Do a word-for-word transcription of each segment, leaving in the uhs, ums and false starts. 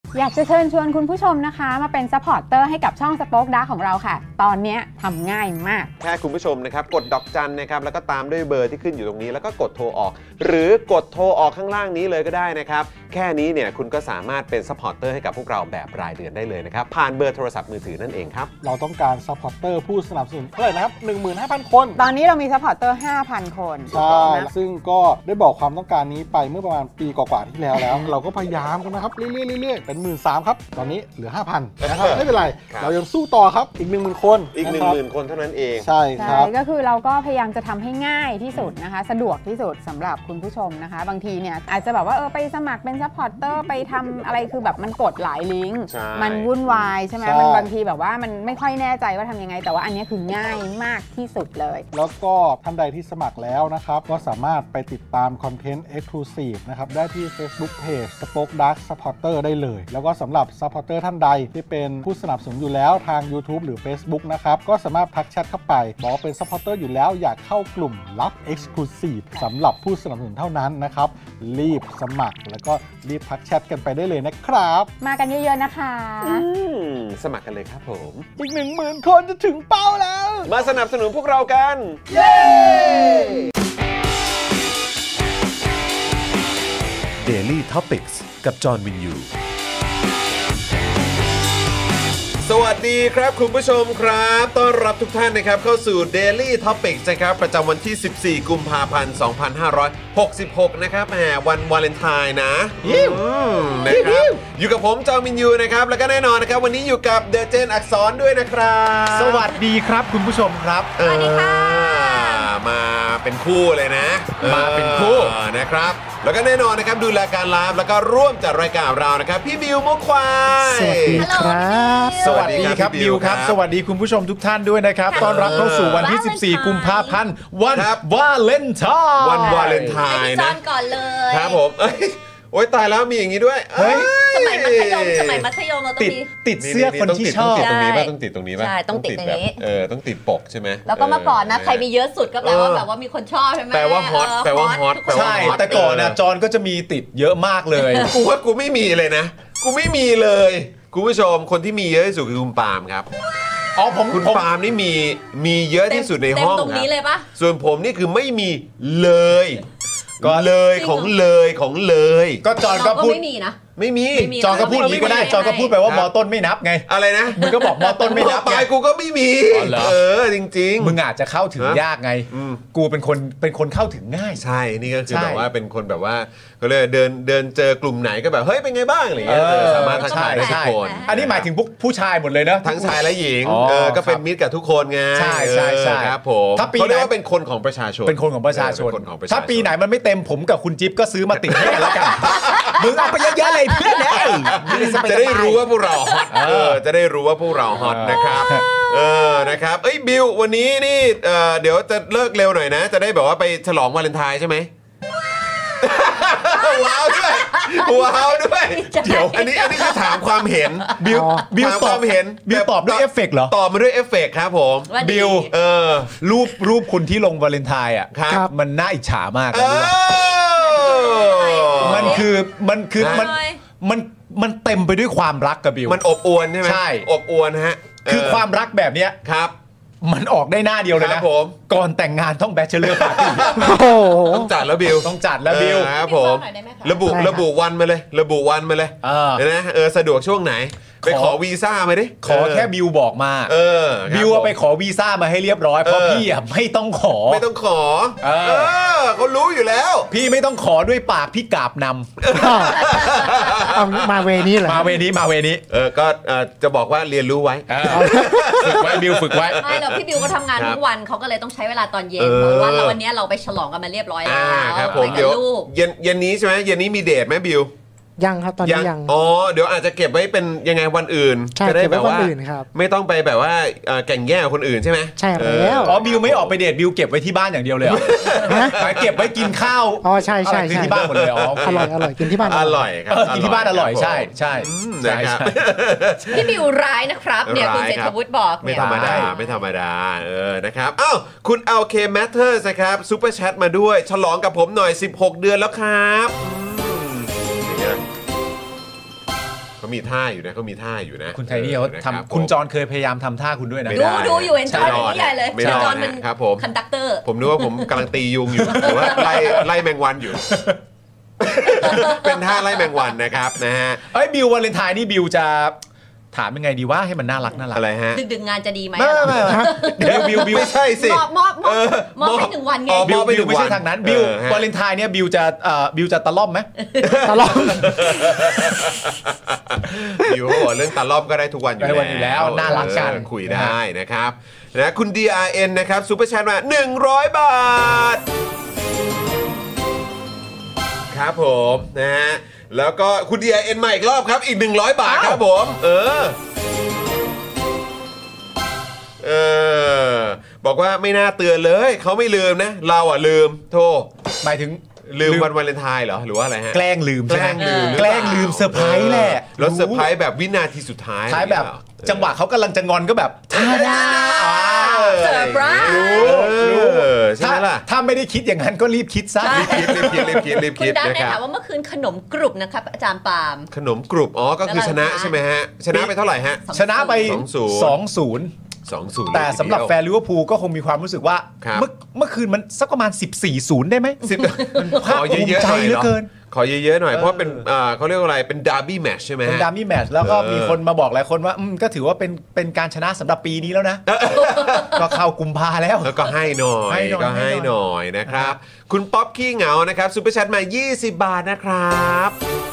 อยากจะเชิญชวนคุณผู้ชมนะคะมาเป็นซัพพอร์ตเตอร์ให้กับช่อง Spoke Dark ของเราค่ะตอนนี้ทำง่ายมากแค่คุณผู้ชมนะครับกดดอกจันนะครับแล้วก็ตามด้วยเบอร์ที่ขึ้นอยู่ตรงนี้แล้วก็กดโทรออกหรือกดโทรออกข้างล่างนี้เลยก็ได้นะครับแค่นี้เนี่ยคุณก็สามารถเป็นซัพพอร์ตเตอร์ให้กับพวกเราแบบรายเดือนได้เลยนะครับผ่านเบอร์โทรศัพท์มือถือนั่นเองครับเราต้องการซัพพอร์ตเตอร์ผู้สนับสนุนเท่าไหร่นะครับ หนึ่งหมื่นห้าพัน คนตอนนี้เรามีซัพพอร์ตเตอร์ ห้าพัน คนใช่ซึ่งก็ได้บอกความต้องการนี้ไปเมื่อประมาณปีกว่าๆที่แล้วแล้ว เราก็พยายามกันนะครับเรื่อยๆๆเป็น หนึ่งหมื่นสามพัน ครับตอนนี้เหลือ ห้าพัน นะครับไม่เป็นไรเรายังสู้ต่อครับอีก หนึ่งหมื่น คนอีก หนึ่งหมื่น คนเท่านั้นเองใช่ครับก็คือเราก็พยายามจะทำให้ง่ายที่สุดนะคะสะดวกที่สุดสำหรับคุณผู้ชมนะคะบางทีเนี่ยอาจจะแบบว่าเออไปสมัครเป็นซัพพอร์ตเตอร์ไปทำอะไรคือแบบมันกดหลายลิงก์มันวุ่นวายใช่ไหมมันบางทีแบบว่ามันไม่ค่อยแน่ใจว่าทำยังไงแต่ว่าอันนี้คือง่ายมากที่สุดเลยแล้วก็ท่านใดที่สมัครแล้วนะครับก็สามารถไปติดตามคอนเทนต์ Exclusive นะครับได้ที่ Facebook Page Spoke Dark Supporter ได้เลยแล้วก็สำหรับ Supporter ท่านใดที่เป็นผู้สนับสนุนอยู่แล้วทาง YouTube หรือ Facebook นะครับก็สามารถทักแชทเข้าไปบอกว่าเป็น Supporter อยู่แล้วอยากเข้ากลุ่มลับ Exclusive สำหรับผู้สนับสนุนเท่านั้นนะครับรีบสมัครแล้วก็รีบทักแชทกันไปได้เลยนะครับมากันเยอะๆนะคะสมัครกันเลยครับผมอีก หนึ่งหมื่น คนจะถึงเป้าแล้วมาสนับสนุนพวกเรากันเย้ Daily Topics กับจอห์นวินยูสวัสดีครับคุณผู้ชมครับต้อนรับทุกท่านนะครับเข้าสู่ Daily Topics นะครับประจำวันที่สิบสี่กุมภาพันธ์สองพันห้าร้อยหกสิบหกนะครับแหมวันวาเลนไทน์นะนะครับอยู่กับผมจอห์นวินยูนะครับแล้วก็แน่นอนนะครับวันนี้อยู่กับเดอะเจนอักษรด้วยนะครับสวัสดีครับคุณผู้ชมครับสวัสดีค่ะมาเป็นคู่เลยนะมาเป็นคู่นะครับแล้วก็แน่นอนนะครับดูรายการไลฟ์แล้วก็ร่วมจัดรายการเรานะครับพี่บิวมุกควายสวัสดีครับสวัสดีครับบิวครับสวัสดีคุณผู้ชมทุกท่านด้วยนะครับต้อนรับเข้าสู่วันที่สิบสี่กุมภาพันธ์วันวาเลนไทน์วันวาเลนไทน์นะก่อนเลยครับผมโอ๊ยตายแล้วมีอย่างนี้ด้วยเฮ้ยสมัยมัธยมสมัยมัธยมเราต้องมีติดเสื้อคนที่ชอบต้องติดตรงนี้ป่ะต้องติดตรงนี้ป่ะใช่ต้องติดตรงนี้เออต้องติดปกใช่ไหมแล้วก็เมื่อก่อนนะใครมีเยอะสุดก็แปลว่าแบบว่ามีคนชอบใช่ไหมแปลว่าฮอตแปลว่าฮอตใช่แต่ก่อนนะจอนก็จะมีติดเยอะมากเลยกูว่ากูไม่มีเลยนะกูไม่มีเลยคุณผู้ชมคนที่มีเยอะที่สุดคือคุณปาล์มครับอ๋อผมคุณปาล์มนี่มีมีเยอะที่สุดในห้องครับตรงนี้เลยปะส่วนผมนี่คือไม่มีเลยก็เลยของเลยของเลยก็จอนก็พูดไม่มีนะไม่มีจอนก็พูดนี้ก็ได้จอนก็พูดไปว่ามอต้นไม่นับไงอะไรนะมึงก็บอกมอต้นไม่นับไงกูก็ไม่มีเออจริงๆมึงอาจจะเข้าถึงยากไงกูเป็นคนเป็นคนเข้าถึงง่ายใช่นี่ก็คือแบบว่าเป็นคนแบบว่าก็เลยเดินเดินเจอกลุ่มไหนก็แบบเฮ้ยเป็นไงบ้างอะไรเงี้ยสามารถทักทายได้ทุกคนอันนี้หมายถึงพวกผู้ชายหมดเลยนะทั้งชายและหญิงเออก็เป็นมิตรกับทุกคนไงใช่ใช่ใช่ครับผมถ้าปีไหนว่าเป็นคนของประชาชนเป็นคนของประชาชนถ้าปีไหนมันไม่เต็มผมกับคุณจิ๊บก็ซื้อมาติดให้แล้วกันมึงเอาไปเยอะๆเลยเพื่อนนะจะได้รู้ว่าพวกเราฮอตเออจะได้รู้ว่าพวกเราฮอตนะครับเออนะครับเอ้ยบิววันนี้นี่เอ่อเดี๋ยวจะเลิกเร็วหน่อยนะจะได้แบบว่าไปฉลองวาเลนไทน์ใช่ไหมว้าวด้วยว้าวด้วยเดี๋ยวอันนี้อันนี้คือถามความเห็นบิวบิวตอบเห็นบิวตอบด้วยเอฟเฟกต์เหรอตอบมาด้วยเอฟเฟกต์ครับผมบิวเออรูปรูปคุณที่ลงวาเลนไทน์อ่ะมันน่าอิจฉามากเลยมันคือมันคือมันมันมันเต็มไปด้วยความรักกับบิวมันอบอวลใช่ไหมใช่อบอวลฮะคือความรักแบบเนี้ยครับมันออกได้หน้าเดียวเลยนะผมก่อนแต่งงานต้องแบชเชอร์ปาร์ตี้ต้องจัดแล้วบิวต้องจัดแล้วบิวครับผมระบุระบุวันมาเลยระบุวันมาเลยเห็นไหมเออสะดวกช่วงไหนไปขอวีซ่ามาดิขอแค่บิวบอกมาเออบิวไปขอวีซ่ามาให้เรียบร้อยเพราะพี่อ่ะไม่ต้องขอไม่ต้องขอเออเขารู้อยู่แล้วพี่ไม่ต้องขอด้วยปากพี่กราบนำมาเวนี้เหรอมาเวนี้มาเวนี้เออก็จะบอกว่าเรียนรู้ไว้ฝึกไว้บิวฝึกไว้ไม่หรอกพี่บิวก็ทำงานทุกวันเขาก็เลยต้องใช้เวลาตอนเย็นเพราะว่าวันนี้เราไปฉลองกันมาเรียบร้อยแล้วไปกับลูกเย็นเย็นนี้ใช่ไหมเย็นนี้มีเดทไหมบิวยังครับตอนนี้ยังอ๋อเดี๋ยวอาจจะเก็บไว้เป็นยังไงวันอื่นจะได้แบบว่าไม่ต้องไปแบบว่าแข่งแย่งกับคนอื่นใช่ไหมใช่แล้วอ๋อบิวไม่ออกไปเดทบิวเก็บไว้ที่บ้านอย่างเดียวเลยไปเก็บไว้กินข้าวอ๋อใช่ใช่ที่บ้านหมดเลยอ๋ออร่อยอร่อยกินที่บ้านอร่อยครับกินที่บ้านอร่อยใช่ใช่ใช่พี่บิวร้ายนะครับเนี่ยคุณเศรษฐวุฒิบอกไม่ธรรมดาไม่ธรรมดาเออนะครับอ้าวคุณ แอล เค Matters นะครับซุปเปอร์แชทมาด้วยฉลองกับผมหน่อยสิบหกเดือนแล้วครับเขามีท่าอยู่นะเขามีท่าอยู่นะคุณไทนี่เขาออทำคุณจอนเคยพยายามทำท่าคุณด้วยนะไม่ดูได้ดูอยู่เห็นจอนอย่างนี้ใหญ่เลยไม่รอดจอนเป็นครับผมคันดักเตอร์ผมนึกว่าผมกำลังตียุงอยู่ หรือว่าไล่ไล่แมงวันอยู่ เป็นท่าไล่แมงวันนะครับนะฮะเอ้ยบิววาเลนไทน์นี่บิวจะถามยังไงดีว่าให้มันน่ารักน่ารักอะไรฮะดึกๆงานจะดีไหมไม่ไม่ไม่บิวบิวบิวไม่ใช่สิมอบมอบมอบมอบให้หนึ่งวันไงอ๋อบิวไปบิถึวงไม่ใช่วันทางนั้นบิวเออฮะวาเลนไทน์เนี่ยบิวจะเอ่อบิวจะตะล่อมไหมตลอดอยู่เขาบอกเรื่องตาล่อมก็ได้ทุกวันอยู่ได้วันอยู่แล้วน่ารักกันเออคุยได้นะครับนะคุณ ดี อาร์ เอ็น นะครับซูเปอร์แชทมาหนึ่งร้อยบาทครับผมนะฮะแล้วก็คุณ ดี อาร์ เอ็น มาอีกรอบครับอีกหนึ่งร้อยบาทครับผมเออเออบอกว่าไม่น่าเตือนเลยเขาไม่ลืมนะเราอ่ะลืมโทษหมายถึงลืมวันวาเลนไทน์เหรอหรือว่าอะไรฮะแกล้งลืมแกล้งลืมแกล้งลืมเซอร์ไพรส์แหละแล้วเซอร์ไพรส์แบบวินาทีสุดท้ายท้ายแบบจังหวะเขากำลังจะงอนก็แบบท่าหน้าเซอร์ไพรส์รู้รู้ใช่ไหมล่ะถ้าไม่ได้คิดอย่างนั้นก็รีบคิดซะรีบคิดรีบคิดรีบคิดรีบคุคิณดดันนะได้ครับถามว่าเมื่อคืนขนมกรุบนะครับอาจารย์ปาล์มขนมกรุบอ๋อก็คือชนะแล้วเราชนะใช่ไหมฮะชนะไปเท่าไหร่ฮะชนะไปสองศูนย์สองศูนย์สองศูนย์แต่สำหรับแฟนลิเวอร์พูลก็คงมีความรู้สึกว่าครับเมื่อเมื่อคืนมันสักประมาณ สิบสี่ศูนย์ ได้ไหมสิบขภาคอภูมิเยอะๆใจหน่อยเหลือเนาะเกินขอเยอะๆหน่อยเพราะว่าเป็นอ่าเขาเรียกว่าอะไรเป็นดาร์บี้แมตช์ใช่ไหมเป็นฮะดาร์มี่แมตช์แล้วก็เออมีคนมาบอกหลายคนว่าอืมก็ถือว่าเป็นเป็นการชนะสำหรับปีนี้แล้วนะ ก็เข้ากุมภาแล้วแล้วก็ให้หน่อยให้หน่อยก็ให้ให้หหน่น่ออย ยนะครับ คุณป๊อปขี้เหงานะครับซูเปอร์แชทมายี่สิบบาทนะครับ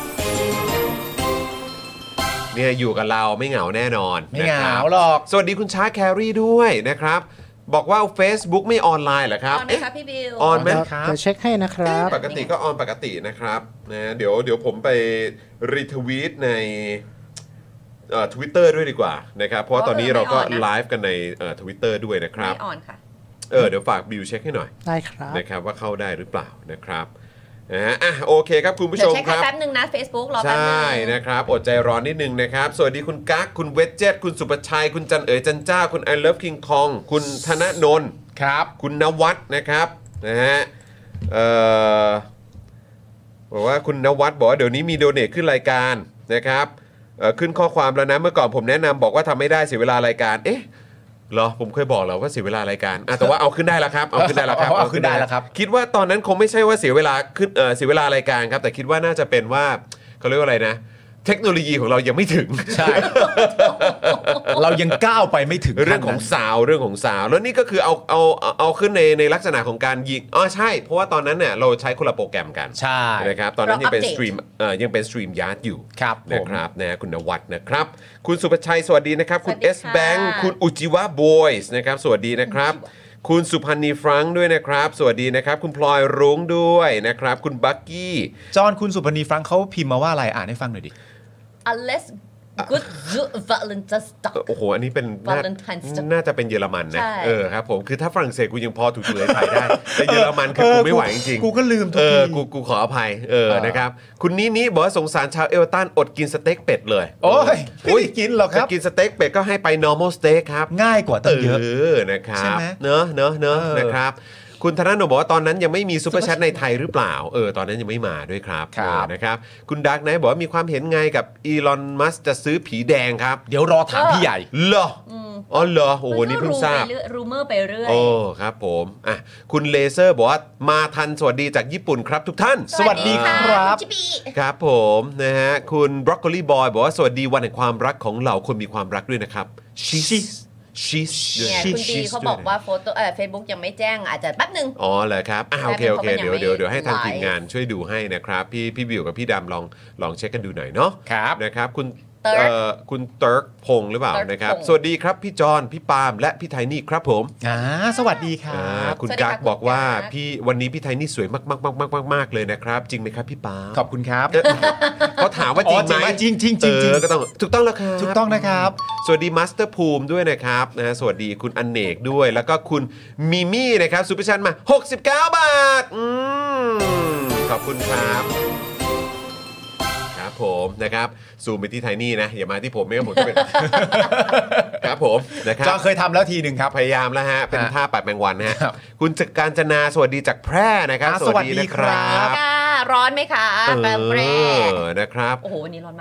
เนี่ยอยู่กับเราไม่เหงาแน่นอนไม่เหนะคงารับหรอกสวัสดีคุณช้าแครี่ด้วยนะครับ บอกว่า Facebook ไม่ออนไลน์เหรอครับออนไหมคะพี่บิวออนไหมครับเดี๋ยวเช็คให้นะครับปกติก็ออนปกตินะครับนะเดี๋ยวเดี๋ยวผมไปรีทวีตในเอ่อ Twitter ด้วยดีกว่านะครับเพราะว่าตอนนี้เราก็ไลฟ์กันในเอ่อ Twitter ด้วยนะครับไม่ออนค่ะเออเดี๋ยวฝากบิวเช็คให้หน่อยได้ครับนะครับว่าเข้าได้หรือเปล่านะครับนะฮะอ่ะโอเคครับคุณผู้เดี๋ชยวมเช็คคให้รับแป๊บนึงนะ Facebook รอแป๊บใช่นึงนะครับอดใจร้อนนิดนึงนะครับ สวัสดีคุณกั๊กคุณเวจเจตคุณสุประชัย คุณจันเอ๋ยจันเจ้า คุณ I Love King Kong คุณธนนนท์ครับคุณนวัดนะครับนะฮะเอ่อบอกว่าคุณนวัดบอกว่าเดี๋ยวนี้มีโดเนทขึ้นรายการนะครับเอ่อขึ้นข้อความแล้วนะเมื่อก่อนผมแนะนำบอกว่าทำไม่ได้เสียเวลารายการเอ๊ะเหรอผมเคยบอกแล้วว่าเสียเวลารายการอ่ะแต่ว่าเอาขึ้นได้แล้วครับเอาขึ้นได้แล้วครับเอาขึ้นได้แล้วครับคิดว่าตอนนั้นคงไม่ใช่ว่าเสียเวลาขึ้นเอ่อเสียเวลารายการครับแต่คิดว่าน่าจะเป็นว่าเขาเรียกว่าอะไรนะเทคโนโลยีของเรายังไม่ถึงใช่ เรายังก้าวไปไม่ถึงเรื่องของขั้นนั้นซาวด์เรื่องของซาวด์แล้วนี่ก็คือเอาเอาเอาเอาขึ้นในในลักษณะของการยิงอ๋อใช่ เพราะว่าตอนนั้นเนี่ยเราใช้คนละโปรแกรมกันใช่นะครับตอนนั้นยังเป็นเราสอัปตเดตรีมเอ่อยังเป็นสตรีมยาร์ดอยู่ครับผนะมครับนะคุณนวัดนะครับ คุณสุภชัยสวัสดีนะครับ คุณสวัเอสดีสค่ะแบงค์คุณอุจิวะบอยส์นะครับสวัสดีนะครับ คุณสุพันธ์นีฟรังก์ด้วยนะครับ สวัสดีนะครับ คุณพลอยรุ้งด้วยนะครับ คุณบักกี้จอห์นคุณสุพนีฟรังก์เขาพิมพ์มาว่าอะไรอ่านให้ฟังหน่อยดิ unless good Valentine's Day โอ้โห อันนี้เป็นน่า Valentine's Day น่าจะเป็นเยอรมันนะใช่เออครับผมคือถ้าฝรั่งเศสกูยังพอถูกๆเลยถ่ายได้ แต่เยอรมันคือกูไม่ไหวจริงๆกูก็ลืมทุกเอทีอกูกูขออภัยเออเออนะครับคุณนี้นี้บอกว่าสงสารชาวเอเวอร์ตันอดกินสเต็กเป็ดเลยโอ้ยไม่ได้กินหรอกครับจะกินสเต็กเป็ดก็ให้ไป normal steak ครับง่ายกว่าตั้งเยอะเออนะครับใช่ไหมเนอะเนอะเนอะเออนะครับคุณธนาโนบอกว่าตอนนั้นยังไม่มีซูเปอร์แชทในไทยหรือเปล่าเออตอนนั้นยังไม่มาด้วยครับครับเออนะครับคุณดักไนท์บอกว่ามีความเห็นไงกับอีลอนมัสจะซื้อผีแดงครับเดี๋ยวรอถามพี่ใหญ่เหรออ๋อเหรอโอ้โหนี่เพิ่งทราบรูเมอร์ไปเรื่อยโอ้ครับผมอ่ะคุณเลเซอร์บอกว่ามาทันสวัสดีจากญี่ปุ่นครับทุกท่านสวัสดีครับณจิบีครับผมนะฮะคุณบรอกโคลีบอยบอกว่าสวัสดีวันแห่งความรักของเหล่าคนมีความรักด้วยนะครับชีสชีสเนี่ยคุณบีเขาบอกว่าโฟโต้เออเฟซบุ๊กยังไม่แจ้งอาจจะแป๊บนึงอ๋อเหรอครับอ่าโอเคโอเคแป๊บนึงเดี๋ยวเขาก็ยังไม่เดี๋ยวเดี๋ยวให้ทางไลฟ์ทีมงานช่วยดูให้นะครับพี่พี่บิวกับพี่ดำลองลองเช็คกันดูหน่อยเนาะครับนะครับคุณเติร์กเอ่อคุณเติร์กพงษ์หรือเปล่าเติร์กนะครับพงษ์สวัสดีครับพี่จอนพี่ปาล์มและพี่ไทนี่ครับผมอ่าสวัสดีครัอ่าบคุณสวัสดีกั๊กค่ะบอกว่าคุณกั๊กพี่วันนี้พี่ไทนี่สวยมากมากมากมากมากมากเลยนะครับ จริงไหมครับพี่ปาล์มขอบคุณครับเขาถามว่าจริงไหมอ๋อจริงจริงจริงจริงเออก็ต้องถูกต้องแล้วครับถูกต้องนะครับสวัสดีมาสเตอร์ภูมิด้วยนะครับนะสวัสดีคุณอเนกด้วย แล้วก็คุณมิมี่นะครับซูเปอร์ชันมาหกสิบเก้าบาทอืมขอบคุณครับครับผมนะครับซูมไปที่ไทนี่นะอย่ามาที่ผมไม่งั้นผมจะเป็น ครับผมนะครับจอห์นเคยทำแล้วทีหนึ่งครับพยายามแล้วฮะเป็นฮะท่าปัดแมงวันนะฮะครับคุณจักรการจนาสวัสดีจากแพร่นะครับอ่าสวัสดีครับค่ะร้อนไหมคะเอแปลงแปรอนะครับโอ้โหวันนี้ร้อนมาก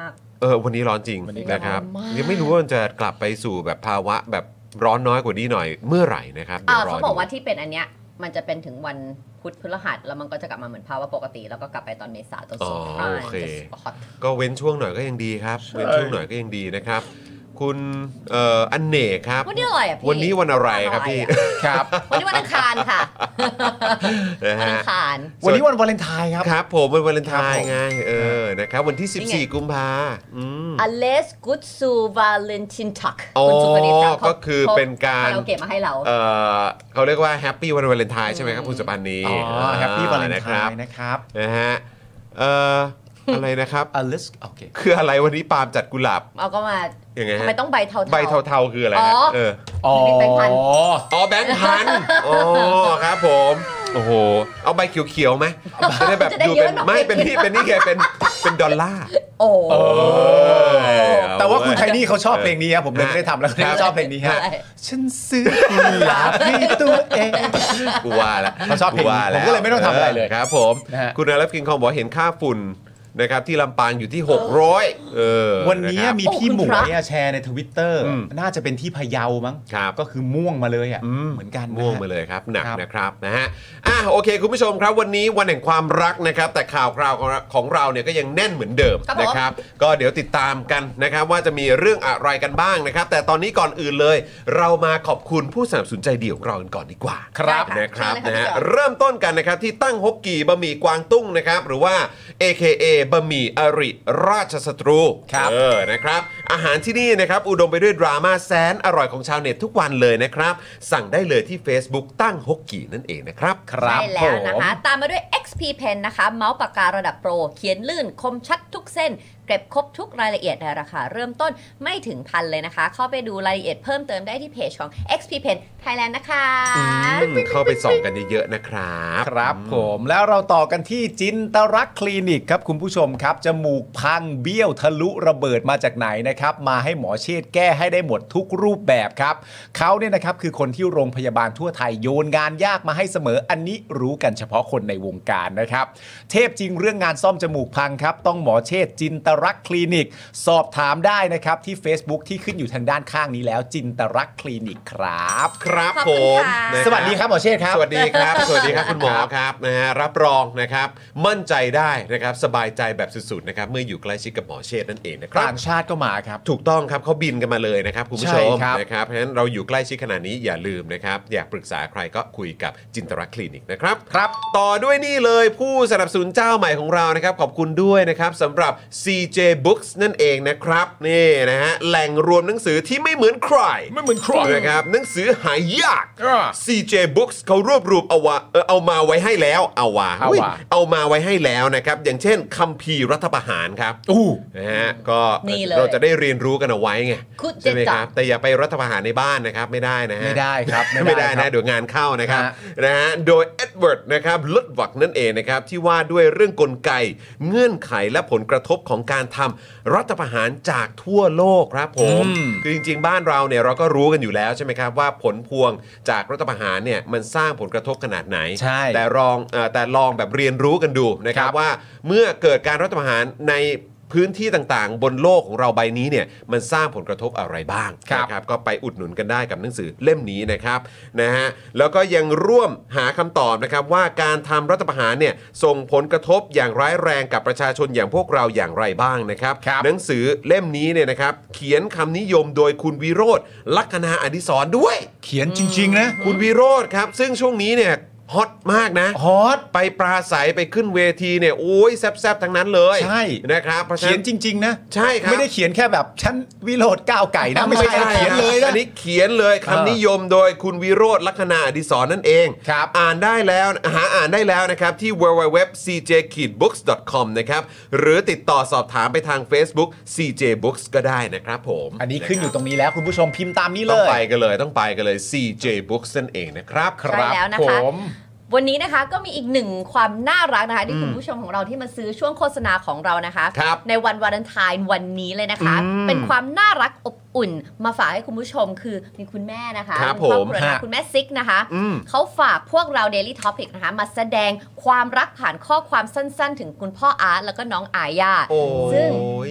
เออวันนี้ร้อนจริงนะครับยังไม่รู้ว่ามันจะกลับไปสู่แบบภาวะแบบร้อนน้อยกว่านี้หน่อยเมื่อไหร่นะครับเขาบอกว่าที่เป็นอันเนี้ยมันจะเป็นถึงวันพุธพฤหัสแล้วมันก็จะกลับมาเหมือนภาวะปกติแล้วก็กลับไปตอนเมษาตอนสงกรานต์ก็เว้นช่วงหน่อยก็ยังดีครับเว้นช่วงหน่อยก็ยังดีนะครับคุณเอ่ออันเนกครับวันนี้อะไรอ่ะพี่วันนี้วันอะไรครับพี่ครับวันนี้วันอังคารค่ะวันอังคารวันนี้วันวาเลนไทน์ครับครับผมวันวาเลนไทน์ไงเออนะครับวันที่สิบสี่กุมภาพันธ์ Alles gut zu Valentinstag คุณสุกนิษฐ์ก็คือเป็นการเราเก็บมาให้เราเออเขาเรียกว่าแฮปปี้วันวาเลนไทน์ใช่ไหมครับคุณสุพันธ์นี้อ๋อแฮปปี้วาเลนไทน์นะครับนะฮะเอ่ออะไรนะครับ Alles โอเคคืออะไรวันนี้ปาล์มจัดกุหลาบเอาก็มายังไงฮะทำไมต้องใบเทาๆใบเทาๆคืออะไรเอออ๋อแบงค์พันอ๋อแบงค์พันอ๋อครับผมโอ้โหเอาใบเขียวๆไหมจะได้แบบดูเป็นไม่เป็นนี่เป็นนี่แค่เป็นเป็นดอลลาร์โอ้แต่ว่าคุณไทนี่เขาชอบเพลงนี้ครับผมเลยไม่ได้ทำแล้วเขาชอบเพลงนี้ฮะฉันซื้อกุหลาบให้ตัวเองกูว่าแล้วเขาชอบเพลงผมก็เลยไม่ต้องทำอะไรเลยครับผมคุณอารัฟกินคองบอกเห็นค่าฝุ่นนะครับที่ลำปางอยู่ที่หกร้อยเออวันนี้มีพี่หมูเนี่ยแชร์ใน Twitter น่าจะเป็นที่พะเยามั้งก็คือม่วงมาเลยอ่ะเหมือนกันม่วงมาเลยครับหนักนะครับนะฮะอ่ะโอเคคุณผู้ชมครับวันนี้วันแห่งความรักนะครับแต่ข่าวคราวของเราเนี่ยก็ยังแน่นเหมือนเดิมนะครับก็เดี๋ยวติดตามกันนะครับว่าจะมีเรื่องอะไรกันบ้างนะครับแต่ตอนนี้ก่อนอื่นเลยเรามาขอบคุณผู้สนับสนุนใจเดี่ยวของเรากันก่อนดีกว่าครับนะครับนะฮะเริ่มต้นกันนะครับที่ตั้งฮกกี่บะหมี่กวางตุ้งนะครับหรือว่า เอ เค เอบะหมี่อริราชศัตรูเออนะครับอาหารที่นี่นะครับอุดมไปด้วยดราม่าแสนอร่อยของชาวเน็ตทุกวันเลยนะครับสั่งได้เลยที่ Facebook ตั้งฮกกี่นั่นเองนะครับครับใช่แล้วนะคะตามมาด้วย เอ็กซ์ พี Pen นะคะเมาส์ปากการะดับโปรเขียนลื่นคมชัดทุกเส้นเก็บครบทุกรายละเอียดในราคาเริ่มต้นไม่ถึงพันเลยนะคะเข้าไปดูรายละเอียดเพิ่มเติมได้ที่เพจของ เอ็กซ์ พี Pen Thailand นะคะเข้าไปส่องกันเยอะๆนะครับครับผมแล้วเราต่อกันที่จินตรักษณ์คลินิกครับคุณผู้ชมครับจมูกพังเบี้ยวทะลุระเบิดมาจากไหนนะครับมาให้หมอเชษฐ์แก้ให้ได้หมดทุกรูปแบบครับเขาเนี่ยนะครับคือคนที่โรงพยาบาลทั่วไทยโยนงานยากมาให้เสมออันนี้รู้กันเฉพาะคนในวงการนะครับเทพจริงเรื่องงานซ่อมจมูกพังครับต้องหมอเชษฐ์จินตรักษณ์คลินิกสอบถามได้นะครับที่ Facebook ที่ขึ้นอยู่ทางด้านข้างนี้แล้วจินตรักษณ์คลินิกครับครับผมสวัสดีครับหมอเชษฐ์ครับสวัสดีครับสวัสดีครับคุณหมอครับนะฮะรับรองนะครับมั่นใจได้นะครับสบายใจแบบสุดๆนะครับเมื่ออยู่ใกล้ชิดกับหมอเชษฐ์นั่นเองนะครับต่างชาติก็มาครับถูกต้องครับเขาบินกันมาเลยนะครับคุณผู้ชมนะครับเพราะฉะนั้นเราอยู่ใกล้ชิดขนาดนี้อย่าลืมนะครับอยากปรึกษาใครก็คุยกับจินตรักษณ์คลินิกนะครับครับต่อด้วยนี่เลยผู้สนับสนุนเจ้าใหม่ของเรานะครับขอบคุณด้วยนะครับสำหรับ ซี เจ Books นั่นเองนะครับนี่นะฮะแหล่งรวมหนังสือที่ไม่เหมือนใครไม่เหมือนใครนะครับหนังสือหายาก ซี เจ Books เขารวบรวมเอาว่าเออเอามาไว้ให้แล้วเอาว่าเอามาไว้ให้แล้วนะครับอย่างเช่นคัมภีร์รัฐประหารครับอู้นะฮะก็เราจะได้เรียนรู้กันเอาไว้ไงใช่ไหมครับแต่อย่าไปรัฐประหารในบ้านนะครับไม่ได้นะฮะไม่ได้ครับไม่ได้นะเดี๋ยวงานเข้านะครับนะฮะโดยเอ็ดเวิร์ดนะครับลุดวักนั่นเองนะครับที่ว่าด้วยเรื่องกลไกเงื่อนไขและผลกระทบของการทำรัฐประหารจากทั่วโลกครับผมคือจริงๆบ้านเราเนี่ยเราก็รู้กันอยู่แล้วใช่ไหมครับว่าผลพวงจากรัฐประหารเนี่ยมันสร้างผลกระทบขนาดไหนแต่ลองเอ่อแต่ลองแบบเรียนรู้กันดูนะครับว่าเมื่อเกิดการรัฐประหารในพื้นที่ต่างๆบนโลกของเราใบนี้เนี่ยมันสร้างผลกระทบอะไรบ้างนะครับก็ไปอุดหนุนกันได้กับหนังสือเล่มนี้นะครับนะฮะแล้วก็ยังร่วมหาคำตอบนะครับว่าการทำรัฐประหารเนี่ยส่งผลกระทบอย่างร้ายแรงกับประชาชนอย่างพวกเราอย่างไรบ้างนะครับหนังสือเล่มนี้เนี่ยนะครับเขียนคำนิยมโดยคุณวิโรจน์ลัคนาอดิศรด้วยเขียนจริงๆนะคุณวิโรจน์ครับซึ่งช่วงนี้เนี่ยฮอตมากนะฮอตไปปราศัยไปขึ้นเวทีเนี่ยโอ้ยแซ่บๆทั้งนั้นเลยใช่นะครับเพราะฉะนั้นเขียนจริงๆนะใช่ครับไม่ได้เขียนแค่แบบฉันวิโรจน์ก้าวไก่นะไม่ใช่เขียนเลยนะอันนี้เขียนเลยคำนิยมโดยคุณวิโรจน์ลัคนาอดิศรนั่นเองครับอ่านได้แล้วหาอ่านได้แล้วนะครับที่ ดับเบิลยู ดับเบิลยู ดับเบิลยู ดอท ซี เจ บุ๊กส์ ดอท คอม นะครับหรือติดต่อสอบถามไปทาง Facebook ซี เจ Books ก็ได้นะครับผมอันนี้ขึ้นอยู่ตรงนี้แล้วคุณผู้ชมพิมพ์ตามนี้เลยต้องไปกันเลยต้องไปกันเลย ซี เจ Books นั่นเองนะครับใช่แล้วนะคะวันนี้นะคะก็มีอีกหนึ่งความน่ารักนะคะที่คุณผู้ชมของเราที่มาซื้อช่วงโฆษณาของเรานะคะในวันวาเลนไทน์วันนี้เลยนะคะเป็นความน่ารักอบอุ่นมาฝากให้คุณผู้ชมคือมีคุณแม่นะคะคุณครอบครัวนะคะคุณแม่ซิกนะคะเขาฝากพวกเรา Daily Topic นะคะมาแสดงความรักผ่านข้อความสั้นๆถึงคุณพ่ออาร์ตแล้วก็น้องอาญาซึ่ง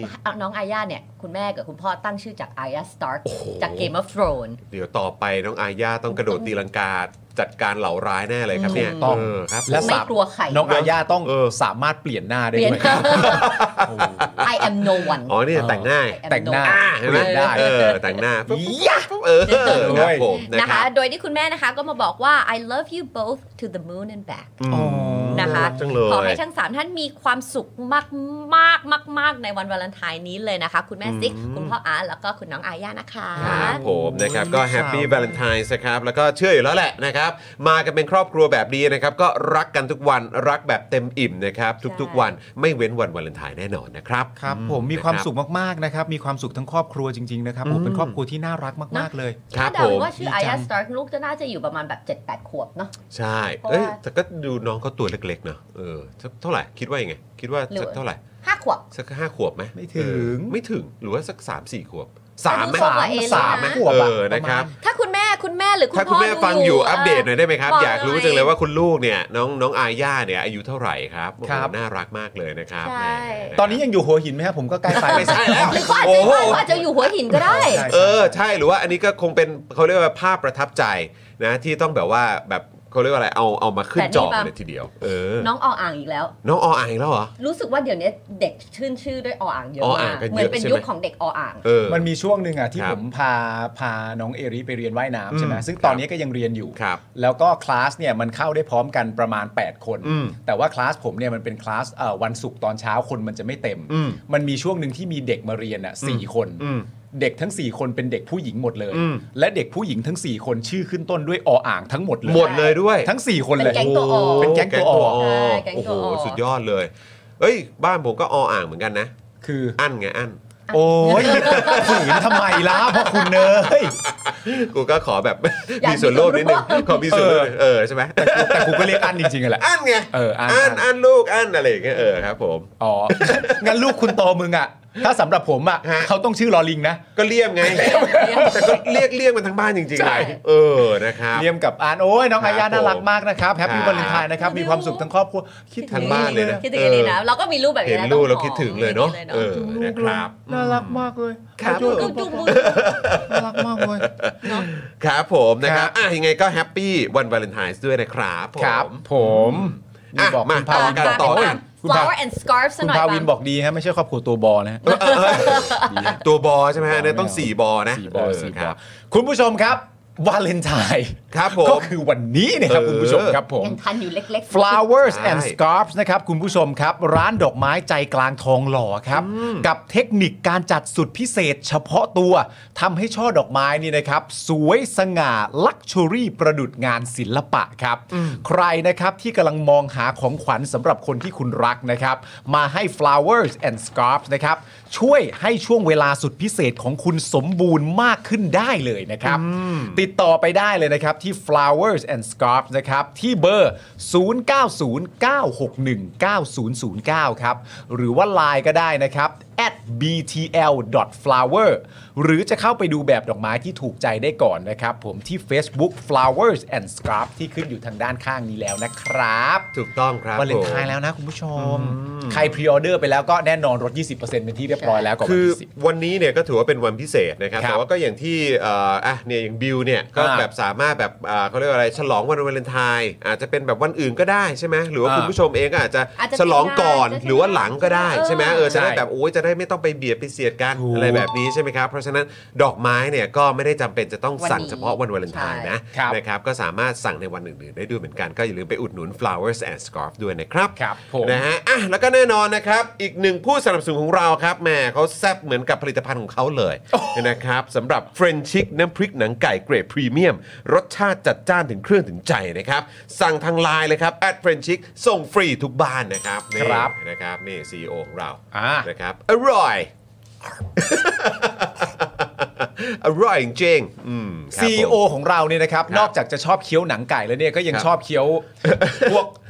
น้องอาญาเนี่ยคุณแม่กับคุณพ่อตั้งชื่อจากอาญาสตาร์กจาก Game of Thrones เดี๋ยวต่อไปน้องอาญาต้องกระโดดตีลังกาจัดการเหล่าร้ายแน่เลยครับเนี่ยถูกต้องเครับและไม่กลัวใครน้องอาญาต้องเออสามารถเปลี่ยนหน้าได้เปลี่ยนด้วย I am no one อ๋อนี่แต่งหน้า I am แต่งหน้า no one เห็นไหมเปลี่ยนได้เออแต่งหน้าปุ๊บปุ๊บเออครับผมนะนะคคะรับโดยที่คุณแม่นะคะก็มาบอกว่า I love you both to the moon and back อืมนะคะน่ารักจังเลยขอให้ทั้งสามท่านมีความสุขมากมากมากมากๆในวันวาเลนไทน์นี้เลยนะคะ คุณแม่ซิก คุณพ่ออาร์ตแล้วก็คุณน้องอาญานะคะครับผมนะครับก็แฮปปี้วาเลนไทน์นะครับแล้วก็เชื่ออยู่แล้วแหละนะครับมากันเป็นครอบครัวแบบนี้นะครับก็รักกันทุกวันรักแบบเต็มอิ่มนะครับทุกๆวันไม่เว้นวันวาเลนไทน์แน่นอนนะครับครับผมมีความสุขมากๆนะครับมีความสุขทั้งครอบครัวจริงๆนะครับผมเป็นครอบครัวที่น่ารักมากๆเลยครับถ้าเดาผมว่าชื่ออาญาสตาร์กลูกจะน่าจะอยู่ประมาณแบบ เจ็ดแปด ขวบเนาะใช่เพราะเอ้ยว่าแต่ก็ดูน้องเขาตัวเล็กๆเนอะเออสักเท่าไหร่คิดว่ายังไงคิดว่าหรือสักเท่าไหร่ห้าขวบสักห้าขวบไหมไม่ถึงเออไม่ถึงหรือว่าสักสามสี่ขวบสามไหมแต่ดูทรงกว่าเอเลยนะสามไหมขวบเออะอนะครับถ้าคุณแม่คุณแม่หรือคุณถ้าพ่อคุณแม่ฟังอยู่อัปเดตหน่อยได้ไหมครับบอยากรู้หน่จังเลยว่าคุณลูกเนี่ยน้องน้องอาญาเนี่ยอายุเท่าไหร่ครับโอ้โหครับน่ารักมากเลยนะครับใช่แหมตอนนี้ยังอยู่หัวหินไหมครับผมก็ใกล้ไปไม่ใช่แล้วหรือเขาอาจโอ้จะโหเขาอาจจะอยู่หัวหินก็ได้ใช่เออใช่หรือว่าอันนี้ก็คงเป็นเขาเรียกว่าภาพประทับใจนะที่ต้องแบบว่าแบบเขาเรียกว่าอะไรเอาเอามาขึ้นแต่นี่จอป่ะเลยทีเดียวเออน้องออ่างอีกแล้วน้องออ่างอีกแล้วเหรอรู้สึกว่าเดี๋ยวนี้เด็กชื่นชื่อด้วยออ่างเยอะอมาอ่างกกันเหเยมืออะนเป็นใช่ไหมยุคของเด็กออ่างเออมันมีช่วงหนึ่งอ่ะที่ครับผมพาพาน้องเอริไปเรียนว่ายน้ำใช่ไหมอืมซึ่งตอนนี้ก็ยังเรียนอยู่ครับแล้วก็คลาสเนี่ยมันเข้าได้พร้อมกันประมาณแปดคนอืมแต่ว่าคลาสผมเนี่ยมันเป็นคลาสเอ่อวันศุกร์ตอนเช้าคนมันจะไม่เต็มอืมมันมีช่วงหนึ่งที่มีเด็กมาเรียนอ่ะสี่คนอืมเด็กทั้งสี่คนเป็นเด็กผู้หญิงหมดเลยอืมและเด็กผู้หญิงทั้งสี่คนชื่อขึ้นต้นด้วยออ่างทั้งหมดเลยหมดเลยด้วยทั้งสี่คนเป็นเลยแก๊งตัวอเป็นแก๊งตัวอใช่แก๊งโอ้โหตัวอสุดยอดเลย เอ้ย บ้านผมก็ออ่างเหมือนกันนะคืออั้นไงอั้นโอ้ยฝืนทำไมล่ะพ่อคุณเนยกูก็ขอแบบอยากมีส่วนร่วมนิดนึงมีส่วนร่วมขอมีส่วนร่วมเออใช่ไหมแต่กูก็เรียกอันจริงๆอะแหละอั้นไงเอออั้นอั้นอั้นลูกอั้นอะไรอย่างเงี้ยเออครับผมอ๋อ งั้นลูกคุณโตมึงอ่ะ ถ้าสำหรับผมอ่ะฮะเขาต้องชื่อลอลิงนะก็เลี่ยมไง แต่ก็เรียกเรียกมันทั้งบ้านจริงๆใช่เลยเออนะครับเลียมกับอานโอ้ยน้องครับอาญาน่ารักมากนะครับแฮปปี้ครับวาเลนไทน์นะครับ มีความสุขทั้งครอบครัวคิดถึทั้งบ้านเลยนะคิดถึงอันนี้นะเราก็มีรูปแบบนี้เห็นนะลูกต้องเราคิดถึงเลยเนาะหอมเออนะครับน่ารักมากเลยครับดูดูดูดูน่ารักมากเลยครับผมนะครับครับอ่ะยังไงก็แฮปปี้วันวาเลนไทน์ด้วยนะครับผมครับผมอ่ะบอกมาคุณพาวินต่อกันบอกต่อโอ้กัยนคุณพา flower and scarf ซะคุณหน่อยพาวินปังบอกดีฮะไม่ใช่ครอบครัวตัวบอนะฮะตัวบอใช่ไหมฮะเนี่ยต้องสี่บอนะสี่บอเสี่บคอรับคุณผู้ชมครับวาเลนไทน์ครับผมก็คือวันนี้เนะครับเออคุณผู้ชมครับผมยังทันอยู่เล็กๆ flowers ใช่ and scarves นะครับคุณผู้ชมครับ ร้านดอกไม้ใจกลางทองหล่อครับ กับเทคนิคการจัดสุดพิเศษเฉพาะตัวทำให้ช่อดอกไม้นี่นะครับ สวยสง่าลักชัวรี่ประดุจงานศิลปะครับ ใครนะครับที่กำลังมองหาของขวัญสำหรับคนที่คุณรักนะครับ มาให้ flowers and scarves นะครับ ช่วยให้ช่วงเวลาสุดพิเศษของคุณสมบูรณ์มากขึ้นได้เลยนะครับ ติดต่อไปได้เลยนะครับที่ flowers and scarves นะครับที่เบอร์ ศูนย์ เก้า ศูนย์ เก้า หก หนึ่ง เก้า ศูนย์ ศูนย์ เก้า ครับ หรือว่า ไลน์ ก็ได้นะครับ at บี ที แอล ดอท ฟลาวเวอร์ หรือจะเข้าไปดูแบบดอกไม้ที่ถูกใจได้ก่อนนะครับผมที่ Facebook flowers and scarf ที่ขึ้นอยู่ทางด้านข้างนี้แล้วนะครับถูกต้องครับวาเลนไทน์แล้วนะคุณผู้ชม ใครพรีออเดอร์ไปแล้วก็แน่นอนลด ยี่สิบเปอร์เซ็นต์ เป็นที่เรียบร้อยแล้วก่อนคืวันอที่สิบวันนี้เนี่ยก็ถือว่าเป็นวันพิเศษนะครับครับแต่ว่าก็อย่างที่เอ่ออ่ะเนี่ยอย่างบิวเนี่ยก็อ่าแบบสามารถแบบอ่าเขาเรียกว่าอะไรฉลองวันวาเลนไทน์อาจจะเป็นแบบวันอื่นก็ได้ใช่ไหมหรือว่าอ่าคุณผู้ชมเองก็อาจจะอาจจะฉลองก่อนปิดงานหรือว่าหลังก็ได้เออใช่ไหมเออจะได้ใช่แบบโอ้ยจะได้ไม่ต้องไปเบียดไปเสียดกันถูกอะไรแบบนี้ใช่ไหมครับเพราะฉะนั้นดอกไม้เนี่ยก็ไม่ได้จำเป็นจะต้องสั่งวันนี้เฉพาะวันวาเลนไทน์นะครับ นะครับก็สามารถสั่งในวันอื่นๆได้ด้วยเหมือนกันก็อย่าลืมไปอุดหนุน flowers and scarf ด้วยนะครับครับผมนะฮะอ่ะแล้วก็แน่นอนนะครับอีกหนึ่งผู้สนับสนุนของเราครับแหมเขาแซ่บเหมือนกับผลิตภัณฑ์ของเขาเลยนะครับสำหรับเฟรนชิกน้ำพริกหนังไก่เกรดพรีเมียมรสชาติจัดจ้านถึงเครื่องถึงใจนะครับสั่งทางไลน์เลยครับแอดเฟรนชิกส่งฟรีทุกบ้านนะครับนี่ครับนะครับนี่ ซี อี โอ ของเราอ่านะครับอร่อย อร่อยจริงๆอืมครับซี อี โอผมของเราเนี่ยนะครับครับนอกจากจะชอบเคี้ยวหนังไก่แล้วเนี่ยก็ยังครับชอบเคี้ยว พวก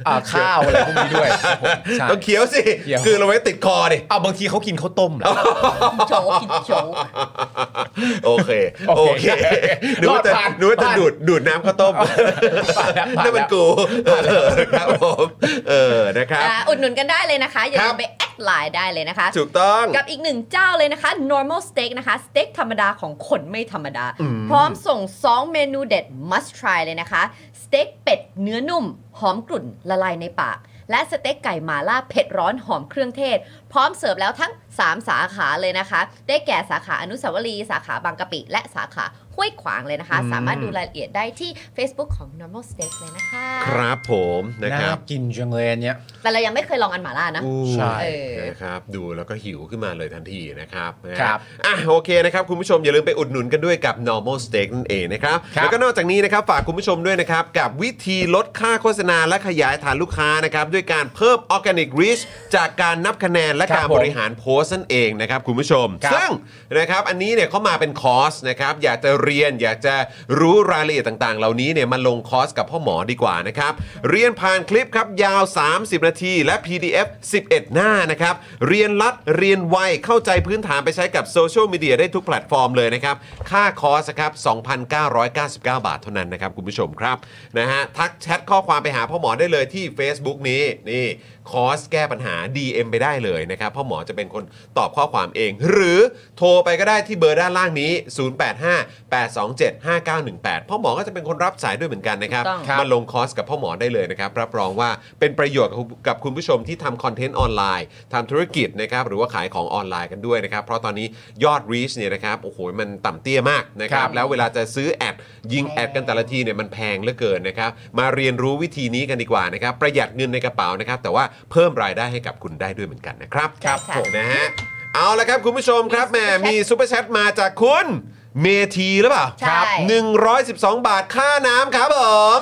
ข้าวอะไรพวกนี้ด้วยต้องเคี้ยวสิคือเราไว้ติดคอดิเอาบางทีเขากินข้าวต้มเหรอโจ๊กกินโจ๊กโอเคโอเคนึกว่าจะนึกว่าจะดูดดูดน้ำข้าวต้มนั่นมันกูครับผมเออนะครับอุดหนุนกันได้เลยนะคะอย่าลืมไปแอดไลน์ได้เลยนะคะถูกต้องกับอีกหนึ่งเจ้าเลยนะคะ normal steak นะคะสเต็กธรรมดาของคนไม่ธรรมดาพร้อมส่งสองเมนูเด็ด must try เลยนะคะสเต็กเป็ดเนื้อนุ่มหอมกรุ่นละลายในปากและสเต็กไก่หม่าล่าเผ็ดร้อนหอมเครื่องเทศพร้อมเสิร์ฟแล้วทั้งสามสาขาเลยนะคะได้แก่สาขาอนุสาวรีย์สาขาบางกะปิและสาขาห้วยขวางเลยนะคะสามารถดูรายละเอียดได้ที่ Facebook ของ normal steak เลยนะคะครับผมนะครับน่ากินจังเลยอันเนี้ยแต่เรายังไม่เคยลองอันหม่าล่านะใช่นะครับดูแล้วก็หิวขึ้นมาเลยทันทีนะครับครับอ่ะโอเคนะครับคุณผู้ชมอย่าลืมไปอุดหนุนกันด้วยกับ normal steak นั่นเองนะครับแล้วก็นอกจากนี้นะครับฝากคุณผู้ชมด้วยนะครับกับวิธีลดค่าโฆษณาและขยายฐานลูกค้านะครับด้วยการเพิ่ม organic reach จากการนับคะแนนและการบริหารโพสต์นั่นเองนะครับคุณผู้ชมซึ่งนะครับอันนี้เนี่ยเขามาเป็นคอร์สนะครับอยากจะเรียนอยากจะรู้รายละเอียดต่างๆเหล่านี้เนี่ยมาลงคอร์สกับพ่อหมอดีกว่านะครับเรียนผ่านคลิปครับยาวสามสิบนาทีและ พี ดี เอฟ สิบเอ็ด หน้านะครับเรียนรัดเรียนไวเข้าใจพื้นฐานไปใช้กับโซเชียลมีเดียได้ทุกแพลตฟอร์มเลยนะครับค่าคอร์สครับ สองพันเก้าร้อยเก้าสิบเก้า บาทเท่านั้นนะครับคุณผู้ชมครับนะฮะทักแชทข้อความไปหาพ่อหมอได้เลยที่ Facebook นี้นี่คอร์สแก้ปัญหา ดี เอ็ม ไปได้เลยนะครับพ่อหมอจะเป็นคนตอบข้อความเองหรือโทรไปก็ได้ที่เบอร์ด้านล่างนี้ศูนย์ แปด ห้า แปด สอง เจ็ด ห้า เก้า หนึ่ง แปดพ่อหมอก็จะเป็นคนรับสายด้วยเหมือนกันนะครับมาลงคอร์สกับพ่อหมอได้เลยนะครับรับรองว่าเป็นประโยชน์กับคุณผู้ชมที่ทำคอนเทนต์ออนไลน์ทำธุรกิจนะครับหรือว่าขายของออนไลน์กันด้วยนะครับเพราะตอนนี้ยอด reach เนี่ยนะครับโอ้โหมันต่ำเตี้ยมากนะครับแล้วเวลาจะซื้อแอดยิงแอดกันแต่ละทีเนี่ยมันแพงเหลือเกินนะครับมาเรียนรู้วิธีนี้กันดีกว่านะครับประหยัดเงินในกระเป๋านะครับแต่ว่าเพิ่มรายได้ให้กับคุณได้ด้วยเหมือนกันนะครับครับผมนะฮะเอาละครับคุณผู้ชมครับแหมมีซุปเปอร์แชทมาจากคุณเมทีหรือเปล่าครับหนึ่งร้อยสิบสองบาทค่าน้ำครับผม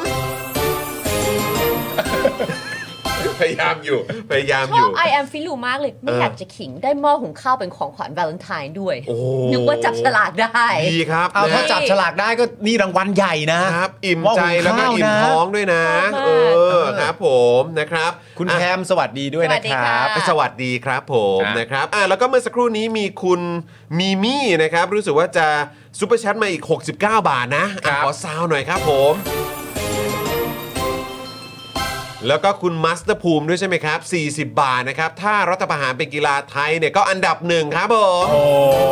พยายามอยู่พยายามอยู่ชอบ I am ฟิลูมากเลยไม่อยากจะขิงได้หม้อหุงข้าวเป็นของขวัญวาเลนไทน์ด้วยนึกว่าจับฉลากได้ดีครับเอาถ้าจับฉลากได้ก็นี่รางวัลใหญ่นะครับอิ่มใจแล้วก็อิ่มท้องด้วยนะเออครับผมนะครับคุณแพมสวัสดีด้วยนะครับสวัสดีครับผมนะครับอ่ะแล้วก็เมื่อสักครู่นี้มีคุณมีมี่นะครับรู้สึกว่าจะซุปเปอร์แชทมาอีกหกสิบเก้าบาทนะขอซาวหน่อยครับผมแล้วก็คุณมัสเตอร์ภูมิด้วยใช่ไหมครับสี่สิบบาทนะครับถ้ารัฐประหารเป็นกีฬาไทยเนี่ยก็อันดับหนึ่งครับผมโอ้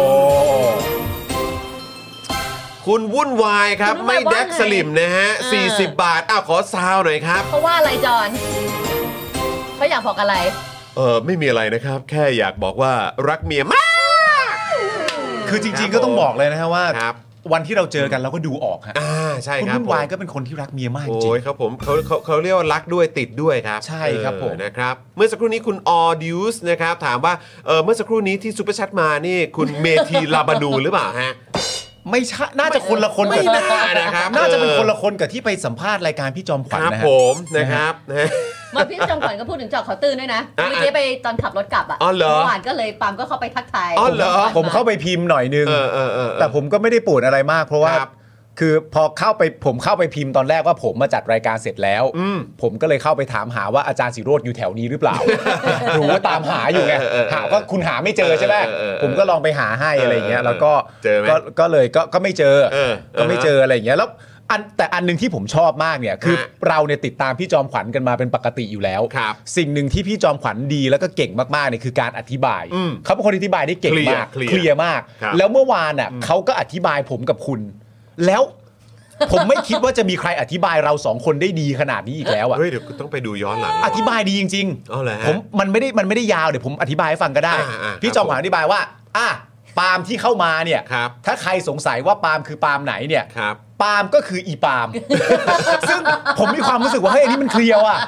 คุณวุ่นวายครับไม่แดกสลิมนะฮะสี่สิบบาทอ้าวขอซาวหน่อยครับเพราะว่าอะไรจอนเขาอยากบอกอะไรเออไม่มีอะไรนะครับแค่อยากบอกว่ารักเมียมากคือจริงๆก็ต้องบอกเลยนะฮะว่าวันที่เราเจอกันเราก็ดูออกฮะอ่าใช่ครับคุณวุ่นวายก็เป็นคนที่รักเมียมากจริงโอ้ยครับผมเขาเขาเขาเรียกว่ารักด้วยติดด้วยครับใช่ครับผมนะครับเมื่อสักครู่นี้คุณออดิวส์นะครับถามว่าเออเมื่อสักครู่นี้ที่ซุปเปอร์แชทมานี่คุณเมทีลาบานูหรือเปล่าฮะไม่ใช่น่าจะคนละคนกับนะครับน่าจะเป็นคนละคนกับที่ไปสัมภาษณ์รายการพี่จอมขวัญนะครับผมนะครับมาพี่จอมขวัญก็พูดถึงเจาะเขาตื่นด้วยนะเมื่อกี้ไปตอนขับรถกลับอ่ะเมื่อวานก็เลยปามก็เข้าไปทักทายอ๋อเหรอผมเข้าไปพิมพ์หน่อยนึงแต่ผมก็ไม่ได้ปวดอะไรมากเพราะว่าคือพอเข้าไปผมเข้าไปพิมพ์ตอนแรกว่าผมมาจัดรายการเสร็จแล้วผมก็เลยเข้าไปถามหาว่าอาจารย์ศิโรจน์อยู่แถวนี้หรือเปล่ารู้ว่าตามหาอยู่ไงหาว่าคุณหาไม่เจอใช่ไหมผมก็ลองไปหาให้อะไรอย่างเงี้ยแล้วก็ก็เลยก็ก็ไม่เจอก็ไม่เจออะไรอย่างเงี้ยแล้วอันแต่อันนึงที่ผมชอบมากเนี่ยคือเราเนี่ยติดตามพี่จอมขวัญกันมาเป็นปกติอยู่แล้วสิ่งหนึ่งที่พี่จอมขวัญดีแล้วก็เก่งมากๆเนี่ยคือการอธิบายเขาเป็นคนอธิบายได้เก่งมากเคลียร์มากแล้วเมื่อวานอ่ะเขาก็อธิบายผมกับคุณแล้วผมไม่คิดว่าจะมีใครอธิบายเราสองคนได้ดีขนาดนี้อีกแล้วอ่ะเฮ้ยเดี๋ยวต้องไปดูย้อนหลังอธิบายดีจริงๆผมมันไม่ได้มันไม่ได้ยาวเดี๋ยวผมอธิบายให้ฟังก็ได้พี่จอมขวัญอธิบายว่าอ่ะปาล์มที่เข้ามาเนี่ยถ้าใครสงสัยว่าปาล์มคือปาล์มไหนเนี่ยปาล์มก็คืออีปาล์มซึ่งผมมีความรู้สึกว่าเฮ้ยอันนี้มันเคลียร์ว่ะ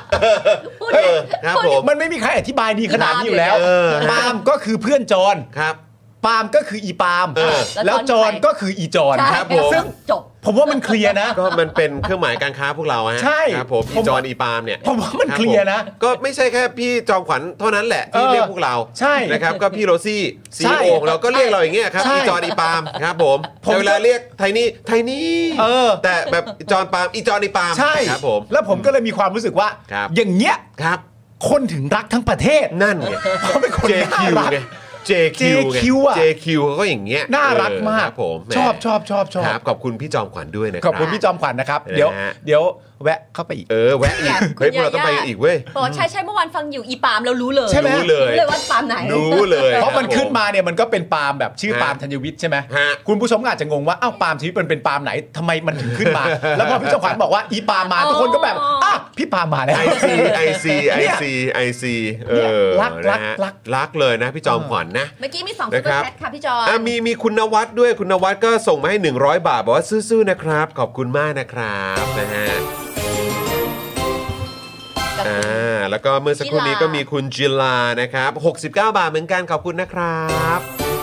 เฮ้ยมันไม่มีใครอธิบายดีขนาดนี้อยู่แล้วปาล์มก็คือเพื่อนจอนครับปาล์มก็คืออีปาล์มเออแล้วจอนก็คืออีจอนใช่ครับผมซึ่งจบผมว่ามันเคลียร์นะก็มันเป็นเครื่องหมายการค้าพวกเราฮะใช่ครับผมอีจอนอีปาล์มเนี่ยผมว่ามันเคลียร์นะก็ไม่ใช่แค่พี่จอมขวัญเท่านั้นแหละที่เออเรียกพวกเราใช่นะครับก็พี่โรซี่ซีใช่โอเราก็เรียกเราอย่างเงี้ยครับใช่อีจอนอีปาล์มครับผมผมแต่เวลาเรียกไทนี่ไทนี่เออแต่แบบจอนปาล์มอีจอนอีปาล์มใช่ครับผมแล้วผมก็เลยมีความรู้สึกว่าครับอย่างเงี้ยครับคนถึงรักทั้งประเทศนั่นไงเขาเป็นคนเจน่าคิวรักไง เจ คิวเจ คิว อะเจ คิวเขาก็อย่างเงี้ยน่ารักมากเออครับผมแหมชอบชอบชอบชอบครับขอบคุณพี่จอมขวัญด้วยนะคขรัอบคุณพี่จอมขวัญนะครับนะฮะเดี๋ยวเดี๋ยวแวะเข้าไปอีกเออแวะอีกคุณเฮ้ยพวกเรายาย่าต้องไปกันอีกเว้ยบอกว่าใช่ใช่เมื่อวานฟังอยู่อีปาล์มเรารู้เลยใช่ไหมรู้เลยรู้เลยว่าปาล์มไหนรู้เลยเพราะมันคบขึ้นมาเนี่ยมันก็เป็นปาล์มแบบชื่อฮะปาล์มธัญวิทย์ใช่ไหมฮะคุณผู้ชมก็อาจจะงงว่าอ้าวปาล์มชีวิตมันเป็นปาล์มไหนทำไมมันถึงขึ้นมา แล้วพอพี่จอมขวัญบอกว่าอีปาล์มมาทุกคนก็แบบอ้าวพี่ปาล์มมาแล้วไอซีไอซีไอซีไอซีเออรักรักนะฮะรักรักเลยนะพี่จอมขวัญนะเมื่อกี้มีสองนะซุปเปอครับร์แชทค่ะพี่จอนอ่ะมีมีคุณนวัดด้วยคุณนวัดก็ส่งมาให้หนึ่งร้อยบาทบอกว่าซื่อๆนะครับขอบคุณมากนะครับนะฮะอ่าแล้วก็เมื่อสักครู่นี้ก็มีคุณจิลานะครับหกสิบเก้าบาทเหมือนกันขอบคุณนะครับ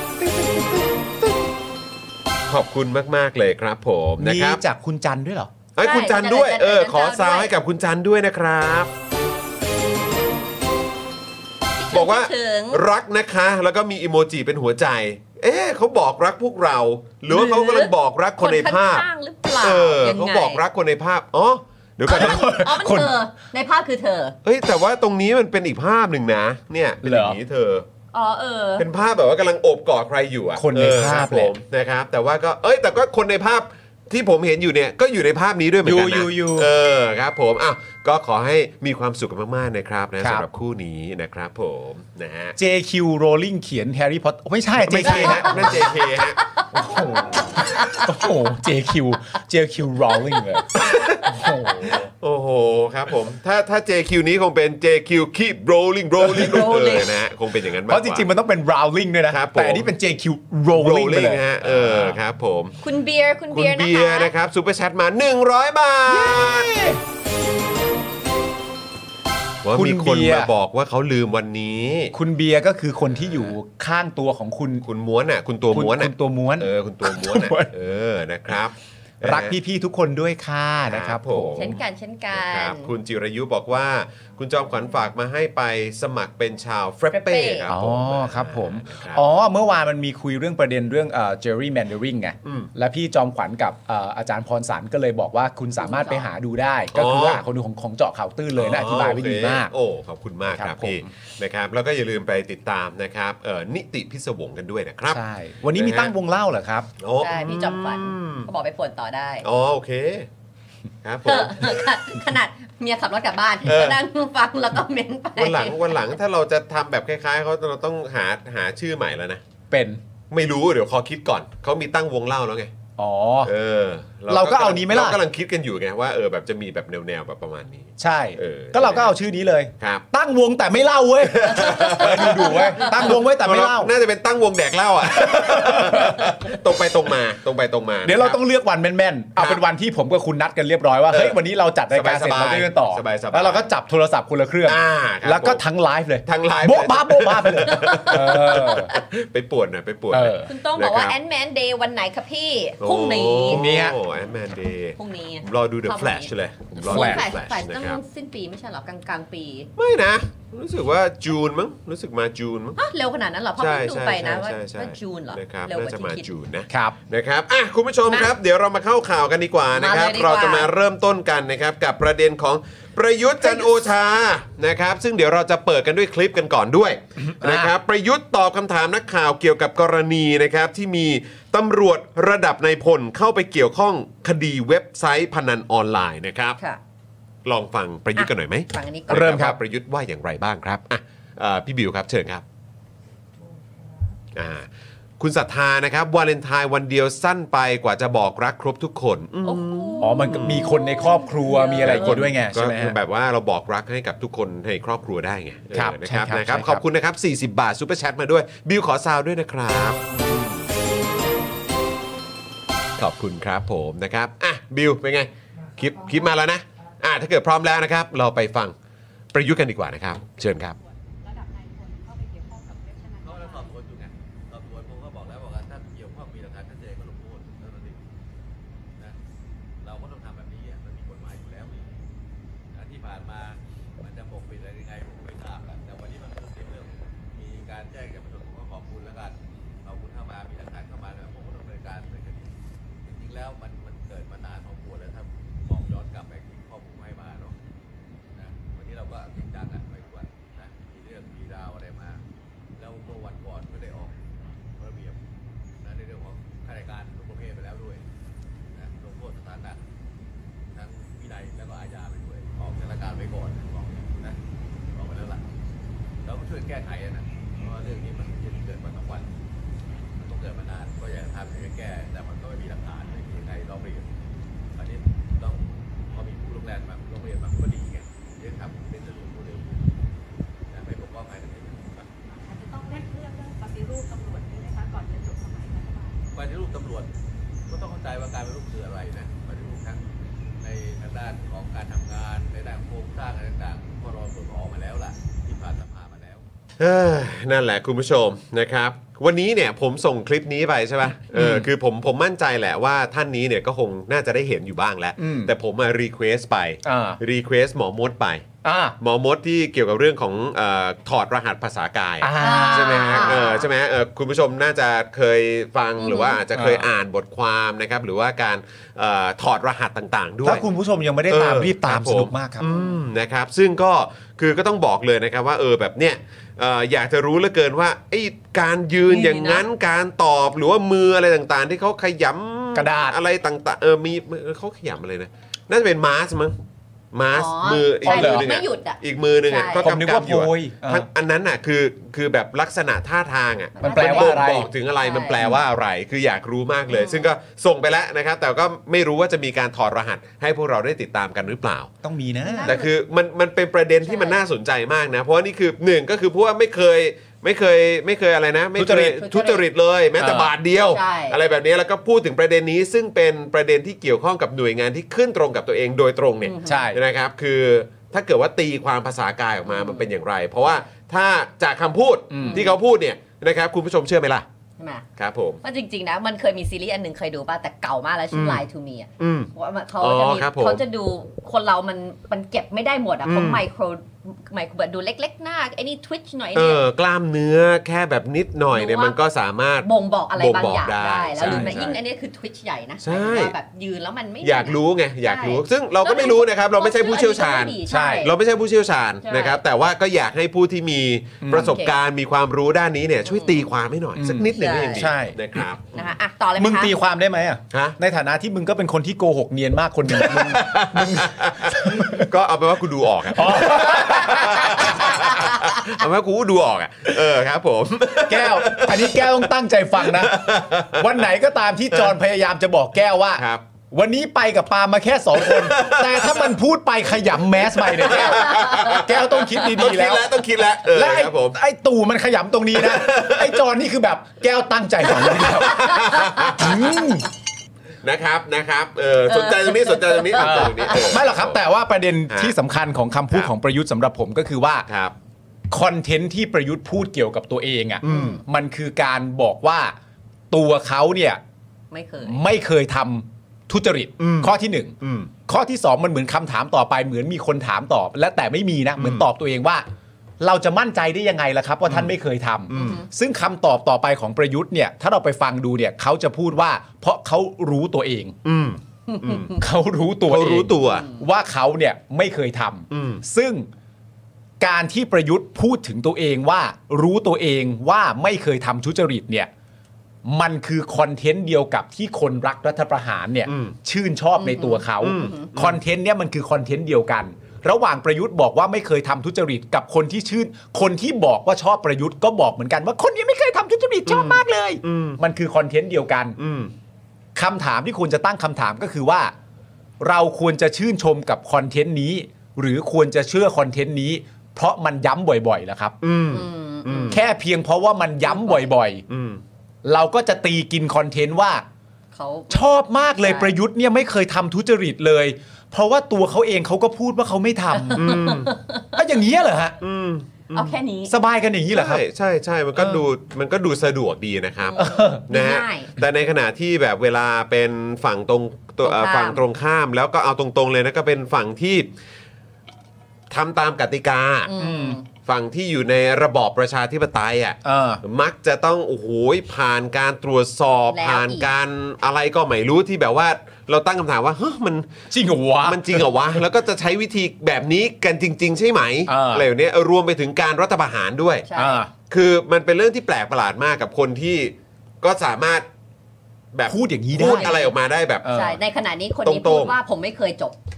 ขอบคุณมากๆเลยครับผมนะมีครับจากคุณจันด้วยเหรอไอ้ยคุณจันด้วยเออขอซาวให้กับคุณจันด้วยนะครับ บอกว่าถึงรักนะคะ แล้วก็มีอีโมจิเป็นหัวใจ เอ๊ะเขาบอกรักพวกเรา หรือว่าเขากำลังบอกรักคนในภาพข้างๆหรือเปล่าเออยังไงเขาบอกรักคนในภาพอ๋อเดี๋ยวก่อนนะอ๋อมันคนเธอในภาพคือเธอเฮ้ยแต่ว่าตรงนี้มันเป็นอีกภาพหนึ่งนะ เนี่ยเป็นอย่างนี้เธออ๋อเออเป็นภาพแบบว่ากำลังโอบกอดใครอยู่อะคนในภาพเออครับผมนะครับ แต่ว่าก็เอ้ยแต่ก็คนในภาพที่ผมเห็นอยู่เนี่ยก็อยู่ในภาพนี้ด้วยเหมือนกันนะอยู่อยู่อยู่เออครับผมอ้าวก็ขอให้มีความสุขกันมากๆนะครับนะครับ สำหรับคู่นี้นะครับผมนะฮะเจ คิว Rowling เขียน Harry Potter ไม่ใช่ไม่เจใช่เคฮะนั่น เจ เค ฮะโอ้โหโอ้โห เจ คิว เจ คิว Rowling เลยโอ้โหโอ้โหครับผมถ้าถ้า เจ คิว นี้คงเป็น เจ คิว keep rolling rolling เออนะฮะคงเป็นอย่างนั้นมากเพกว่าราะจริงๆมันต้องเป็น Rowling ด้วยนะครับผมแต่อันนี้เป็น เจ คิว Rowling ไป rolling เลยฮะเออครับผมคุณเบียร์คุณคุเบีณยร์นะเบียร์คะนะครับซูเปอร์แชทมาหนึ่งร้อยบาทว่าคุณมีคนเบียร์มาบอกว่าเขาลืมวันนี้คุณเบียร์ก็คือคนที่อยู่ข้างตัวของคุณคุณม้วนอ่ะคุณตัวคุณม้วนคุอ่ะณตัวม้วนเออคุณตัวม้วนอ่ะม้วนเออนะครับรักพี่ๆทุกคนด้วยค่ะนะครับผมเช่นกันเช่นกัครันบคุณจิรายุบอกว่า คุณจอมขวัญฝากมาให้ไปสมัครเป็นชาวเฟรปเป้ Frappe ครับอ๋อผมครับผมนะครับอ๋อ เมื่อวานมันมีคุยเรื่องประเด็นเรื่องเอ่อ gerrymandering ไงอืมและพี่จอมขวัญกับเอ่ออาจารย์พรสารก็เลยบอกว่าคุณสามารถไปหาดูได้ ก็คือว่าคนดูของของเจาะข่าวตื้นเลยนะอธิบายไว้ดีมากโอเคโอ้ขอบคุณมากคครัรับบ พี่ผมนะครับแล้วก็อย่าลืมไปติดตามนะครับเอ่อนิติพิศวงกันด้วยนะครับใช่ วันนี้มีตั้งวงเล่าเหรอครับโอ้ใช่พี่จอมขวัญเขาบอกไปป่วนต่อได้อ๋อโอเคครับผเอมอขนาดเมียขับรถกลับบ้านเออก็นั่งฟังแล้วก็เม้นไปวันหลังวันหลังถ้าเราจะทำแบบคล้ายๆเขาเราต้องหาหาชื่อใหม่แล้วนะเป็นไม่รู้เดี๋ยวขอคิดก่อนเขามีตั้งวงเล่าแล้วไงอ๋อเออเราก็เอานี้ไหมล่ะเรากำลังคิดกันอยู่ไงว่าเออแบบจะมีแบบแนวๆแบบประมาณนี้ใช่เออก็เราก็เอาชื่อนี้เลยครับตั้งวงแต่ไม่เล่าเว้ยดูดูๆเว้ยตั้งวงไว้แต่ไม่เล่าน่าจะเป็นตั้งวงแดกเหล้าอ่ะ ตรงไปตรงมาตรงไปตรงมาเดี๋ยวเราต้องเลือกวันแม่นๆ เอาเป็นวันที่ผมกับคุณนัดกันเรียบร้อยว่าเฮ้ยวันนี้เราจัดรายการเสร็จเราได้กันต่อสบายๆแล้วเราก็จับโทรศัพท์คนละเครื่องอ่าครับแล้วก็ผมทั้งไลฟ์เลยทั้งไลฟ์โบ๊ะบ้าโบ๊ะบ้าไปเลยเออไปปวดหน่อยไปปวดหน่อยเออคุณต้องบอกว่านะครับแอนแมนเดย์วันไหนคะพี่พรุ่งนี้พรุ่งนี้ฮะโอ้แอนแมนเดย์พรุ่งนี้ผมรอดู The พรุ่งนี้ Flash เลยผมรอโอ้ดูย The ฝ่าย Flash ฝ่ายนะต้องครับสิ้นปีไม่ใช่เหรอกลางกลางๆปีไม่นะ รู้สึกว่าจูนมั้งรู้สึกมาจูนมั้งฮะเร็วขนาดนั้นเหรอเพราะใช่เพิ่งดูใช่ไปนะใช่ว่าใช่ใช่ว่าจูนเหรอนะครับเร็วกน่าว่าจะที่มาคิดจูนนะครับ นะครับอ่ะคุณผู้ชมมาครับ เดี๋ยวเรามาเข้าข่าวกันดีกว่านะครับมาเลยดีกว่าเราจะมาเริ่มต้นกันนะครับกับประเด็นของประยุทธ์จันทร์โอชานะครับซึ่งเดี๋ยวเราจะเปิดกันด้วยคลิปกันก่อนด้วยนะครับประยุทธ์ตอบคำถามนักข่าวเกี่ยวกับกรณีนะครับที่มีตำรวจระดับนายพลเข้าไปเกี่ยวข้องคดีเว็บไซต์พนันออนไลน์นะครับค่ะลองฟังประยุทธ์กันหน่อยไหมฟังอันนี้ก่อนเริ่มครับว่าประยุทธ์ว่าอย่างไรบ้างครับอ่ะเอ่อพี่บิวครับเชิญครับอ่าคุณศรัทธานะครับวาเลนไทน์วันเดียวสั้นไปกว่าจะบอกรักครบทุกคนอืมโอ้โหอ๋อมันก็มีคนในครอบครัวมีอะไรอย่างงี้ด้วยไงก็ใช่ไหมคือฮะแบบว่าเราบอกรักให้กับทุกคนในครอบครัวได้ไงครับเออนะครับใช่ครับนะครับใช่ครับขอบคุณนะครับสี่สิบบาทซูเปอร์แชทมาด้วยบิวขอซาวด้วยนะครับขอบคุณครับผมนะครับอ่ะบิวเป็นไงคลิปคลิปมาแล้วนะอ่ะถ้าเกิดพร้อมแล้วนะครับ เราไปฟังประยุทธ์กันดีกว่านะครับ เชิญครับระดับนายพลเข้าไปเกี่ยวข้องกับเว็บพนันออนไลน์ำให้แก้แต่มันก็ไม่มีหลักฐานไม่มีใครร้องเรียนอันนี้ต้องพอมีผู้ร้องเรียนมาร้องเรียนมาก็ดีไงเรื่องทำเป็นสรุปผู้เดียวแต่ไม่ปกป้องใครทั้งนั้นอาจจะต้องเร่งเรื่องปฏิรูปตำรวจนี่นะคะก่อนจะจบสมัยรัฐบาลปฏิรูปตำรวจก็ต้องเข้าใจว่าการปฏิรูปคืออะไรนะปฏิรูปทั้งในทางด้านของการทำงานในด้านโครงสร้างอะไรต่างๆก็รอผลออกมาแล้วล่ะที่ผ่านสภามาแล้วนั่นแหละคุณผู้ชมนะครับวันนี้เนี่ยผมส่งคลิปนี้ไปใช่ป่ะเออคือผมผมมั่นใจแหละว่าท่านนี้เนี่ยก็คงน่าจะได้เห็นอยู่บ้างแล้วแต่ผมมารีเควสไปรีเควสหมอมดไปหมอมดที่เกี่ยวกับเรื่องของเอ่อถอดรหัสภาษากายใช่ไหมฮะเออใช่ไหมเออคุณผู้ชมน่าจะเคยฟังหรือว่าอาจจะเคยอ่านบทความนะครับหรือว่าการเอ่อถอดรหัสต่างๆด้วยถ้าคุณผู้ชมยังไม่ได้ตามรีบตามสนุกมากครับนะครับซึ่งก็คือก็ต้องบอกเลยนะครับว่าเออแบบเนี้ยอยากจะรู้เหลือเกินว่าไอ้การยืนอย่างนั้นการตอบหรือว่ามืออะไรต่างๆที่เขาขยำกระดาษอะไรต่างๆเออมีเขาขยำอะไรนะน่าจะเป็นมาสมั้งมาสมืออีกมือนึงอ่ะอีกมือนึงอ่ะก็กำกับอยู่ทั้งอันนั้นอ่ะคือคือแบบลักษณะท่าทางอ่ะมันแปลว่าอะไรบอกถึงอะไรมันแปลว่าอะไรคืออยากรู้มากเลยซึ่งก็ส่งไปแล้วนะครับแต่ก็ไม่รู้ว่าจะมีการถอดรหัสให้พวกเราได้ติดตามกันหรือเปล่าต้องมีนะแต่คือมันมันเป็นประเด็นที่มันน่าสนใจมากนะเพราะว่านี่คือหนึ่งก็คือเพราะว่าไม่เคยไม่เคยไม่เคยอะไรนะไม่เคยทุจริตเลยแม้แต่บาทเดียวอะไรแบบนี้แล้วก็พูดถึงประเด็นนี้ซึ่งเป็นประเด็นที่เกี่ยวข้องกับหน่วยงานที่ขึ้นตรงกับตัวเองโดยตรงเนี่ยใช่นะครับคือถ้าเกิดว่าตีความภาษากายออกมามันเป็นอย่างไรเพราะว่าถ้าจากคำพูดที่เขาพูดเนี่ยนะครับคุณผู้ชมเชื่อไหมล่ะใช่ไหมครับผมว่าจริงๆนะมันเคยมีซีรีส์อันหนึ่งเคยดูป่ะแต่เก่ามากแล้วชื่อ Lie to Me อ่ะว่าเขาจะมีเขาจะดูคนเรามันมันเก็บไม่ได้หมดอ่ะเขาไมโครไมโครแบบดูเล็กๆหน้าไอ้นี่ทวิตช์หน่อยเนี่ยเออกล้ามเนื้อแค่แบบนิดหน่อยเนี่ยมันก็สามารถบ่งบอกอะไรบางอย่างได้แล้วหรือแม้ยิ่งอันนี้คือทวิตช์ใหญ่นะว่าแบบยืนแล้วมันไม่อยากรู้ไงอยากรู้ซึ่งเราก็ไม่รู้นะครับเราไม่ใช่ผู้เชี่ยวชาญใช่เราไม่ใช่ผู้เชี่ยวชาญนะครับแต่ว่าก็อยากให้ผู้ที่มีประสบการณ์มีความรู้ด้านนี้เนี่ยช่วยตีความให้หน่อยสักนิดหนึ่งก็ยังดีนะครับนะคะอ่ะต่อเลยมั้ยคะมึงตีความได้ไหมอ่ะในฐานะที่มึงก็เป็นคนที่โกหกเนียนมากคนนึงมึงก็เอาไปว่ากูดูออกอ่ะเอาว่ากูดูออกอ่ะเออครับผมแก้วอันนี้แก้วต้องตั้งใจฟังนะวันไหนก็ตามที่จอนพยายามจะบอกแก้วว่าวันนี้ไปกับปามาแค่สองคนแต่ถ้ามันพูดไปขยำแมสไปเนี่ยแก้วแก้วต้องคิดดีๆแล้วต้องคิดแล้วและไอ้ไอ้ตู่มันขยำตรงนี้นะไอ้จอนนี่คือแบบแก้วตั้งใจฟังแล้วนะครับนะครับเออสนใจตรงนี้สนใจตรงนี้สนใจตรงนี้ไม่หรอกครับแต่ว่าประเด็นที่สำคัญของคำพูดของประยุทธ์สำหรับผมก็คือว่าคอนเทนต์ที่ประยุทธ์พูดเกี่ยวกับตัวเองอ่ะมันคือการบอกว่าตัวเขาเนี่ยไม่เคยไม่เคยทำทุจริตข้อที่หนึ่งข้อที่สองมันเหมือนคำถามต่อไปเหมือนมีคนถามตอบและแต่ไม่มีนะเหมือนตอบตัวเองว่าเราจะมั่นใจได้ยังไงล่ะครับว่าท่านไม่เคยทำซึ่งคำตอบต่อไปของประยุทธ์เนี่ยถ้าเราไปฟังดูเนี่ยเขาจะพูดว่าเพราะเขารู้ตัวเองเขารู้ตัวเขารู้ตัวว่าเขาเนี่ยไม่เคยทำซึ่งการที่ประยุทธ์พูดถึงตัวเองว่ารู้ตัวเองว่าไม่เคยทำทุจริตเนี่ยมันคือคอนเทนต์เดียวกับที่คนรักรัฐประหารเนี่ยชื่นชอบในตัวเขาคอนเทนต์เนี่ยมันคือคอนเทนต์เดียวกันระหว่างประยุทธ์บอกว่าไม่เคยทำทุจริตกับคนที่ชื่นคนที่บอกว่าชอบประยุทธ์ก็บอกเหมือนกันว่าคนนี้ไม่เคยทำทุจริตชอบมากเลยมันคือคอนเทนต์เดียวกันคำถามที่ควรจะตั้งคำถามก็คือว่าเราควรจะชื่นชมกับคอนเทนต์นี้หรือควรจะเชื่อคอนเทนต์นี้เพราะมันย้ำบ่อยๆแล้วครับแค่เพียงเพราะว่ามันย้ำบ่อยๆเราก็จะตีกินคอนเทนต์ว่าชอบมากเลยประยุทธ์เนี่ยไม่เคยทำทุจริตเลยเพราะว่าตัวเขาเองเขาก็พูดว่าเขาไม่ทำอ่ะอย่างนี้เหรอฮะเอาแค่นี้สบายกันอย่างนี้เหรอครับใช่ใช่มันก็ดูมันก็ดูสะดวกดีนะครับนะฮะแต่ในขณะที่แบบเวลาเป็นฝั่งตรงฝั่งตรงข้ามแล้วก็เอาตรงๆเลยนะก็เป็นฝั่งที่ทำตามกติกาฝั่งที่อยู่ในระบอบประชาธิปไตยอ่ะมักจะต้องโอ้โหผ่านการตรวจสอบผ่านการอะไรก็ไม่รู้ที่แบบว่าเราตั้งคำถามว่าเฮ้ยมันจริงเหรอวะมันจริงเหรอวะแล้วก็จะใช้วิธีแบบนี้กันจริงๆใช่ไหมอะไรอย่างเนี้ยรวมไปถึงการรัฐประหารด้วยคือมันเป็นเรื่องที่แปลกประหลาดมากกับคนที่ก็สามารถแบบพูดอย่างนี้ได้พูดอะไรออกมาได้แบบใช่ในขณะนี้คนนี้พูดว่าผมไม่เคยจบ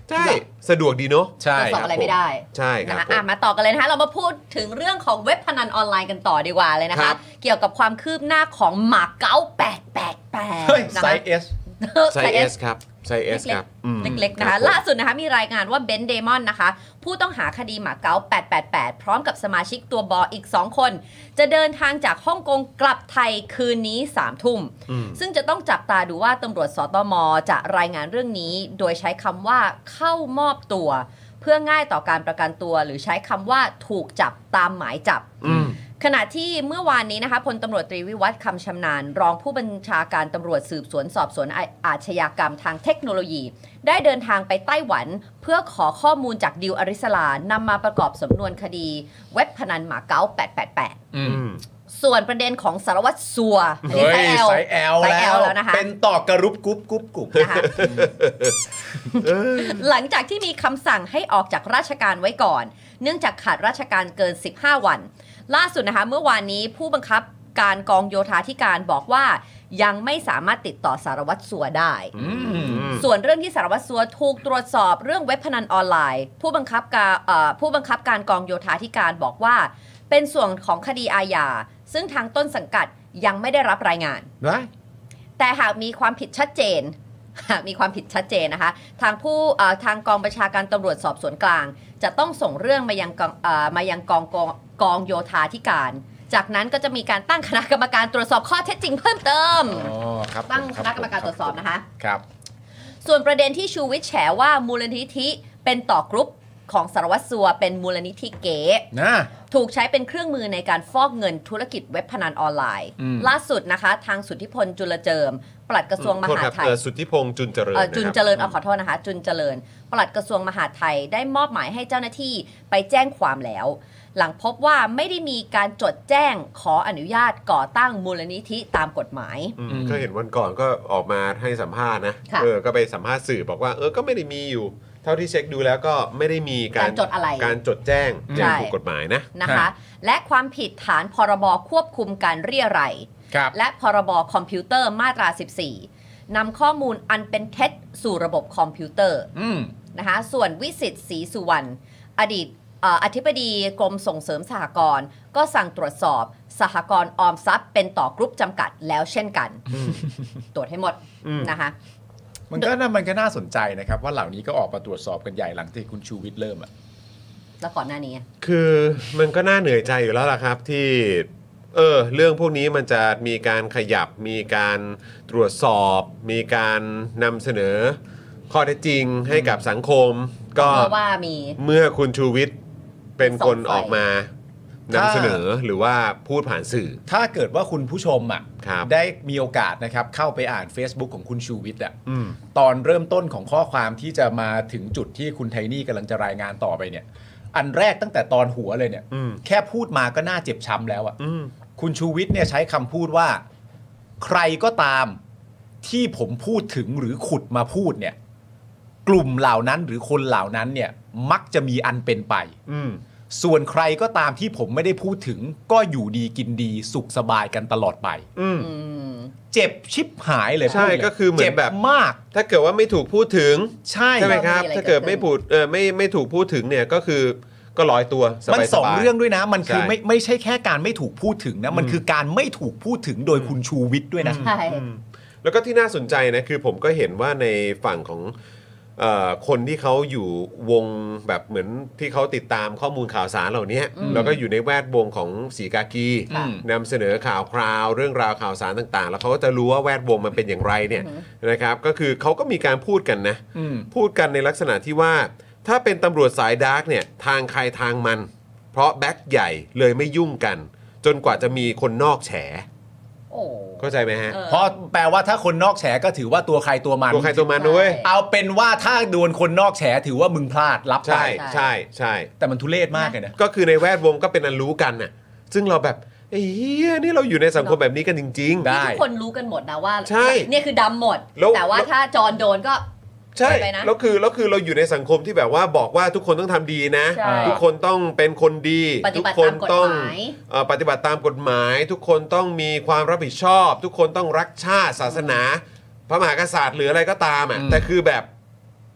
ใช่สะดวกดีเนาะใช่ตรวจสอบอะไรไม่ได้ใช่ครับนะคะอ่ะมาต่อกันเลยนะคะเรามาพูดถึงเรื่องของเว็บพนันออนไลน์กันต่อดีกว่าเลยนะครัคะบเกี่ยวกับความคืบหน้าของหมาเก๊าแปดแปดแปดเฮ้ยนะไซคะส์ S ไซส์ S ครับไซส์ S ครับอืมเล็กๆนะคะล่าสุดนะคะมีรายงานว่าเบนซ์เดมอนนะคะผู้ต้องหาคดีหมาเก๊าแปดแปดแปดพร้อมกับสมาชิกตัวบออีกสองคน จะเดินทางจากฮ่องกงกลับไทยคืนนี้สามทุ่มอืมซึ่งจะต้องจับตาดูว่าตำรวจสตมจะรายงานเรื่องนี้ โดยใช้คำว่าเข้ามอบตัว เพื่อง่ายต่อการประกันตัวหรือใช้คำว่าถูกจับตามหมายจับอืมขณะที่เมื่อวานนี้นะคะพลตำรวจตรีวิวัฒน์คำชำนาญ รองผู้บัญชาการตำรวจสืบสวนสอบสวนอาอาชญากรรมทางเทคโนโลยี ได้เดินทางไปไต้หวัน เพื่อขอข้อมูลจากดิวอริสลานำมาประกอบสำนวนคดีเว็บพนันหมาเก๊าแปดแปดแปดอืมส่วนประเด็นของสารวัตรสัวอันนี้เฮ้ยไซส์ L ไซส์ L ไซส์แล้ว L แล้วนะคะเป็นต่อกระรุบกรุ๊บกรุ๊บกรุ๊บนะคะ หลังจากที่มีคำสั่งให้ออกจากราชการไว้ก่อน เนื่องจากขาดราชการเกินสิบห้าวัน ล่าสุดนะคะเมื่อวานนี้ผู้บังคับการกองโยธาธิการบอกว่ายังไม่สามารถติดต่อสารวัตรสัวได้ ส่วนเรื่องที่สารวัตรสัวถูกตรวจสอบเรื่องเว็บพนันออนไลน์ ผู้บังคับการเอ่อผู้บังคับการกองโยธาธิการบอกว่า เป็นส่วนของคดีอาญาซึ่งทางต้นสังกัดยังไม่ได้รับรายงานว้ายแต่หากมีความผิดชัดเจน หากมีความผิดชัดเจนนะคะ ทางผู้เอ่อทางกองบัญชาการตำรวจสอบสวนกลาง จะต้องส่งเรื่องมายังกองเอ่อมายังกองกองกองโยธาธิการ จากนั้นก็จะมีการตั้งคณะกรรมการตรวจสอบข้อเท็จจริงเพิ่มเติมอ๋อครับตั้งผมคณะกรรมการตรวจสอบนะคะครับส่วนประเด็นที่ชูวิทย์แฉว่ามูลนิธิเป็นต่อกรุ๊ปของสารวัตรสัวเป็นมูลนิธิเก๋นะถูกใช้เป็นเครื่องมือในการฟอกเงินธุรกิจเว็บพนันออนไลน์อืมล่าสุดนะคะ ทางสุทธิพลจุลเจิมปลัดกระทรวงมหาดไทยโทษครับเอ่อสุทธิพงษ์จุนเจริญเอ่อจุนนะครับเจริญเอาขอโทษนะคะ จุนเจริญปลัดกระทรวงมหาดไทยได้มอบหมายให้เจ้าหน้าที่ไปแจ้งความแล้ว หลังพบว่าไม่ได้มีการจดแจ้งขออนุญาตก่อตั้งมูลนิธิตามกฎหมายอืมก็เห็นวันก่อนก็ออกมาให้สัมภาษณ์นะค่ะเออก็ไปสัมภาษณ์สื่อบอกว่าเออก็ไม่ได้มีอยู่ เท่าที่เช็คดูแล้วก็ไม่ได้มีการการจดอะไรการจดแจ้งอย่างใช่ถูกกฎหมายนะนะคะ และความผิดฐานพรบควบคุมการเรียรัยครับและพรบคอมพิวเตอร์มาตรา สิบสี่ นำข้อมูลอันเป็นเท็จสู่ระบบคอมพิวเตอร์อืมนะคะส่วนวิสิตศรีสุวรรณอดีตเอ่ออธิบดีกรมส่งเสริมสหกรณ์ก็สั่งตรวจสอบสหกรณ์ออมทรัพย์เป็นต่อกรุ๊ปจำกัดแล้วเช่นกัน ตรวจให้หมดอืมนะคะมันก็น่ามันก็น่าสนใจนะครับ ว่าเหล่านี้ก็ออกมาตรวจสอบกันใหญ่หลังที่คุณชูวิทย์เริ่มอ่ะแล้วก่อนหน้านี้คือมันก็น่าเหนื่อยใจอยู่แล้วล่ะครับที่เออเรื่องพวกนี้มันจะมีการขยับมีการตรวจสอบ มีการนำเสนอข้อเท็จจริงให้กับสังคม ก็เพราะว่ามีเมื่อคุณชูวิทย์เป็นคนส่งไฟออกมานำเสนอหรือว่าพูดผ่านสื่อถ้าเกิดว่าคุณผู้ชมอ่ะครับได้มีโอกาสนะครับเข้าไปอ่าน Facebook ของคุณชูวิทย์อ่ะอืมตอนเริ่มต้นของข้อความที่จะมาถึงจุดที่คุณไทนี่กำลังจะรายงานต่อไปเนี่ย อันแรกตั้งแต่ตอนหัวเลยเนี่ยอืมแค่พูดมาก็น่าเจ็บช้ำแล้วอ่ะอืมคุณชูวิทย์เนี่ยใช้คำพูดว่า ใครก็ตามที่ผมพูดถึงหรือขุดมาพูดเนี่ย กลุ่มเหล่านั้นหรือคนเหล่านั้นเนี่ยมักจะมีอันเป็นไปอืมส่วนใครก็ตามที่ผมไม่ได้พูดถึง ก็อยู่ดีกินดีสุขสบายกันตลอดไปอืมอืมเจ็บชิบหายเลยใช่พูดเลยก็คือเหมือนจ็บแบบมากถ้าเกิดว่าไม่ถูกพูดถึงใช่ใช่ไหมครับมีอะไรถ้าเกิดเกิดขึ้นไม่พูดเออไม่ไม่ถูกพูดถึงเนี่ยก็คือก็ลอยตัวสมันบายๆสองเรื่องด้วยนะ มันคือใช่ไม่ไม่ใช่แค่การไม่ถูกพูดถึงนะ มันคือการไม่ถูกพูดถึงโดยคุณชูวิทย์ด้วยนะใช่อืมแล้วก็ที่น่าสนใจนะคือผมก็เห็นว่าในฝั่งของเอ่อคนที่เขาอยู่วงแบบเหมือนที่เขาติดตามข้อมูลข่าวสารเหล่านี้แล้วก็อยู่ในแวดวงของสีกากีค่ะนำเสนอข่าวคราวเรื่องราวข่าวสารต่างๆ แล้วเขาก็จะรู้ว่าแวดวงมันเป็นอย่างไรเนี่ยนะครับก็คือเขาก็มีการพูดกันนะอืมพูดกันในลักษณะที่ว่าถ้าเป็นตำรวจสายดาร์กเนี่ยทางใครทางมัน เพราะแบ็คใหญ่เลยไม่ยุ่งกัน จนกว่าจะมีคนนอกแฉโอ้เข้าใจไหมฮะเออเพราะแปลว่าถ้าคนนอกแฉก็ถือว่าตัวใครตัวมันตัวใครตัวมันด้วยใช่เอาเป็นว่าถ้าโดนคนนอกแฉถือว่ามึงพลาดรับไปใช่ใช่ใช่แต่มันทุเรศมากเลยนะก็คือในแวดวงก็เป็นอันรู้กันน่ะซึ่งเราแบบเฮียนี่เราอยู่ในสังคมแบบนี้กันจริงได้ทุกคนรู้กันหมดนะว่าใช่เนี่ยคือดำหมดแล้วแต่ว่าถ้าจอนโดนก็ๆ ใช่ไปนะแล้วคือแล้วคือเราอยู่ในสังคมที่แบบว่าบอกว่าทุกคนต้องทำดีนะใช่ทุกคนต้องเป็นคนดีปฏิทุกบัติคนตามกฎต้องหมายเอ่อปฏิบัติตามกฎหมาย ทุกคนต้องมีความรับผิดชอบ ทุกคนต้องรักชาติศาสนา พระมหากษัตริย์หรืออะไรก็ตามอ่ะอืมแต่คือแบบ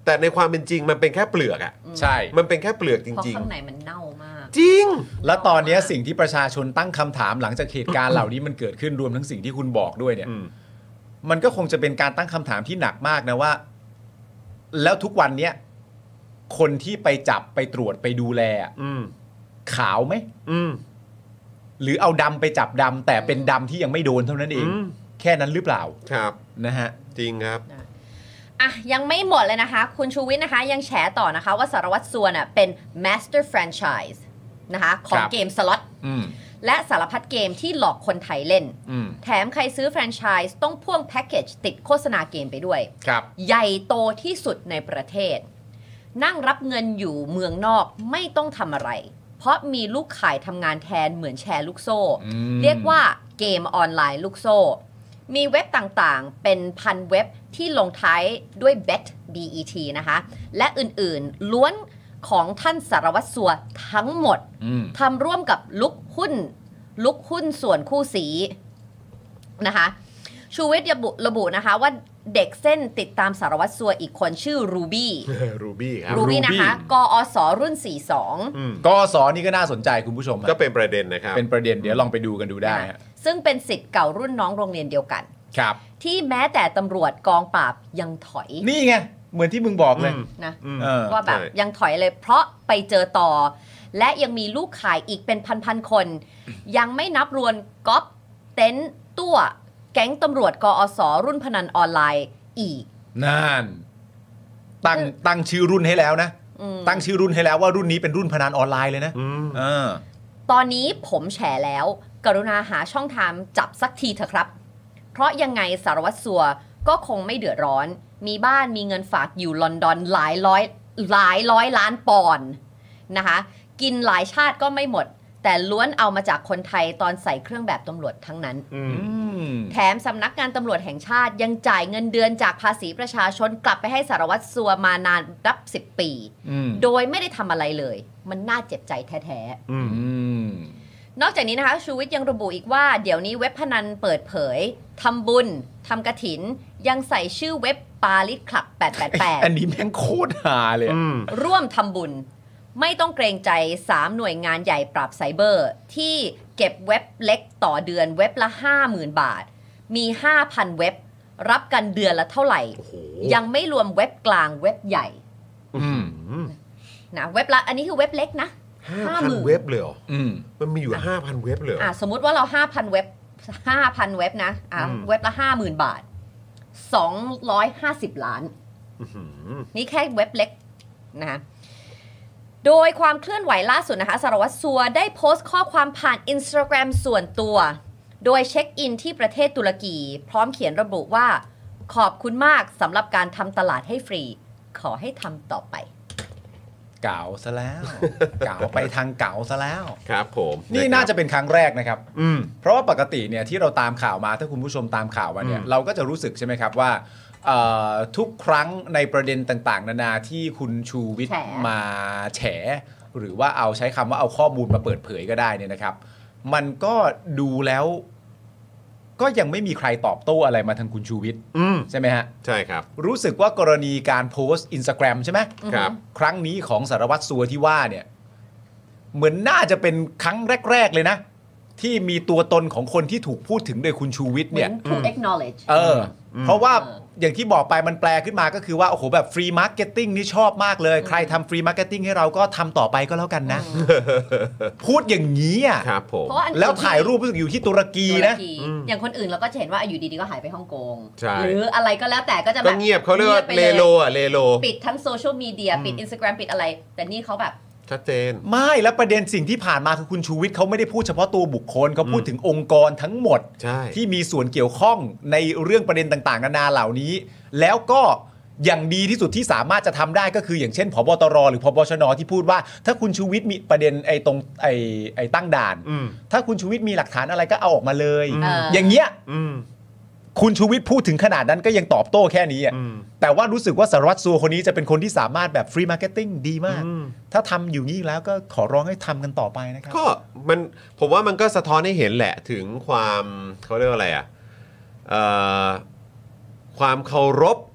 แต่ในความเป็นจริงมันเป็นแค่เปลือกอ่ะใช่มันเป็นแค่เปลือกจเพราะริงข้างในมันเน่ามากๆ จริงแล้วตอนนี้สิ่งที่ประชาชนตั้งคำถามหลังจากเหตุการณ์เหล่านี้มันเกิดขึ้นรวมทั้งสิ่งที่คุณบอกด้วยเนี่ยอืมมันก็คงจะเป็นการตั้งคำถามที่หนักมากนะว่า แล้วทุกวันเนี้ยคนที่ไปจับไปตรวจไปดูแลอืมขาวไหมอืมหรือเอาดำไปจับดำแต่เป็นดำที่ยังไม่โดนเท่านั้นเองอืมแค่นั้นหรือเปล่าครับนะฮะจริงครับอ่ะยังไม่หมดเลยนะคะ คุณชูวิทย์นะคะยังแฉต่อนะคะว่าสารวัตรสัวน่ะเป็น master franchise นะคะของครับเกมสล็อตอืมและสารพัดเกมที่หลอกคนไทยเล่นอืมแถมใครซื้อแฟรนไชส์ต้องพ่วงแพ็กเกจติดโฆษณาเกมไปด้วยครับใหญ่โตที่สุดในประเทศ นั่งรับเงินอยู่เมืองนอกไม่ต้องทำอะไร เพราะมีลูกขายทำงานแทนเหมือนแชร์ลูกโซ่อืมเรียกว่าเกมออนไลน์ลูกโซ่ มีเว็บต่างๆ เป็นพันเว็บที่ลงท้ายด้วย bet บี อี ที นะคะ และอื่นๆ ล้วนของท่านสารวัตรสัวทั้งหมดอืมทำร่วมกับลุกหุ้น ลุกหุ้นส่วนคู่สีนะคะ ชูวิทย์ระบุระบุนะคะว่าเด็กเส้นติดตามสารวัตรสัวอีกคนชื่อรูบี้รูบี้ครับรูบี้ Ruby นะคะ กอสรุ่น สี่สิบสองอืมกสนี่ก็น่าสนใจคุณผู้ชมฮะก็เป็นประเด็นนะครับเป็นประเด็นเดี๋ยวลองไปดูกันดูได้ฮะซึ่งเป็นสิทธิ์เก่ารุ่นน้องโรงเรียนเดียวกันครับที่แม้แต่ตำรวจกองปราบยังถอยนี่ไงเหมือนที่มึงบอกเลยอืมนะอืมเออว่าแบบใช่ยังถอยเลย เพราะไปเจอต่อ และยังมีลูกขายอีกเป็นพันๆคน ยังไม่นับรวมก๊อปเต็นท์ตัวแก๊งตำรวจกอสรุ่นพนันออนไลน์อีกนั่นตั้งตั้งชื่อรุ่นให้แล้วนะอืมตั้งชื่อรุ่นให้แล้วว่ารุ่นนี้เป็นรุ่นพนันออนไลน์เลยนะอืมเออตอนนี้ผมแฉแล้ว กรุณาหาช่องทางจับสักทีเถอะครับ เพราะยังไงสารวัตรสัวก็คงไม่เดือดร้อน มีบ้านมีเงินฝากอยู่ลอนดอนหลายร้อยหลายร้อยล้านปอนด์นะคะ กินหลายชาติก็ไม่หมด แต่ล้วนเอามาจากคนไทยตอนใส่เครื่องแบบตำรวจทั้งนั้นอืมอืมแถมสำนักงานตำรวจแห่งชาติยังจ่ายเงินเดือนจากภาษีประชาชนกลับไปให้สารวัตรสัวมานานนับสิบปีอืมโดยไม่ได้ทำอะไรเลย มันน่าเจ็บใจแท้ๆอืมอืมนอกจากนี้นะคะชูวิทย์ยังระบุอีกว่าเดี๋ยวนี้เว็บพนันเปิดเผยทำบุญทำกระถิน ยังใส่ชื่อเว็บปาลิสคลับแปดแปดแปดอันนี้แม่งโคตรฮาเลยอะอืมร่วมทำบุญ ไม่ต้องเกรงใจ สาม หน่วยงานใหญ่ปราบไซเบอร์ ที่เก็บเว็บเล็กต่อเดือนเว็บละ ห้าหมื่น บาท มี ห้าพัน เว็บ รับกันเดือนละเท่าไหร่ ยังไม่รวมเว็บกลางเว็บใหญ่อืมนะเว็บละอันนี้คือเว็บเล็กนะห้าพันเว็บเลยเหรออืมมันมีอยู่ห้าพันเว็บเลยเหรออ่ะสมมุติว่าเรา ห้าพัน เว็บ ห้าพัน เว็บนะอ่ะอืมเว็บละ ห้าหมื่น บาท สองร้อยห้าสิบ ล้านอื้อหือนี่แค่เว็บเล็กนะคะโดยความเคลื่อนไหวล่าสุดนะคะสารวัตรสัวได้โพสต์ข้อความผ่าน Instagram ส่วนตัว โดยเช็คอินที่ประเทศตุรกี พร้อมเขียนระบุว่า ขอบคุณมากสำหรับการทำตลาดให้ฟรี ขอให้ทำต่อไปเก๋าซะแล้ว เก๋าไปทางเก๋าซะแล้วครับผมนี่น่าจะเป็นครั้งแรกนะครับอืมเพราะว่าปกติเนี่ยที่เราตามข่าวมาถ้าคุณผู้ชมตามข่าวมาเนี่ยอืมเราก็จะรู้สึกใช่ไหมครับว่าเอ่อทุกครั้งในประเด็นต่างๆ นานาที่คุณชูวิทย์แฉมาแฉ หรือว่าเอาใช้คำว่าเอาข้อมูลมาเปิดเผยก็ได้เนี่ยนะครับ มันก็ดูแล้ว ก็ยังไม่มีใครตอบโต้อะไรมาทางคุณชูวิทย์อืมใช่ไหมฮะใช่ครับรู้สึกว่ากรณีการโพสต์ Instagram ใช่ไหมครับครั้งนี้ของสารวัตรสัวที่ว่าเนี่ยเหมือนน่าจะเป็นครั้งแรก ๆ เลยนะ ที่มีตัวตนของคนที่ถูกพูดถึงโดยคุณชูวิทย์เหมืเนี่อย นถูก acknowledge เอออเพราะว่าเอออย่างที่บอกไปมันแปลขึ้นมาก็คือว่าโอ้โหแบบฟรีมาร์เก็ตติ้งนี่ชอบมากเลย ใครทำฟรีมาร์เก็ตติ้งให้เราก็ทำต่อไปก็แล้วกันนะ พูดอย่างนี้อ่ะครับผมเพราะว่าอันอื่นแล้วถ่ายรูปรู้สึกอยู่ที่ตุรกีตุรนะกีอย่างคนอื่นเราก็จะเห็นว่าอยู่ดีๆก็หายไปฮ่องกงใช่หรืออะไรก็แล้วแต่ก็จะแบก็บเงียบเขาเรียกว่าไปเลโลอ่ะเลโลปิดทั้งโซเชียลมีเดียปิด Instagram ปิดอะไร แต่นี่เขาแบบชัดเจนไม่แล้วประเด็นสิ่งที่ผ่านมาคือคุณชูวิทย์เขาไม่ได้พูดเฉพาะตัวบุคคลเขาพูดถึงองค์กรทั้งหมดใช่ที่มีส่วนเกี่ยวข้องในเรื่องประเด็นต่างๆนานาเหล่านี้ แล้วก็อย่างดีที่สุดที่สามารถจะทำได้ก็คืออย่างเช่นผบตรหรือพบชนที่พูดว่าถ้าคุณชูวิทย์มีประเด็นไอ้ตรงไอ้ไอ้ตั้งด่านอืมถ้าคุณชูวิทย์มีหลักฐานอะไรก็เอาออกมาเลยเออออย่างเงี้ยอืมคุณชูวิทย์พูดถึงขนาดนั้นก็ยังตอบโต้แค่นี้อ่ะอืมแต่ว่ารู้สึกว่าสารวัตรสัวคนนี้จะเป็นคนที่สามารถแบบฟรีมาร์เก็ตติ้งดีมากอืมถ้าทำอยู่งี้แล้วก็ขอร้องให้ทำกันต่อไปนะครับก็มันผมว่ามันก็สะท้อนให้เห็นแหละถึงความเขาเรียกว่าอะไรอ่ะเอ่อความเคารพ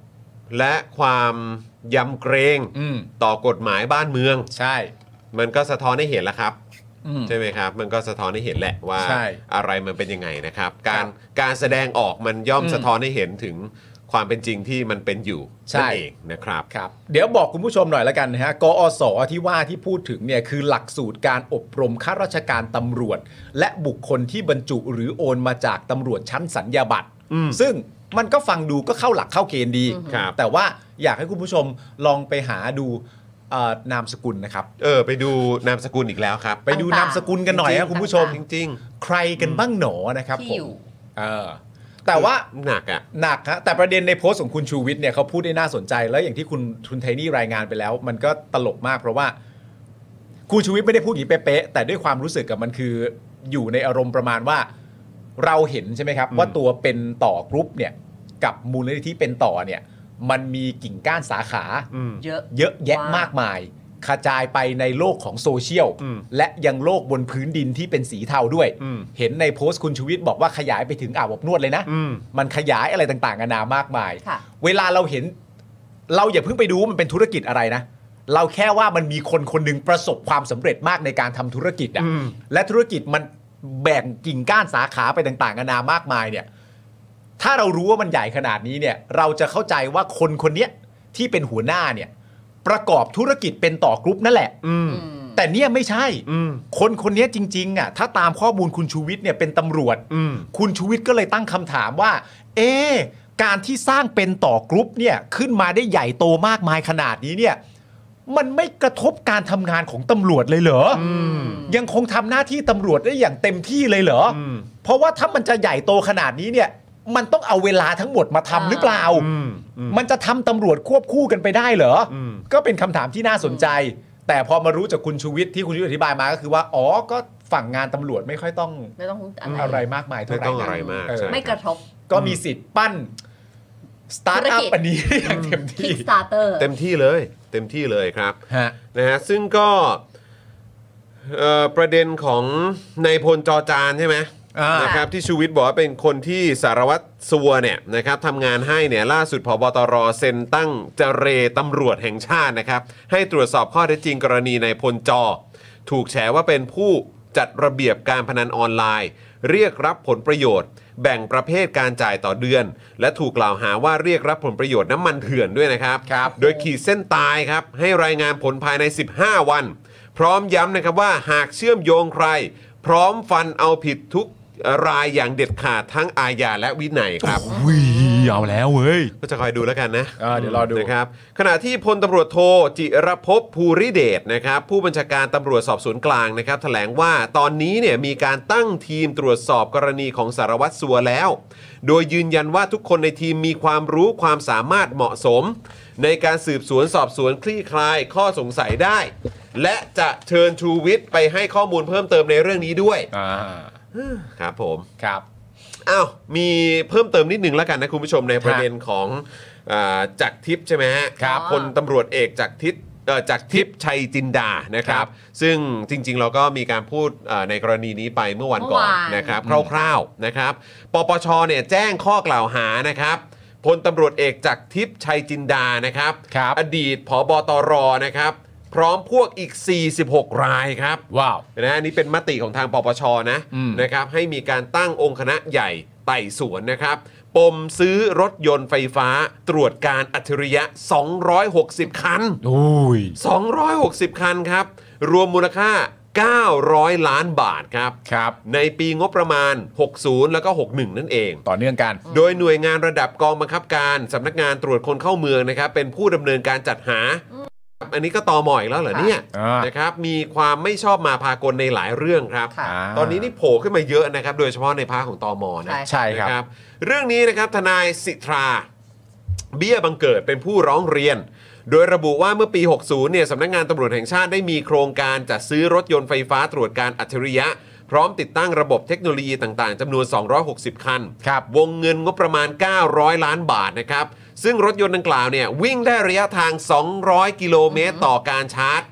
และความยำเกรงอืมต่อกฎหมายบ้านเมืองใช่มันก็สะท้อนให้เห็นแล้วครับอืมใช่ไหมครับ มันก็สะท้อนให้เห็นแหละว่าใช่อะไรมันเป็นยังไงนะครับ การครับการแสดงออกมันย่อมอืมสะท้อนให้เห็นถึงความเป็นจริงที่มันเป็นอยู่ใช่นั่นเองนะครับครับเดี๋ยวบอกคุณผู้ชมหน่อยแล้วกันนะฮะกอสที่ว่าที่พูดถึงเนี่ยคือหลักสูตรการอบรมข้าราชการตำรวจ และบุคคลที่บรรจุหรือโอนมาจากตำรวจชั้นสัญญาบัตรอืมซึ่งมันก็ฟังดูก็เข้าหลักเข้าเกณฑ์ดีครับแต่ว่าอยากให้คุณผู้ชมลองไปหาดูเอ่อนามสกุลนะครับเออไปดูนามสกุลอีกแล้วครับไปดูนามสกุลกันหน่อยจรินะงๆคุณผู้ชมจริงใครกันบ้างหนอนะครับที่ผมอยู่เออแต่ว่าหนักอ่ะหนักฮะแต่ประเด็นในโพสต์ของคุณชูวิทย์เนี่ยเขาพูดได้น่าสนใจ แล้วอย่างที่คุณทุนไทนี่รายงานไปแล้ว มันก็ตลกมากเพราะว่าคุณชูวิทย์ไม่ได้พูดอย่างนี้เป๊ะๆแต่ด้วยความรู้สึกกับมันคืออยู่ในอารมณ์ประมาณว่าเราเห็นใช่ไหมครับอืมว่าตัวเป็นต่อกรุ๊ปเนี่ยกับมูลนิธิเป็นต่อเนี่ยมันมีกิ่งก้านสาขาอืมเยอะเยอะแยะมากมายกระจายไปในโลกของโซเชียลอืมและยังโลกบนพื้นดินที่เป็นสีเทาด้วยอืมเห็นในโพสต์คุณชูวิทย์บอกว่าขยายไปถึงอาบอบนวดเลยนะอืมมันขยายอะไรต่างๆนานามากมายค่ะเวลาเราเห็นเราอย่าเพิ่งไปดูว่ามันเป็นธุรกิจอะไรนะ เราแค่ว่ามันมีคนคนหนึ่งประสบความสำเร็จมากในการทำธุรกิจอะอืมและธุรกิจมันแบ่งกิ่งก้านสาขาไปต่างๆนานามากมายเนี่ย ถ้าเรารู้ว่ามันใหญ่ขนาดนี้เนี่ย เราจะเข้าใจว่าคนคนเนี้ยที่เป็นหัวหน้าเนี่ย ประกอบธุรกิจเป็นต่อกรุ๊ปนั่นแหละอืมแต่เนี่ยไม่ใช่อืมคนคนนี้จริงๆอ่ะถ้าตามข้อมูลคุณชูวิทย์เนี่ยเป็นตำรวจอืมคุณชูวิทย์ก็เลยตั้งคำถามว่า เอ๊ะการที่สร้างเป็นต่อกรุ๊ปเนี่ยขึ้นมาได้ใหญ่โตมากมายขนาดนี้เนี่ยมันไม่กระทบการทำงานของตำรวจเลยเหรออยังคงทำหน้าที่ตำรวจได้อย่างเต็มที่เลยเหรออมเพราะว่าถ้ามันจะใหญ่โตขนาดนี้เนี่ยมันต้องเอาเวลาทั้งหมดมาทำหรือเปล่าอืมอืมมันจะทำตำรวจควบคู่กันไปได้เหรออมก็เป็นคำถามที่น่าสนใจ แต่พอมารู้จากคุณชูวิทย์ที่คุณชูวิทย์อธิบายมาก็คือว่าอ๋อก็ฝั่งงานตำรวจไม่ค่อยต้องไม่ต้องอะไรอะไรมากมายเท่าไม่ไหร่ต้องอะไรมากเออใช่ไม่กระทบก็มีสิทธิ์ปั้นสตาร์ทอัพธุรกิจอันนี้อย่างเต็มที่ Kickstarter เต็มที่เลย เต็มที่เลยครับฮะนะฮะซึ่งก็เอ่อประเด็นของนายพลจอจานใช่ไหมอ่านนะครับที่ชูวิทย์บอกว่าเป็นคนที่สารวัตรสัวเนี่ยนะครับทำงานให้เนี่ยล่าสุดผบตรเซ็นตั้งเจเรตำรวจแห่งชาตินะครับให้ตรวจสอบข้อเท็จจริงกรณีนายพลจอ ถูกแฉว่าเป็นผู้จัดระเบียบการพนันออนไลน์ เรียกรับผลประโยชน์ แบ่งประเภทการจ่ายต่อเดือน และถูกกล่าวหาว่าเรียกรับผลประโยชน์น้ำมันเถื่อนด้วยนะครับครับโดยขีดเส้นตายครับให้รายงานผลภายใน สิบห้า วัน พร้อมย้ำนะครับว่าหากเชื่อมโยงใคร พร้อมฟันเอาผิดทุกรายอย่างเด็ดขาดทั้งอาญาและวินัยครับวิเอาแล้วเว้ยก็จะคอยดูแล้วกันนะอ่าเดี๋ยวรอดูนะครับขณะที่พลตำรวจโทจิรภพภูริเดชนะครับผู้บัญชาการตำรวจสอบสวนกลางนะครับแถลงว่าตอนนี้เนี่ยมีการตั้งทีมตรวจสอบกรณีของสารวัตรสัวแล้ว โดยยืนยันว่าทุกคนในทีมมีความรู้ความสามารถเหมาะสม ในการสืบสวนสอบสวนคลี่คลายข้อสงสัยได้ และจะเชิญชูวิทย์ไปให้ข้อมูลเพิ่มเติมในเรื่องนี้ด้วยอ่าครับผมครับอ้าวมีเพิ่มเติมนิดนึงแล้วกันนะคุณผู้ชมในประเด็นของอาจักรทิพย์ใช่ไหมฮะครับพลตำรวจเอกจักรทิพย์เอ่อจักรทิพย์ชัยจินดานะครับ ซึ่งจริงๆเราก็มีการพูดอ่าในกรณีนี้ไปเมื่อวันก่อนเมื่อวานนะครับคร่าวๆนะครับปปชเนี่ยแจ้งข้อกล่าวหานะครับพลตำรวจเอกจักรทิพย์ชัยจินดานะครับครับอดีตผบตรนะครับพร้อมพวกอีก สี่สิบหก รายครับว้าวนะอันนี้เป็นมติของทางปปชนะอืมนะครับให้มีการตั้งองค์คณะใหญ่ไต่สวนนะครับปมซื้อรถยนต์ไฟฟ้าตรวจการอัจฉริยะ สองร้อยหกสิบ คันอุ้ยสองร้อยหกสิบ คันครับ รวมมูลค่า เก้าร้อย ล้านบาทครับครับในปีงบประมาณ หกสิบ แล้วก็ หกสิบเอ็ด นั่นเองต่อเนื่องกันโดยหน่วยงานระดับกองบังคับการสำนักงานตรวจคนเข้าเมืองนะครับเป็นผู้ดำเนินการจัดหา อันนี้ก็ตอมออีกแล้วเหรอเนี่ยอ่านนะครับมีความไม่ชอบมาพากลในหลายเรื่องครับค่ะตอนนี้นี่โผล่ขึ้นมาเยอะนะครับโดยเฉพาะในภาคของตมนะใช่ใช่ครับนะเรื่องนี้นะครับทนายสิทธาเบี้ยบังเกิดเป็นผู้ร้องเรียน โดยระบุว่าเมื่อปี หกสิบ เนี่ยสำนักงานตำรวจแห่งชาติได้มีโครงการจัดซื้อรถยนต์ไฟฟ้าตรวจการอัจฉริยะ พร้อมติดตั้งระบบเทคโนโลยีต่างๆจำนวน สองร้อยหกสิบ คันครับวงเงินงบประมาณ เก้าร้อย ล้านบาทนะครับซึ่งรถยนต์ดังกล่าวเนี่ยวิ่งได้ระยะทาง สองร้อย กิโลเมตรต่อการชาร์จ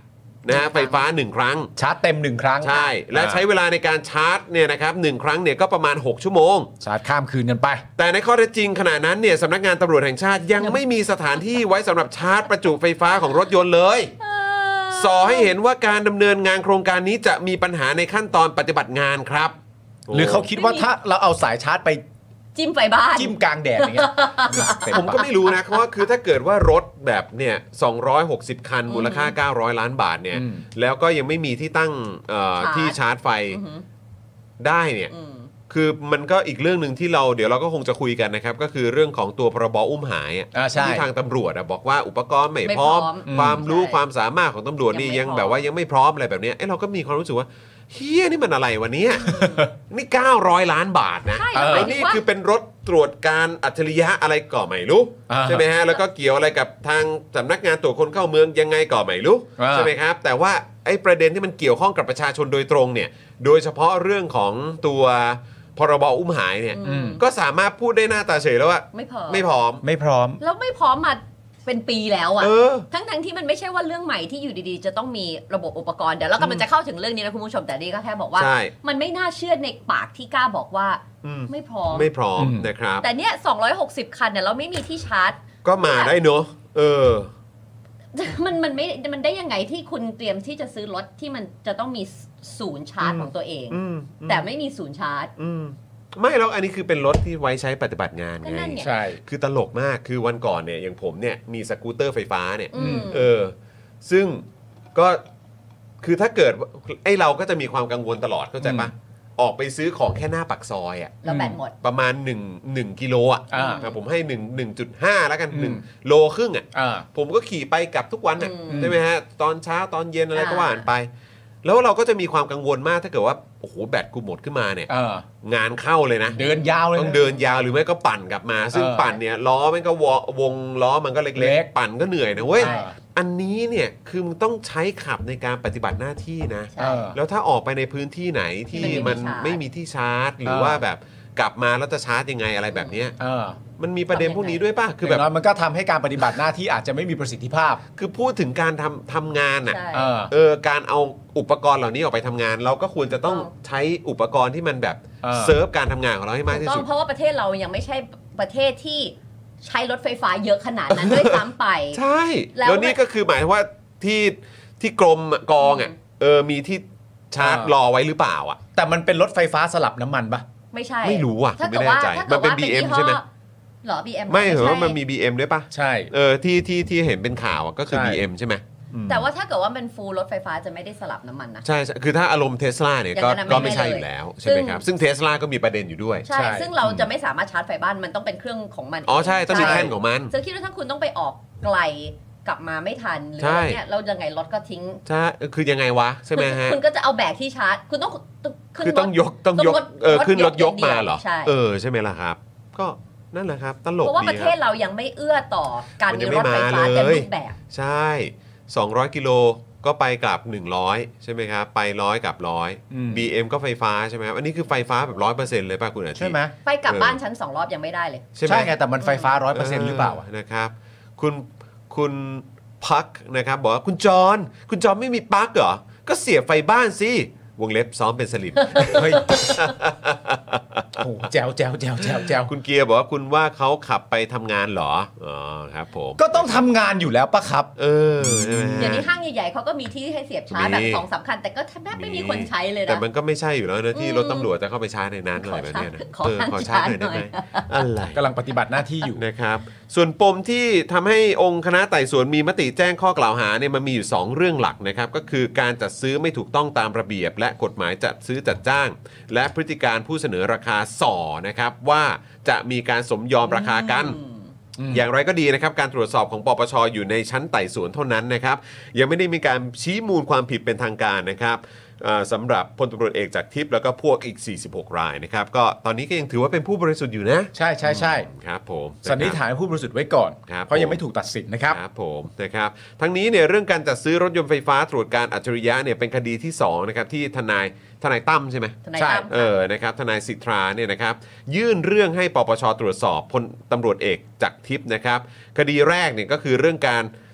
นะฮะไฟฟ้าหนึ่งครั้งชาร์จเต็มหนึ่งครั้งใช่และใช้เวลาในการชาร์จเนี่ยนะครับหนึ่งครั้งเนี่ยก็ประมาณหกชั่วโมงชาร์จข้ามคืนกันไปแต่ในข้อเท็จจริงขณะนั้นเนี่ยสำนักงานตำรวจแห่งชาติยังไม่มีสถานที่ไว้สำหรับชาร์จประจุไฟฟ้าของรถยนต์เลยส่อให้เห็นว่าการดำเนินงานโครงการนี้จะมีปัญหาในขั้นตอนปฏิบัติงานครับหรือเขาคิดว่าถ้าเราเอาสายชาร์จไปจิ้มไฟบ้านจิ้มกลางแดดอย่างเงี้ยผมก็ไม่รู้นะเพราะว่าคือถ้าเกิดว่ารถแบบเนี่ยสองร้อยหกสิบคันมูลค่าเก้าร้อยล้านบาทเนี่ยแล้วก็ยังไม่มีที่ตั้งที่ชาร์จไฟได้เนี่ยคือมันก็อีกเรื่องหนึ่งที่เราเดี๋ยวเราก็คงจะคุยกันนะครับก็คือเรื่องของตัวพรบอุ้มหายที่ทางตำรวจบอกว่าอุปกรณ์ไม่พร้อมความรู้ความสามารถของตำรวจนี่ยังแบบว่ายังไม่พร้อมอะไรแบบนี้เอ้เราก็มีความรู้สึกว่าเฮียนี่มันอะไรวะเนี่ยนี่เก้าร้อยล้านบาทนะแล้วนี่คือเป็นรถตรวจการอัจฉริยะอะไรก่อไม่รู้ใช่ไหมฮะแล้วก็เกี่ยวอะไรกับทางสำนักงานตรวจคนเข้าเมืองยังไงก่อไม่รู้ใช่ไหมครับแต่ว่าไอ้ประเด็นที่มันเกี่ยวข้องกับประชาชนโดยตรงเนี่ยโดยเฉพาะเรื่องของตัวพรบอุ้มหายเนี่ยก็สามารถพูดได้หน้าตาเฉยแล้วว่าไม่พร้อมไม่พร้อมไม่พร้อมแล้วไม่พร้อมมาเป็นปีแล้วอ่ะทั้งทั้งที่มันไม่ใช่ว่าเรื่องใหม่ที่อยู่ดีๆจะต้องมีระบบอุปกรณ์เดี๋ยวเรากำลังจะเข้าถึงเรื่องนี้นะคุณผู้ชมแต่นี่ก็แค่บอกว่ามันไม่น่าเชื่อในปากที่กล้าบอกว่าไม่พร้อมไม่พร้อมนะครับแต่เนี้ยสองร้อยหกสิบคันเนี่ยเราไม่มีที่ชาร์จก็มาได้เนอะเออมันมันไม่มันได้ยังไงที่คุณเตรียมที่จะซื้อรถที่มันจะต้องมีศูนย์ชาร์จของตัวเองแต่ไม่มีศูนย์ชาร์จไม่แล้วอันนี้คือเป็นรถที่ไว้ใช้ปฏิบัติงานไงใช่คือตลกมากคือวันก่อนเนี่ยอย่างผมเนี่ยมีสกูตเตอร์ไฟฟ้าเนี่ยเออซึ่งก็คือถ้าเกิดไอ้เราก็จะมีความกังวลตลอดเข้าใจปะออกไปซื้อของแค่หน้าปากซอยอ่ะแล้วแบตหมดประมาณ1 1กิโลอ่ะผมให้หนึ่ง หนึ่งจุดห้าแล้วกันหนึ่งโลครึ่งอ่ะผมก็ขี่ไปกลับทุกวันอ่ะใช่ไหมฮะตอนเช้าตอนเย็นอะไรก็ว่าไปแล้วเราก็จะมีความกังวลมากถ้าเกิดว่าโอ้โหแบตกูหมดขึ้นมาเนี่ยงานเข้าเลยนะเดินยาวเลยต้องเดินยาวหรือไม่ก็ปั่นกลับมาซึ่งปั่นเนี่ยล้อมันก็วงล้อมันก็เล็กๆปั่นก็เหนื่อยนะเว้ยอันนี้เนี่ยคือมึงต้องใช้ขับในการปฏิบัติหน้าที่นะแล้วถ้าออกไปในพื้นที่ไหนที่มันไม่มีที่ชาร์จหรือว่าแบบกลับมาแล้วจะชาร์จยังไงอะไรแบบนี้มันมีประเด็นพวกนี้ด้วยป่ะคือแบบมันก็ทำให้การปฏิบัติหน้าที่อาจจะไม่มีประสิทธิภาพคือพูดถึงการทำทำงานอ่ะเออการเอาอุปกรณ์เหล่านี้ออกไปทำงานเราก็ควรจะต้องใช้อุปกรณ์ที่มันแบบเซิร์ฟการทำงานของเราให้มากที่สุดเพราะว่าประเทศเรายังไม่ใช่ประเทศที่ใช้รถไฟฟ้าเยอะขนาดนั้นด้วยซ้ำไปใช่แล้วนี่ก็คือหมายว่าที่ที่กรมกองอ่ะเออมีที่ชาร์จรอไว้หรือเปล่าอ่ะแต่มันเป็นรถไฟฟ้าสลับน้ำมันปะไม่ใช่ไม่รู้อ่ะไม่แน่ใจมันเป็น บี เอ็ม ใช่ไหมหรอ บี เอ็มไม่เหรอมันมี บี เอ็ม ด้วยปะใช่เออที่ที่ที่เห็นเป็นข่าวก็คือ บี เอ็ม ใช่ไหมแต่ว่าถ้าเกิดว่าเป็นฟูลรถไฟฟ้าจะไม่ได้สลับน้ำมันนะใช่คือถ้าอารมณ์เทสลาเนี่ยก็ก็ไม่ใช่อยู่แล้วใช่ไหมครับซึ่งเทสลาก็มีประเด็นอยู่ด้วยใช่ซึ่งเราจะไม่สามารถชาร์จไฟบ้านมันต้องเป็นเครื่องของมันอ๋อใช่ต้องมีแท่นของมันจะคิดว่าถ้าคุณต้องไปออกไกลกลับมาไม่ทันหรืออะไรเนี่ยเรายังไงรถก็ทิ้งใช่คือยังไงวะใช่ไหมฮะคุณก็จะเอาแบกที่ชาร์จคุณต้องคือต้องยกต้องยกเออขึ้นรถยกมาเหรอเออใช่ไหมล่ะครับก็นั่นแหละครับตลกดีเพราะว่าประเทศเรายังไม่เอื้อต่อการมีรถไฟฟ้าเต็มรูปแบบใช่สองร้อยกิโลก็ไปกลับหนึ่งร้อยใช่ไหมครับไปร้อยกับร้อย บี เอ็ม ก็ไฟฟ้าใช่ไหมครับอันนี้คือไฟฟ้าแบบ ร้อยเปอร์เซ็นต์ เลยป่ะคุณอาทิตย์ใช่ไหมไปกลับบ้านชั้นสองรอบยังไม่ได้เลยใช่ไงแต่มันไฟฟ้า ร้อยเปอร์เซ็นต์ หรือเปล่านะครับคุณคุณพักนะครับบอกว่าคุณจอนคุณจอนไม่มีปลั๊กเหรอก็เสียบไฟบ้านสิวงเล็บซ้อมเป็นสลิมเฮ้ยโอ้แจวแจวแจวแจวแจวคุณเกียร์บอกว่าคุณว่าเขาขับไปทำงานเหรออ๋อครับผมก็ต้องทำงานอยู่แล้วปะครับเออใช่ไหมเดี๋ยวนี้ห้างใหญ่ๆเขาก็มีที่ให้เสียบชาร์จแบบสองสามคัญแต่ก็แทบไม่มีคนใช้เลยนะแต่มันก็ไม่ใช่อยู่แล้วนะที่รถตำรวจจะเข้าไปชาร์จในนั้นอะไรแบบนี้นะขอชาร์จหน่อยได้ไหมอะไรกำลังปฏิบัติหน้าที่อยู่นะครับส่วนปมที่ทำให้องค์คณะไต่สวนมีมติแจ้งข้อกล่าวหาเนี่ยมันมีอยู่สองเรื่องหลักนะครับก็คือการจัดซื้อไม่ถูกต้องตามระเบียบและกฎหมายจัดซื้อจัดจ้างและพฤติการผู้เสนอราคาส่อนะครับว่าจะมีการสมยอมราคากันอย่างไรก็ดีนะครับการตรวจสอบของปปช.อยู่ในชั้นไต่สวนเท่านั้นนะครับยังไม่ได้มีการชี้มูลความผิดเป็นทางการนะครับสำหรับพลตำรวจเอกจากทิพย์แล้วก็พวกอีกสี่สิบหกรายนะครับก็ตอนนี้ก็ยังถือว่าเป็นผู้บริสุทธิ์อยู่นะใช่ใช่ใช่ครับผมสันนิษฐานผู้บริสุทธิ์ไว้ก่อนเพราะยังไม่ถูกตัดสินนะครับครับผมนะครับทั้งนี้เนี่ยเรื่องการจัดซื้อรถยนต์ไฟฟ้าตรวจการอัจฉริยะเนี่ยเป็นคดีที่สองนะครับที่ทนายทนายตั้มใช่ไหมใช่เออนะครับทนายสิทธาเนี่ยนะครับยื่นเรื่องให้ปปช.ตรวจสอบพลตำรวจเอกจากทิพย์นะครับคดีแรกเนี่ยก็คือเรื่องการ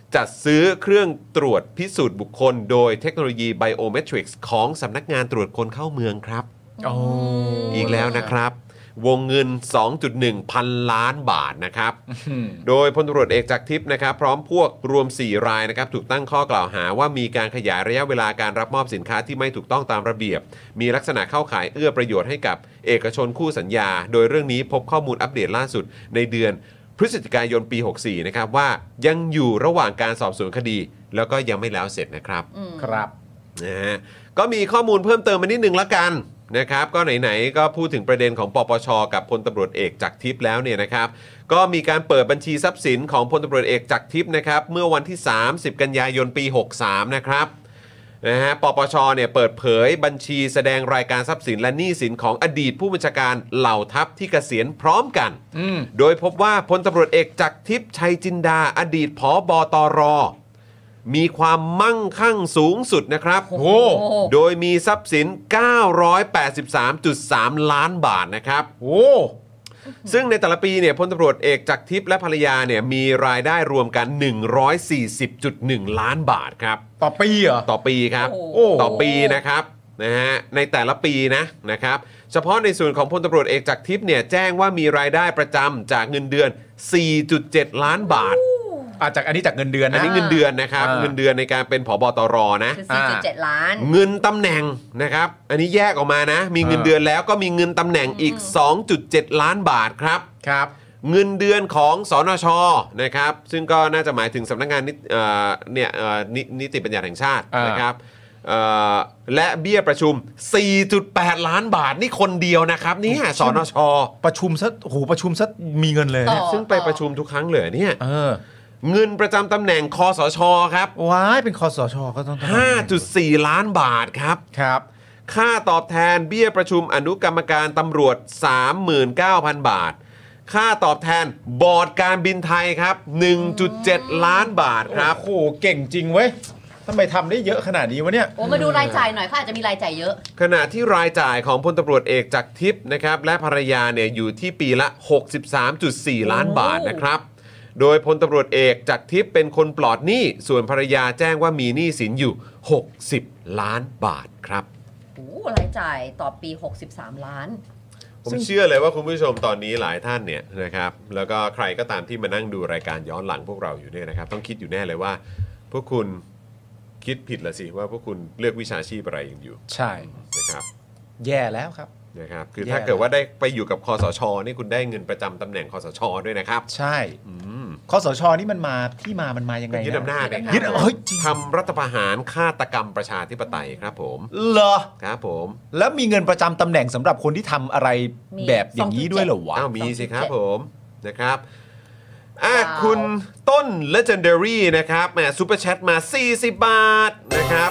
จัดซื้อเครื่องตรวจพิสูจน์บุคคลโดยเทคโนโลยี Biometrics ของสำนักงานตรวจคนเข้าเมืองครับโอ้อีกแล้วนะครับวงเงิน สองจุดหนึ่ง พันล้านบาทนะครับโดยพลตำรวจเอกจากทิพย์นะครับพร้อมพวกรวมสี่รายนะครับถูกตั้งข้อกล่าวหาว่ามีการขยายระยะเวลาการรับมอบสินค้าที่ไม่ถูกต้องตามระเบียบมีลักษณะเข้าข่ายเอื้อประโยชน์ให้กับเอกชนคู่สัญญาโดยเรื่องนี้พบข้อมูลอัปเดตล่าสุดในเดือนพฤศจิกายนปีหกสี่นะครับว่ายังอยู่ระหว่างการสอบสวนคดีแล้วก็ยังไม่แล้วเสร็จนะครับครับนะฮะก็มีข้อมูลเพิ่มเติมมานิดนึงละกันนะครับก็ไหนๆก็พูดถึงประเด็นของปปชกับพลตำรวจเอกจักรทิพย์แล้วเนี่ยนะครับก็มีการเปิดบัญชีทรัพย์สินของพลตำรวจเอกจักรทิพย์นะครับเมื่อวันที่สามสิบกันยายนปีหกสามนะครับนะฮะปปชเนี่ยเปิดเผยบัญชีแสดงรายการทรัพย์สินและหนี้สินของอดีตผู้บัญชาการเหล่าทัพที่เกษียณพร้อมกันโดยพบว่าพลตำรวจเอกจักรทิพย์ชัยจินดาอดีตผบตรมีความมั่งคั่งสูงสุดนะครับโอ้โดยมีทรัพย์สิน เก้าร้อยแปดสิบสามจุดสาม ล้านบาทนะครับโอ้ซึ่งในแต่ละปีเนี่ยพลตำรวจเอกจักรทิพย์และภรรยาเนี่ยมีรายได้รวมกัน หนึ่งร้อยสี่สิบจุดหนึ่ง ล้านบาทครับต่อปีเหรอต่อปีครับต่อปีนะครับนะฮะในแต่ละปีนะนะครับเฉพาะในส่วนของพลตำรวจเอกจักรทิพย์เนี่ยแจ้งว่ามีรายได้ประจำจากเงินเดือน สี่จุดเจ็ด ล้านบาทอาจากอันนี้จากเงินเดือนนะอันนี้เงินเดือนนะครับเงินเดือนในการเป็นผบตรนะสี่จุดเจ็ด ล้านเงินตำแหน่งนะครับอันนี้แยกออกมานะมีเงินเดือนแล้วก็มีเงินตำแหน่งอีก สองจุดเจ็ด ล้านบาทครับครับเงินเดือนของสนชนะครับซึ่งก็น่าจะหมายถึงสำนักงานนิเอ่อเนี่ยเอ่อนิติบัญญัติแห่งชาตินะครับและเบี้ยประชุม สี่จุดแปด ล้านบาทนี่คนเดียวนะครับนี่สนชประชุมซะโหประชุมซะมีเงินเลยซึ่งไปประชุมทุกครั้งเลยเนี่ยเงินประจำตำแหน่งคสชครับว้ายเป็นคสชก็ต้องห้าจุดสี่ ล้านบาทครับครับค่าตอบแทนเบี้ยประชุมอนุกรรมการตำรวจ สามหมื่นเก้าพัน บาทค่าตอบแทนบอร์ดการบินไทยครับ หนึ่งจุดเจ็ด ล้านบาทครับโอ้โหเก่งจริงเว้ยทำไมทำได้เยอะขนาดนี้วะเนี่ยโอ้มาดูรายจ่ายหน่อยค่ะอาจจะมีรายจ่ายเยอะขณะที่รายจ่ายของพลตำรวจเอกจักรทิพย์นะครับและภรรยาเนี่ยอยู่ที่ปีละ หกสิบสามจุดสี่ ล้านบาทนะครับโดยพลตำรวจเอกจักรทิพย์เป็นคนปลอดหนี้ส่วนภรรยาแจ้งว่ามีหนี้สินอยู่หกสิบล้านบาทครับโอ้รายจ่ายต่อปีหกสิบสามล้านผมเชื่อเลยว่าคุณผู้ชมตอนนี้หลายท่านเนี่ยนะครับแล้วก็ใครก็ตามที่มานั่งดูรายการย้อนหลังพวกเราอยู่เนี่ยนะครับต้องคิดอยู่แน่เลยว่าพวกคุณคิดผิดละสิว่าพวกคุณเลือกวิชาชีพอะไรกันอยู่ใช่นะครับแย่แล้วครับนะครับคือถ้าเกิดว่าได้ไปอยู่กับคสชนี่คุณได้เงินประจำตำแหน่งคสชด้วยนะครับใช่คสชนี่มันมาที่มามันมายังไงยึดอำนาจยึดเฮ้ยทำรัฐประหารฆาตกรรมประชาธิปไตยครับผมเหรอครับผมแล้วมีเงินประจำตำแหน่งสำหรับคนที่ทำอะไรแบบอย่างนี้ด้วยเหรอวะอ้าวมีสิครับผมนะครับอ่ะคุณต้น Legendary นะครับแหมซุปเปอร์แชทมาสี่สิบบาทนะครับ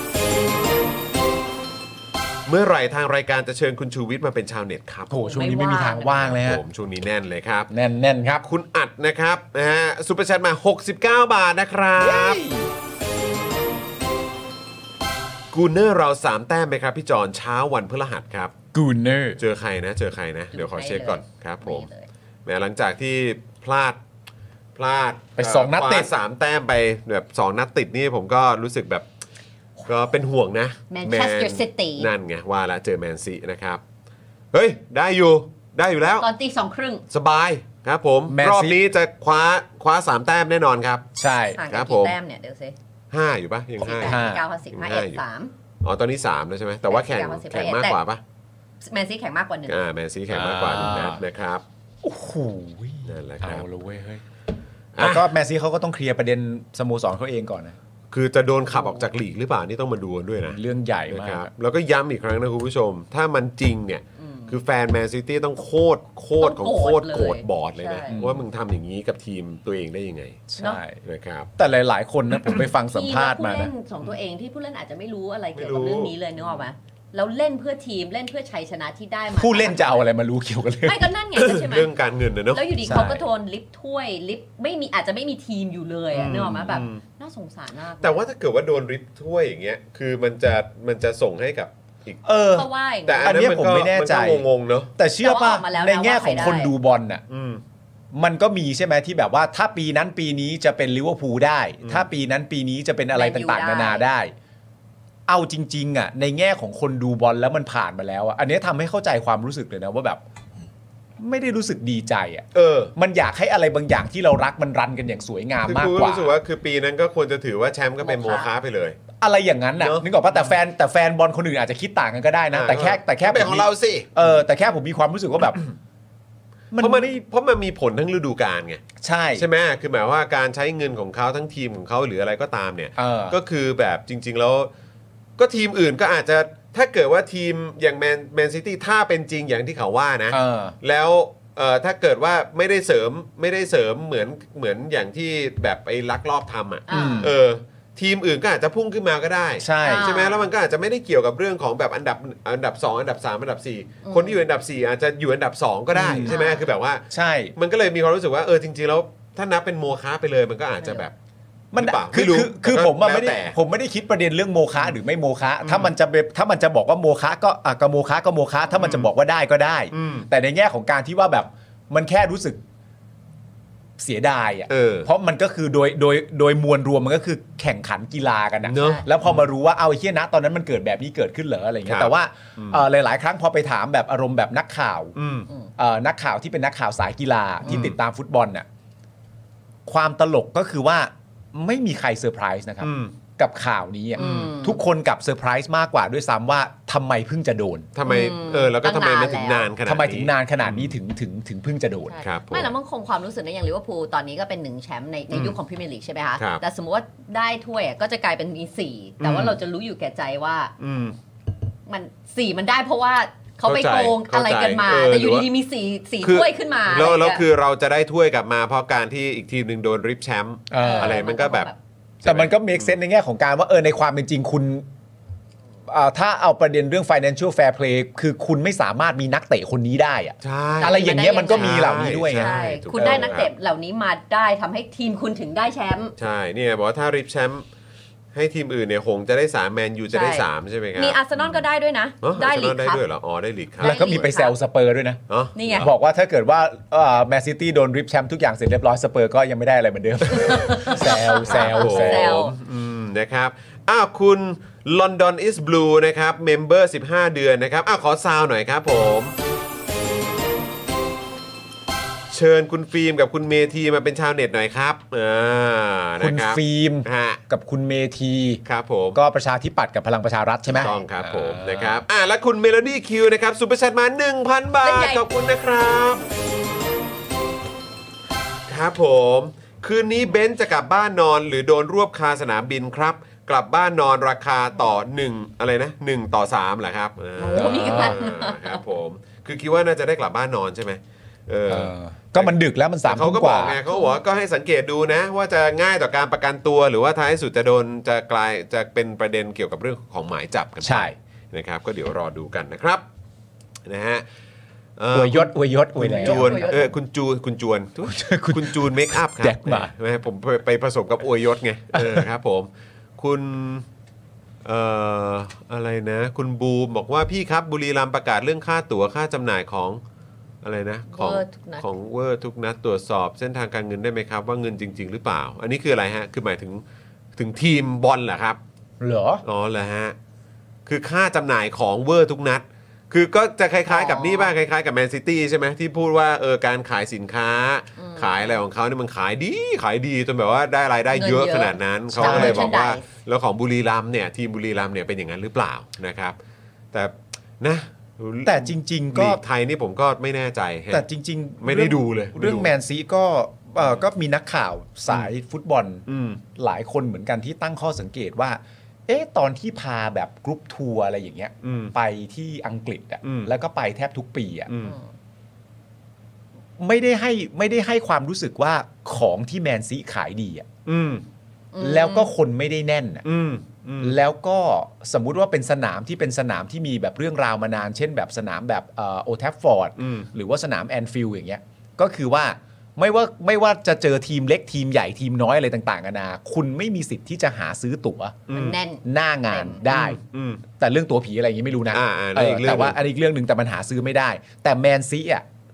เมื่อไหร่ทางรายการจะเชิญคุณชูวิทย์มาเป็นชาวเน็ตครับโอ้ช่วงนี้ไม่มีทางว่างเลยฮะผมช่วงนี้แน่นเลยครับแน่นๆครับคุณอัดนะครับนะฮะซุปเปอร์แชทมาหกสิบเก้าบาทนะครับกูเนอร์เราสามแต้มไหมครับพี่จอนเช้าวันพฤหัสครับกูเนอร์เจอใครนะเจอใครนะเดี๋ยวขอเช็คก่อนครับผมแหมหลังจากที่พลาดพลาดไปสองนัดติดสามแต้มไปแบบสองนัดติดนี่ผมก็รู้สึกแบบก็เป็นห่วงนะแมนเชสเตอร์ซิตี้นั่นไงว่าแล้วเจอแมนซีนะครับเฮ้ยได้อยู่ได้อยู่แล้วตอนตีสองครึ่งสบายครับผมรอบนี้จะคว้าคว้าสามแต้มแน่นอนครับใช่ครับผมแต้มเนี่ยเดี๋ยวซิห้าอยู่ปะยังห้าเก้าพันสิบห้าเอ็ดสามอ๋อตอนนี้สามแล้วใช่ไหมแต่ว่าแข่งแข่งมากกว่าปะแมนซีแข่งมากกว่าหนึ่งอ่าแมนซีแข่งมากกว่าหนึ่งนัดนะครับโอ้โหนั่นแหละครับเอาละเว้ยเฮ้ยแล้วก็แมนซีเขาก็ต้องเคลียร์ประเด็นสโมสรเขาเองก่อนนะคือจะโดนขับออกจากลีกหรือเปล่านี่ต้องมาดูกันด้วยนะเรื่องใหญ่มากแล้วก็ย้ำอีกครั้งนะคุณผู้ชมถ้ามันจริงเนี่ยคือแฟนแมนซิตี้ต้องโคตรโคตรของโคตรโกรธบอดเลยนะว่ามึงทำอย่างนี้กับทีมตัวเองได้ยังไงใช่นะครับแต่หลายๆคนนะผมไปฟังสัมภาษณ์มานะผู้เล่นของตัวเองที่ผู้เล่นอาจจะไม่รู้อะไรเกี่ยวกับเรื่องนี้เลยนึกออกไหมแล้วเล่นเพื่อทีมเล่นเพื่อชัยชนะที่ได้มาผู้เล่นจะเอาอะไรมารู้เกี่ยวกับเรื่องไม่ก็นั่นไงใช่ไหมเรื่องการเงินนะเนาะแล้วอยู่ดีเขาก็โดนลิฟต์ถ้วยลิฟต์ไม่มีอาจจะไม่มีทีมอยู่เลยนึกออกไหมแบบน่าสงสารมากแต่ว่าถ้าเกิดว่าโดนลิฟต์ถ้วยอย่างเงี้ยคือมันจะมันจะส่งให้กับอีกเออแต่อันนี้ผมไม่แน่ใจงงๆเนาะแต่เชื่อป่ะในแง่ของคนดูบอลน่ะมันก็มีใช่ไหมที่แบบว่าถ้าปีนั้นปีนี้จะเป็นลิเวอร์พูลได้ ถ้าปีนั้นปีนี้จะเป็นอะไรต่างๆนานาได้เอาจริงๆอ่ะในแง่ของคนดูบอลแล้วมันผ่านมาแล้วอ่ะอันนี้ทำให้เข้าใจความรู้สึกเลยนะว่าแบบไม่ได้รู้สึกดีใจอ่ะเออมันอยากให้อะไรบางอย่างที่เรารักมันรันกันอย่างสวยงามมากกว่ารู้สึกว่าคือปีนั้นก็ควรจะถือว่าแชมป์ก็เป็นโมฆะไปเลยอะไรอย่างนั้นน่ะนึกออกป่ะแต่แฟนแต่แฟนบอลคนอื่นอาจจะคิดต่างกันก็ได้นะแต่แค่แต่แค่เป็นของเราสิเออแต่แค่ผมมีความรู้สึกว่าแบบเพราะมันเพราะมันมีผลทั้งฤดูกาลไงใช่ใช่ไหมคือหมายว่าการใช้เงินของเขาทั้งทีมของเขาหรืออะไรก็ตามเนี่ยก็คือแบบจริงๆแล้วก็ทีมอื่นก็อาจจะถ้าเกิดว่าทีมอย่างแมนแมนซิตี้ถ้าเป็นจริงอย่างที่เขาว่านะแล้วเอ่อถ้าเกิดว่าไม่ได้เสริมไม่ได้เสริมเหมือนเหมือนอย่างที่แบบไปลักลอบทำอ่ะเออทีมอื่นก็อาจจะพุ่งขึ้นมาก็ได้ใช่ใช่ไหมแล้วมันก็อาจจะไม่ได้เกี่ยวกับเรื่องของแบบอันดับอันดับสองอันดับสามอันดับสี่คนที่อยู่อันดับสี่อาจจะอยู่อันดับสองก็ได้ใช่ไหมคือแบบว่าใช่มันก็เลยมีความรู้สึกว่าเออจริงๆแล้วถ้านับเป็นโมฆะไปเลยมันก็อาจจะแบบมันคือคือคือผมไม่ได้ผมไม่ได้คิดประเด็นเรื่องโมฆะหรือไม่โมฆะถ้ามันจะถ้ามันจะบอกว่าโมฆะก็อ่ะก็โมฆะก็โมฆะถ้ามันจะบอกว่าได้ก็ได้แต่ในแง่ของการที่ว่าแบบมันแค่รู้สึกเสียดายอ่ะเพราะมันก็คือโดยโดยโดยมวลรวมมันก็คือแข่งขันกีฬากันนะแล้วพอมารู้ว่าเอาไอ้เหี้ยนะตอนนั้นมันเกิดแบบนี้เกิดขึ้นเหรออะไรเงี้ยแต่ว่าหลายๆครั้งพอไปถามแบบอารมณ์แบบนักข่าวนักข่าวที่เป็นนักข่าวสายกีฬาที่ติดตามฟุตบอลน่ะความตลกก็คือว่าไม่มีใครเซอร์ไพรส์นะครับกับข่าวนี้ทุกคนกับเซอร์ไพรส์มากกว่าด้วยซ้ำว่าทำไมเพิ่งจะโดนทำไมเออแล้วก็ทำไมมันถึงนานขนาดนี้ทำไมถึงนานขนาดนี้ถึงถึงถึงเพิ่งจะโดนไม่แล้วมันคงความรู้สึกในอย่างลิเวอร์พูลตอนนี้ก็เป็นหนึ่งแชมป์ในในยุคของพรีเมียร์ลีกใช่ไหมคะแต่สมมติว่าได้ถ้วยก็จะกลายเป็นมีสี่แต่ว่าเราจะรู้อยู่แก่ใจว่ามันสี่มันได้เพราะว่าเขาไปโกงอะไรกันมาแต่อยู่ดีๆมีสี่สี่ถ้วยขึ้นมาแล้วแล้วคือเราจะได้ถ้วยกลับมาเพราะการที่อีกทีมหนึ่งโดนริบแชมป์อะไรมันก็แบบแต่มันก็เมคเซนส์ในแง่ของการว่าเออในความเป็นจริงคุณถ้าเอาประเด็นเรื่อง financial fair play คือคุณไม่สามารถมีนักเตะคนนี้ได้อะอะไรอย่างเงี้ยมันก็มีเหล่านี้ด้วยไงคุณได้นักเตะเหล่านี้มาได้ทำให้ทีมคุณถึงได้แชมป์ใช่เนี่ยบอกว่าถ้าริบแชมป์ให้ทีมอื่นเนี่ยหงจะได้สามแมนยูจะได้สามใช่ไหมครับมีอาร์เซนอลก็ได้ด้วยนะได้ลีกครับได้ด้วยเหรออ๋อได้ลีกครับแล้วก็มีไปแซวสเปอร์ด้วยนะนี่ไงบอกว่าถ้าเกิดว่าแมนซิตี้โดนริบแชมป์ทุกอย่างเสร็จเรียบร้อยสเปอร์ก็ยังไม่ได้อะไรเหมือนเดิมแซวแซวแซวนะครับอ้าวคุณ London is Blue นะครับเมมเบอร์สิบห้าเดือนนะครับอ้าวขอซาวหน่อยครับผมเชิญคุณฟิล์มกับคุณเมธีมาเป็นชาวเน็ตหน่อยครับอ่าคุณฟิล์มกับคุณเมธีครับผมก็ประชาธิปัตย์กับพลังประชารัฐใช่ไหมต้องครับผมนะครับอ่าและคุณเมโลดี้คิวนะครับซุปเปอร์แชทมา หนึ่งพัน บาทขอบคุณนะครับครับผมคืนนี้เบนซ์จะกลับบ้านนอนหรือโดนรวบคาสนามบินครับกลับบ้านนอนราคาต่อหนึ่งอะไรนะหนึ่งต่อสามเหรอครับครับผมคือคิดว่าน่าจะได้กลับบ้านนอนใช่ไหมเออก็มันดึกแล้วมันสามทุ่มกว่าไงเขาบอกก็ให้สังเกตดูนะว่าจะง่ายต่อการประกันตัวหรือว่าท้ายสุดจะโดนจะกลายจะเป็นประเด็นเกี่ยวกับเรื่องของหมายจับกันใช่นะครับก็เดี๋ยวรอดูกันนะครับนะฮะอวยยศอวยยศอวยจวนเออคุณจูนคุณจวนคุณจูนเมคอัพครับผมไปผสมกับอวยยศไงเออครับผมคุณเอ่ออะไรนะคุณบูมบอกว่าพี่ครับบุรีรัมย์ประกาศเรื่องค่าตั๋วค่าจำหน่ายของอะไรนะของของเวอร์ทุกนัดตรวจสอบเส้นทางการเงินได้ไหมครับว่าเงินจริงๆหรือเปล่าอันนี้คืออะไรฮะคือหมายถึงถึงทีมบอลเหรอครับเหรออ๋อเหรอฮะคือค่าจำหน่ายของเวอร์ทุกนัดคือก็จะคล้ายๆกับนี่บ้างคล้ายๆกับแมนซิตี้ใช่ไหมที่พูดว่าเออการขายสินค้าขายอะไรของเขาเนี่ยมันขายดีขายดีจนแบบว่าได้รายได้เยอะขนาดนั้นเขาก็เลยบอกว่าแล้วของบุรีรัมย์เนี่ยทีมบุรีรัมย์เนี่ยเป็นอย่างนั้นหรือเปล่านะครับแต่นะแต่จริงๆก็ไทยนี่ผมก็ไม่แน่ใจแต่จริงๆไม่ได้ดูเลยเรื่องแมนซีก็เออก็มีนักข่าวสายฟุตบอลหลายคนเหมือนกันที่ตั้งข้อสังเกตว่าเอ๊ะตอนที่พาแบบกรุ๊ปทัวร์อะไรอย่างเงี้ยไปที่อังกฤษอ่ะแล้วก็ไปแทบทุกปีอ่ะไม่ได้ให้ไม่ได้ให้ความรู้สึกว่าของที่แมนซีขายดีอ่ะแล้วก็คนไม่ได้แน่นอ่ะแล้วก็สมมุติว่าเป็นสนามที่เป็นสนามที่มีแบบเรื่องราวมานานเช่นแบบสนามแบบโอแทฟฟอร์ดหรือว่าสนามแอนฟิลด์อย่างเงี้ยก็คือว่าไม่ว่าไม่ว่าจะเจอทีมเล็กทีมใหญ่ทีมน้อยอะไรต่างๆกันานาคุณไม่มีสิทธิ์ที่จะหาซื้อตั๋วแน่นหน้างานได้แต่เรื่องตั๋วผีอะไรอย่างงี้ไม่รู้นะแต่ว่าอันอีกเรื่องนึงแต่มันหาซื้อไม่ได้แต่แมนซีอ่ะ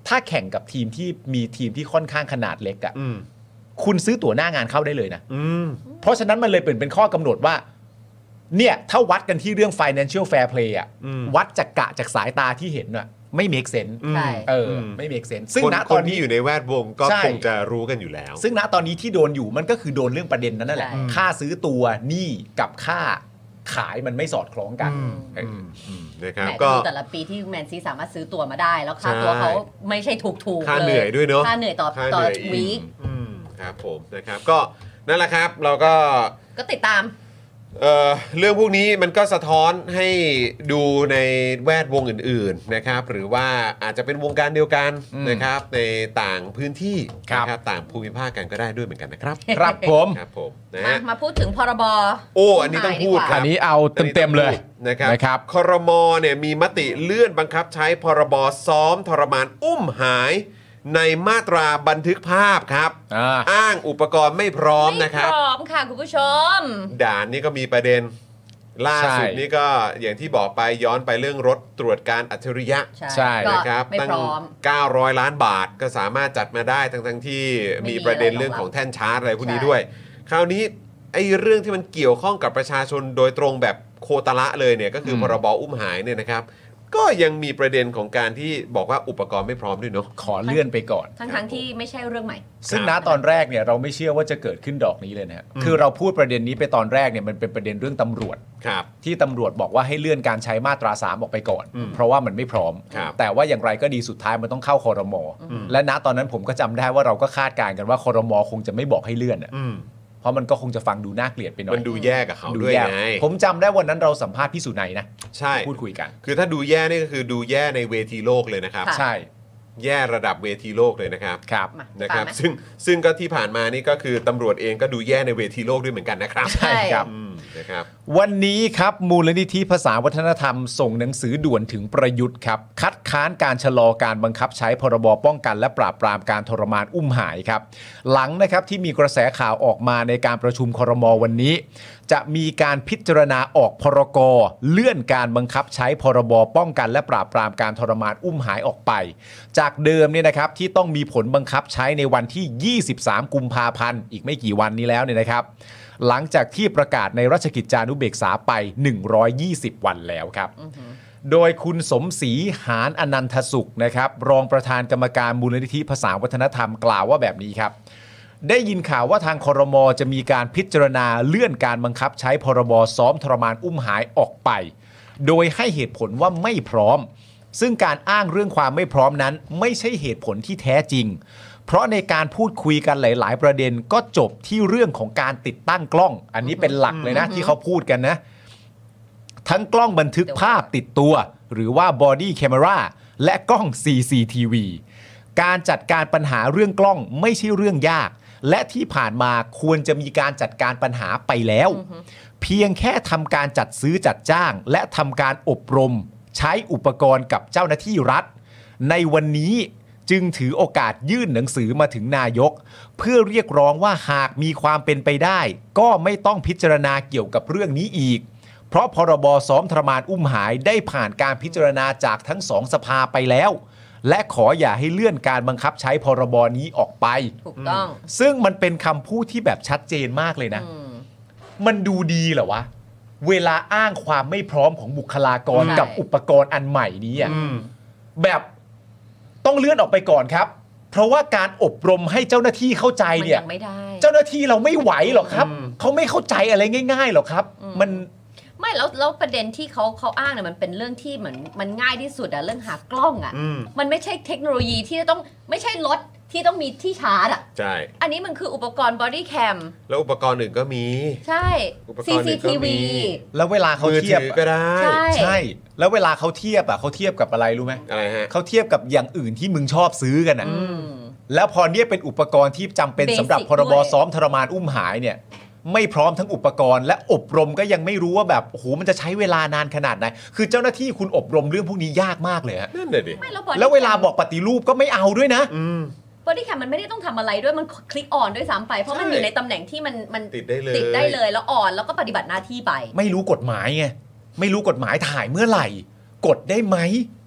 ถ้าแข่งกับทีมที่มีทีมที่ค่อนข้างขนาดเล็กอะอืมคุณซื้อตั๋วหน้างานเข้าได้เลยนะอืมเพราะฉะนั้นมันเลยเป็นเป็นข้อกำหนดว่าเนี่ยถ้าวัดกันที่เรื่อง financial fair play อะอืมวัดจากกะจากสายตาที่เห็นอะไม่ make sense ใช่เออมไม่ make sense ซึ่งคนณคตอน นที่นี้อยู่ในแวดวงก็ใช่คงจะรู้กันอยู่แล้วซึ่งณตอนนี้ที่โดนอยู่มันก็คือโดนเรื่องประเด็นนั้นนั่นแหละใช่ค่าซื้อตัวหนี้กับค่าขายมันไม่สอดคล้องกันเอออนะครับแหมก็ดูแต่ละปีที่แมนซีสามารถซื้อตัวมาได้ แล้วค่าตัวเขาไม่ใช่ถูกๆค่าลเหนื่อยด้วยเนอะค่าเหนื่อยต่อค่าต่อเหนื่อยอีกวีคอืมครับผมนะครับก็นั่นแหละครับเราก็ก็ติดตามเอ่อเรื่องพวกนี้มันก็สะท้อนให้ดูในแวดวงอื่นๆนะครับหรือว่าอาจจะเป็นวงการเดียวกันอืมนะครับในต่างพื้นที่ครับนะครับต่างภูมิภาคกันก็ได้ด้วยเหมือนกันนะครับครับผมครับผมนะมาฮะมาพูดถึงพรบโอ้อันนี้ต้องพูดคอัรับนนี้เอาเต็มๆเลยนะครับนะครับครมเนี่ยมีมติเลื่อนบังคับใช้พรบซ้อมทรมานอุ้มหายในมาตราบันทึกภาพครับอ่าอ้างอุปกรณ์ไม่พร้อมไม่นะครับพร้อมค่ะคุณผู้ชมด่านนี่ก็มีประเด็นล่าสุดใช่นี่ก็อย่างที่บอกไปย้อนไปเรื่องรถตรวจการอัจฉริยะใช่ก็นะครับไม่ตั้งพร้อมเก้าร้อยล้านบาทก็สามารถจัดมาได้ทั้งทั้งๆที่ไม่มีมีประเด็นอะไรรองรับเรื่องของแท่นชาร์จอะไรพวกนี้ใช่ด้วย คราวนี้ไอ้เรื่องที่มันเกี่ยวข้องกับประชาชนโดยตรงแบบโคตรละเลยเนี่ยก็คือพรบอุ้มหายเนี่ยนะครับก็ยังมีประเด็นของการที่บอกว่าอุปกรณ์ไม่พร้อมด้วยเนาะขอเลื่อนไปก่อนทั้งทั้งๆที่ไม่ใช่เรื่องใหม่ซึ่งณตอนแรกเนี่ยเราไม่เชื่อว่าจะเกิดขึ้นดอกนี้เลยนะฮะคือเราพูดประเด็นนี้ไปตอนแรกเนี่ยมันเป็นประเด็นเรื่องตำรวจครับที่ตำรวจบอกว่าให้เลื่อนการใช้มาตราสามออกไปก่อนอืมเพราะว่ามันไม่พร้อมครับแต่ว่าอย่างไรก็ดีสุดท้ายมันต้องเข้าคอรมอและณตอนนั้นผมก็จำได้ว่าเราก็คาดการณ์กันว่าคอรมอคงจะไม่บอกให้เลื่อนอะอืมเพราะมันก็คงจะฟังดูน่าเกลียดไปหน่อยมันดูแย่กับเขาดูด้วยแย่ไงผมจำได้วันนั้นเราสัมภาษณ์พี่สุนัยนะใช่พูดคุยกันคือถ้าดูแย่นี่ก็คือดูแย่ในเวทีโลกเลยนะครับค่ะใช่แย่ระดับเวทีโลกเลยนะครับครับมานะครับฟังไหมซึ่งซึ่งก็ที่ผ่านมานี่ก็คือตำรวจเองก็ดูแย่ในเวทีโลกด้วยเหมือนกันนะครับใช่ครับอืมนะครับวันนี้ครับมูลนิธิภาษาวัฒนธรรมส่งหนังสือด่วนถึงประยุทธ์ครับคัดค้านการชะลอการบังคับใช้พรบป้องกันและปราบปรามการทรมานอุ้มหายครับหลังนะครับที่มีกระแสข่าวออกมาในการประชุมครมวันนี้ จะมีการพิจารณาออกพรกเลื่อนการบังคับใช้พรบป้องกันและปราบปรามการทรมานอุ้มหายออกไป จากเดิมเนี่ยนะครับที่ต้องมีผลบังคับใช้ในวันที่ยี่สิบสามกุมภาพันธ์อีกไม่กี่วันนี้แล้วเนี่ยนะครับหลังจากที่ประกาศในราชกิจจานุเบกษาไปหนึ่งร้อยยี่สิบวันแล้วครับโดยคุณสมศรีหานอนันทสุขนะครับรองประธานกรรมการมูลนิธิภาษาวัฒนธรรมกล่าวว่าแบบนี้ครับได้ยินข่าวว่าทางครม.จะมีการพิจารณาเลื่อนการบังคับใช้พรบซ้อมทรมานอุ้มหายออกไปโดยให้เหตุผลว่าไม่พร้อมซึ่งการอ้างเรื่องความไม่พร้อมนั้นไม่ใช่เหตุผลที่แท้จริงเพราะในการพูดคุยกันหลาย ๆ ประเด็นก็จบที่เรื่องของการติดตั้งกล้องอันนี้เป็นหลักเลยนะที่เขาพูดกันนะทั้งกล้องบันทึกภาพติดตัวหรือว่า body camera และกล้อง ซี ซี ที วี การจัดการปัญหาเรื่องกล้องไม่ใช่เรื่องยากและที่ผ่านมาควรจะมีการจัดการปัญหาไปแล้วเพียงแค่ทำการจัดซื้อจัดจ้างและทำการอบรมใช้อุปกรณ์กับเจ้าหน้าที่รัฐในวันนี้จึงถือโอกาสยื่นหนังสือมาถึงนายกเพื่อเรียกร้องว่าหากมีความเป็นไปได้ก็ไม่ต้องพิจารณาเกี่ยวกับเรื่องนี้อีกเพราะพรบซ้อมทรมานอุ้มหายได้ผ่านการพิจารณาจากทั้งสองสภาไปแล้วและขออย่าให้เลื่อนการบังคับใช้พรบนี้ออกไปถูกต้องซึ่งมันเป็นคำพูดที่แบบชัดเจนมากเลยนะอืมมันดูดีเหรอวะเวลาอ้างความไม่พร้อมของบุคลากรใช่กับอุปกรณ์อันใหม่นี้อ่ะแบบต้องเลื่อนออกไปก่อนครับ เพราะว่าการอบรมให้เจ้าหน้าที่เข้าใจมันเนี่ยยังไม่ได้เจ้าหน้าที่เราไม่ไหวหรอกครับเขาไม่เข้าใจอะไรง่ายๆหรอกครับ มันไม่แล้วแล้วประเด็นที่เขาเขาอ้างเนี่ยมันเป็นเรื่องที่เหมือนมันง่ายที่สุดอะเรื่องหากล้องอะอืมมันไม่ใช่เทคโนโลยีที่จะต้องไม่ใช่รถที่ต้องมีที่ชาร์จอะใช่อันนี้มันคืออุปกรณ์บอดี้แคมแล้วอุปกรณ์อื่นก็มีใช่อุปกซีรณ์อื่ซีนก็ทีมีวีแล้วเวลาเขามือเทียบถือก็ได้ใช่ใช่ แล้วเวลาเขาเทียบอ่ะเขาเทียบกับอะไรรู้ไหมอะไรฮะเขาเทียบกับอย่างอื่นที่มึงชอบซื้อกันอ่ะอืมแล้วพอเนี่ยเป็นอุปกรณ์ที่จำเป็น Basic สำหรับพรบด้วยซ้อมทรมานอุ้มหายเนี่ยไม่พร้อมทั้งอุปกรณ์และอบรมก็ยังไม่รู้ว่าแบบโอ้โหมันจะใช้เวลานานขนาดไหนคือเจ้าหน้าที่คุณอบรมเรื่องพวกนี้ยากมากเลยฮะนั่นเลยดิไม่แล้ว body แล้วเวลา cam บอกปฏิรูปก็ไม่เอาด้วยนะอืมบอดี้แคมมันไม่ได้ต้องทำอะไรด้วยมันคลิกออนด้วยซ้ำไป เพราะมันใช่อยู่ในตำแหน่งที่มันมันติดได้เลยติดได้เลยแล้วออนแล้วก็ปฏิบัติหน้าที่ไปไม่รู้กฎหมายไงไม่รู้กฎหมายถ่ายเมื่อไหร่ กดได้ไหม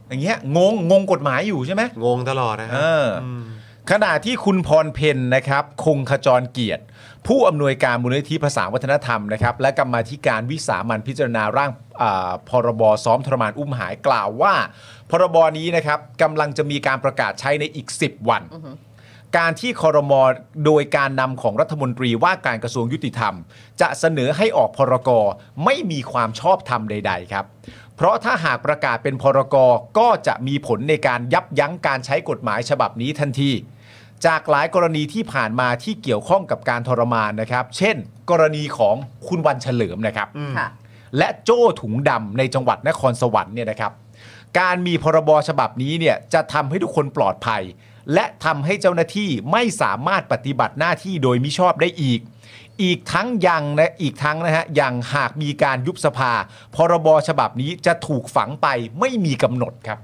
อย่างเงี้ยงงงงกฎหมายอยู่ใช่ไหมงงตลอดนะครัเออขณะที่คุณพรเพ็ญนะครับคงขจรเกียรติผู้อำนวยการมูลนิธิภาษาวัฒนธรรมนะครับและกรรมาธิการวิสามัญพิจารณาร่างพรบซ้อมทรมานอุ้มหายกล่าวว่าพรบนี้นะครับกำลังจะมีการประกาศใช้ในอีกสิบวันการที่ครม.โดยการนำของรัฐมนตรีว่าการกระทรวงยุติธรรมจะเสนอให้ออกพรก.ไม่มีความชอบธรรมใดๆครับเพราะถ้าหากประกาศเป็นพรก.ก็จะมีผลในการยับยั้งการใช้กฎหมายฉบับนี้ทันทีจากหลายกรณีที่ผ่านมาที่เกี่ยวข้องกับการทรมานนะครับเช่นกรณีของคุณวันเฉลิมนะครับและโจ้ถุงดำในจังหวัดนครสวรรค์เนี่ยนะครับการมีพรบฉบับนี้เนี่ยจะทำให้ทุกคนปลอดภัยและทำให้เจ้าหน้าที่ไม่สามารถปฏิบัติหน้าที่โดยมิชอบได้อีกอีกทั้งยังนะอีกทั้งนะฮะยังหากมีการยุบสภาพรบฉบับนี้จะถูกฝังไปไม่มีกำหนดครับ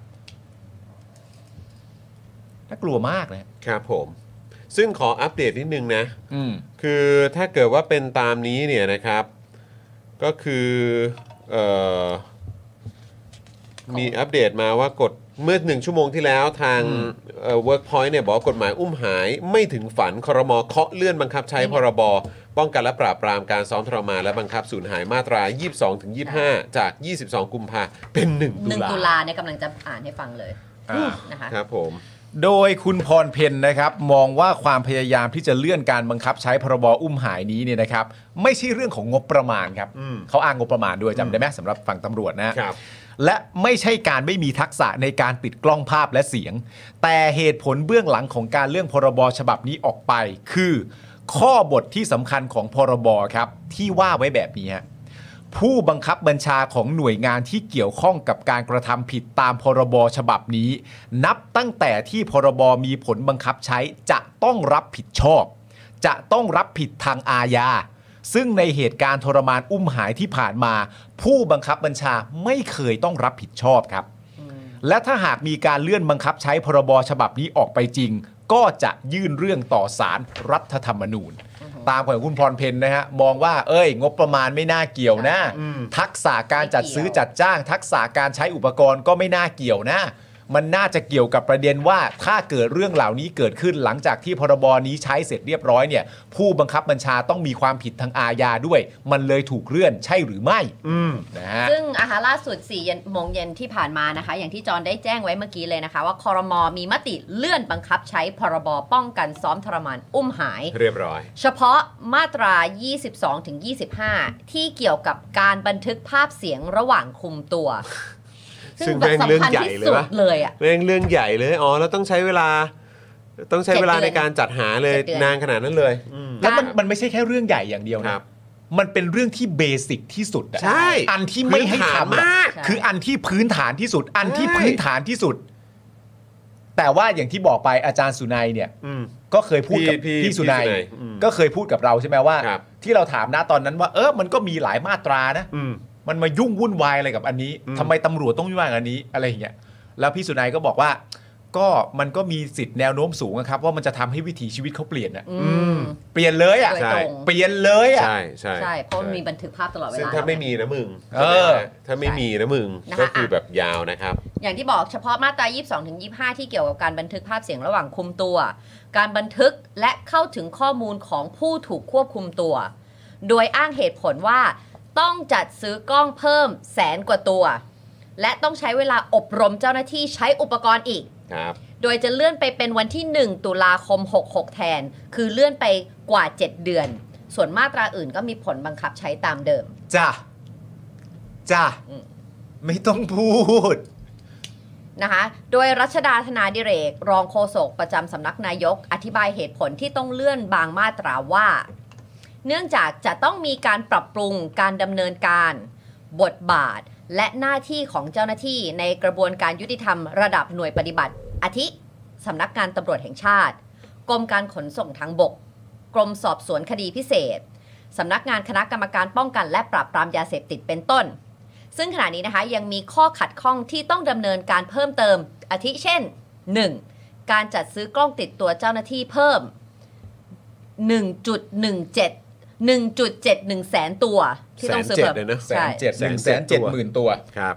น่ากลัวมากนะครับผมซึ่งขออัปเดตนิดนึงนะคือถ้าเกิดว่าเป็นตามนี้เนี่ยนะครับก็คือเอ่อมีอัปเดตมาว่ากฎเมื่อหนึ่งชั่วโมงที่แล้วทางเอ่อ Workpoint เนี่ยบอกกฎหมายอุ้มหายไม่ถึงฝันครม.เคาะเลื่อนบังคับใช้พรบป้องกันและปราบปรามการซ้อมทรมานและบังคับสูญหายมาตรา ยี่สิบสองถึงยี่สิบห้า จาก ยี่สิบสอง กุมภาพันธ์เป็นหนึ่งตุลาตุลาเนี่ยกำลังจะอ่านให้ฟังเลยนะคะครับผมโดยคุณพรเพ็ญนะครับมองว่าความพยายามที่จะเลื่อนการบังคับใช้พรบอุ้มหายนี้เนี่ยนะครับไม่ใช่เรื่องของงบประมาณครับเขาอ้างงบประมาณด้วยจำได้ไหมสำหรับฝั่งตำรวจนะครับและไม่ใช่การไม่มีทักษะในการปิดกล้องภาพและเสียงแต่เหตุผลเบื้องหลังของการเลื่อนพรบฉบับนี้ออกไปคือข้อบทที่สำคัญของพรบครับที่ว่าไว้แบบนี้ฮะผู้บังคับบัญชาของหน่วยงานที่เกี่ยวข้องกับการกระทำผิดตามพรบฉบับนี้นับตั้งแต่ที่พรบมีผลบังคับใช้จะต้องรับผิดชอบจะต้องรับผิดทางอาญาซึ่งในเหตุการณ์ทรมานอุ้มหายที่ผ่านมาผู้บังคับบัญชาไม่เคยต้องรับผิดชอบครับและถ้าหากมีการเลื่อนบังคับใช้พรบฉบับนี้ออกไปจริงก็จะยื่นเรื่องต่อศาลรัฐธรรมนูญตามของคุณพรเพ็ญนะฮะมองว่าเอ้ยงบประมาณไม่น่าเกี่ยวนะทักษะการจัดซื้อจัดจ้างทักษะการใช้อุปกรณ์ก็ไม่น่าเกี่ยวนะมันน่าจะเกี่ยวกับประเด็นว่าถ้าเกิดเรื่องเหล่านี้เกิดขึ้นหลังจากที่พรบนี้ใช้เสร็จเรียบร้อยเนี่ยผู้บังคับบัญชาต้องมีความผิดทางอาญาด้วยมันเลยถูกเลื่อนใช่หรือไม่นะฮะซึ่งอาหารล่าสุดสี่โมงเย็นที่ผ่านมานะคะอย่างที่จอนได้แจ้งไว้เมื่อกี้เลยนะคะว่าครม.มีมติเลื่อนบังคับใช้พรบป้องกันซ้อมทรมานอุ้มหายเรียบร้อยเฉพาะมาตรา ยี่สิบสองถึงยี่สิบห้า ที่เกี่ยวกับการบันทึกภาพเสียงระหว่างคุมตัวซึ่งเป็นเรื่องใหญ่เลยปะเลยอ่ะเรื่องเรื่องใหญ่เลยอ๋อแล้วต้องใช้เวลาต้องใช้เวลาในการจัดหาเลยนานขนาดนั้นเลยแล้วมันมันไม่ใช่แค่เรื่องใหญ่อย่างเดียวนะมันเป็นเรื่องที่เบสิกที่สุดใช่อันที่ไม่ให้ทำคืออันที่พื้นฐานที่สุดอันที่พื้นฐานที่สุดแต่ว่าอย่างที่บอกไปอาจารย์สุนัยเนี่ยก็เคยพูดกับพี่สุนัยก็เคยพูดกับเราใช่ไหมว่าที่เราถามนะตอนนั้นว่าเออมันก็มีหลายมาตรานะมันมายุ่งวุ่นวายอะไรกับอันนี้ทำไมตำรวจต้องยุ่งกับอันนี้อะไรอย่างเงี้ยแล้วพี่สุนัยก็บอกว่าก็มันก็มีสิทธิ์แนวโน้มสูงครับว่ามันจะทำให้วิถีชีวิตเขาเปลี่ยนอ่ะเปลี่ยนเลยอ่ะเปลี่ยนเลยอ่ะใช่ใช่ใช่เพราะมันมีบันทึกภาพตลอดเวลาซึ่งถ้าไม่มีนะมึงถ้าไม่มีนะมึงก็คือแบบยาวนะครับอย่างที่บอกเฉพาะมาตรา ยี่สิบสองถึงยี่สิบห้า ที่เกี่ยวกับการบันทึกภาพเสียงระหว่างคุมตัวการบันทึกและเข้าถึงข้อมูลของผู้ถูกควบคุมตัวโดยอ้างเหตุผลว่าต้องจัดซื้อกล้องเพิ่มแสนกว่าตัวและต้องใช้เวลาอบรมเจ้าหน้าที่ใช้อุปกรณ์อีกโดยจะเลื่อนไปเป็นวันที่หนึ่งตุลาคมหกสิบหกแทนคือเลื่อนไปกว่าเจ็ดเดือนส่วนมาตราอื่นก็มีผลบังคับใช้ตามเดิมจ้ะจ้ะไม่ต้องพูดนะคะโดยรัชดาธนาดิเรกรองโฆษกประจำสำนักนายกอธิบายเหตุผลที่ต้องเลื่อนบางมาตราว่าเนื่องจากจะต้องมีการปรับปรุงการดำเนินการบทบาทและหน้าที่ของเจ้าหน้าที่ในกระบวนการยุติธรรมระดับหน่วยปฏิบัติอาทิสำนักงานตำรวจแห่งชาติกรมการขนส่งทางบกกรมสอบสวนคดีพิเศษสำนักงานคณะกรรมการป้องกันและปราบปรามยาเสพติดเป็นต้นซึ่งขณะนี้นะคะยังมีข้อขัดข้องที่ต้องดำเนินการเพิ่มเติมอาทิเช่น หนึ่ง. การจัดซื้อกล้องติดตัวเจ้าหน้าที่เพิ่ม หนึ่งจุดหนึ่งเจ็ดหนึ่งจุดเจ็ดหนึ่ง แสนตัวที่ต้องซื้อเพิ่มใช่หนึ่งแสนเจ็ดหมื่นตัวครับ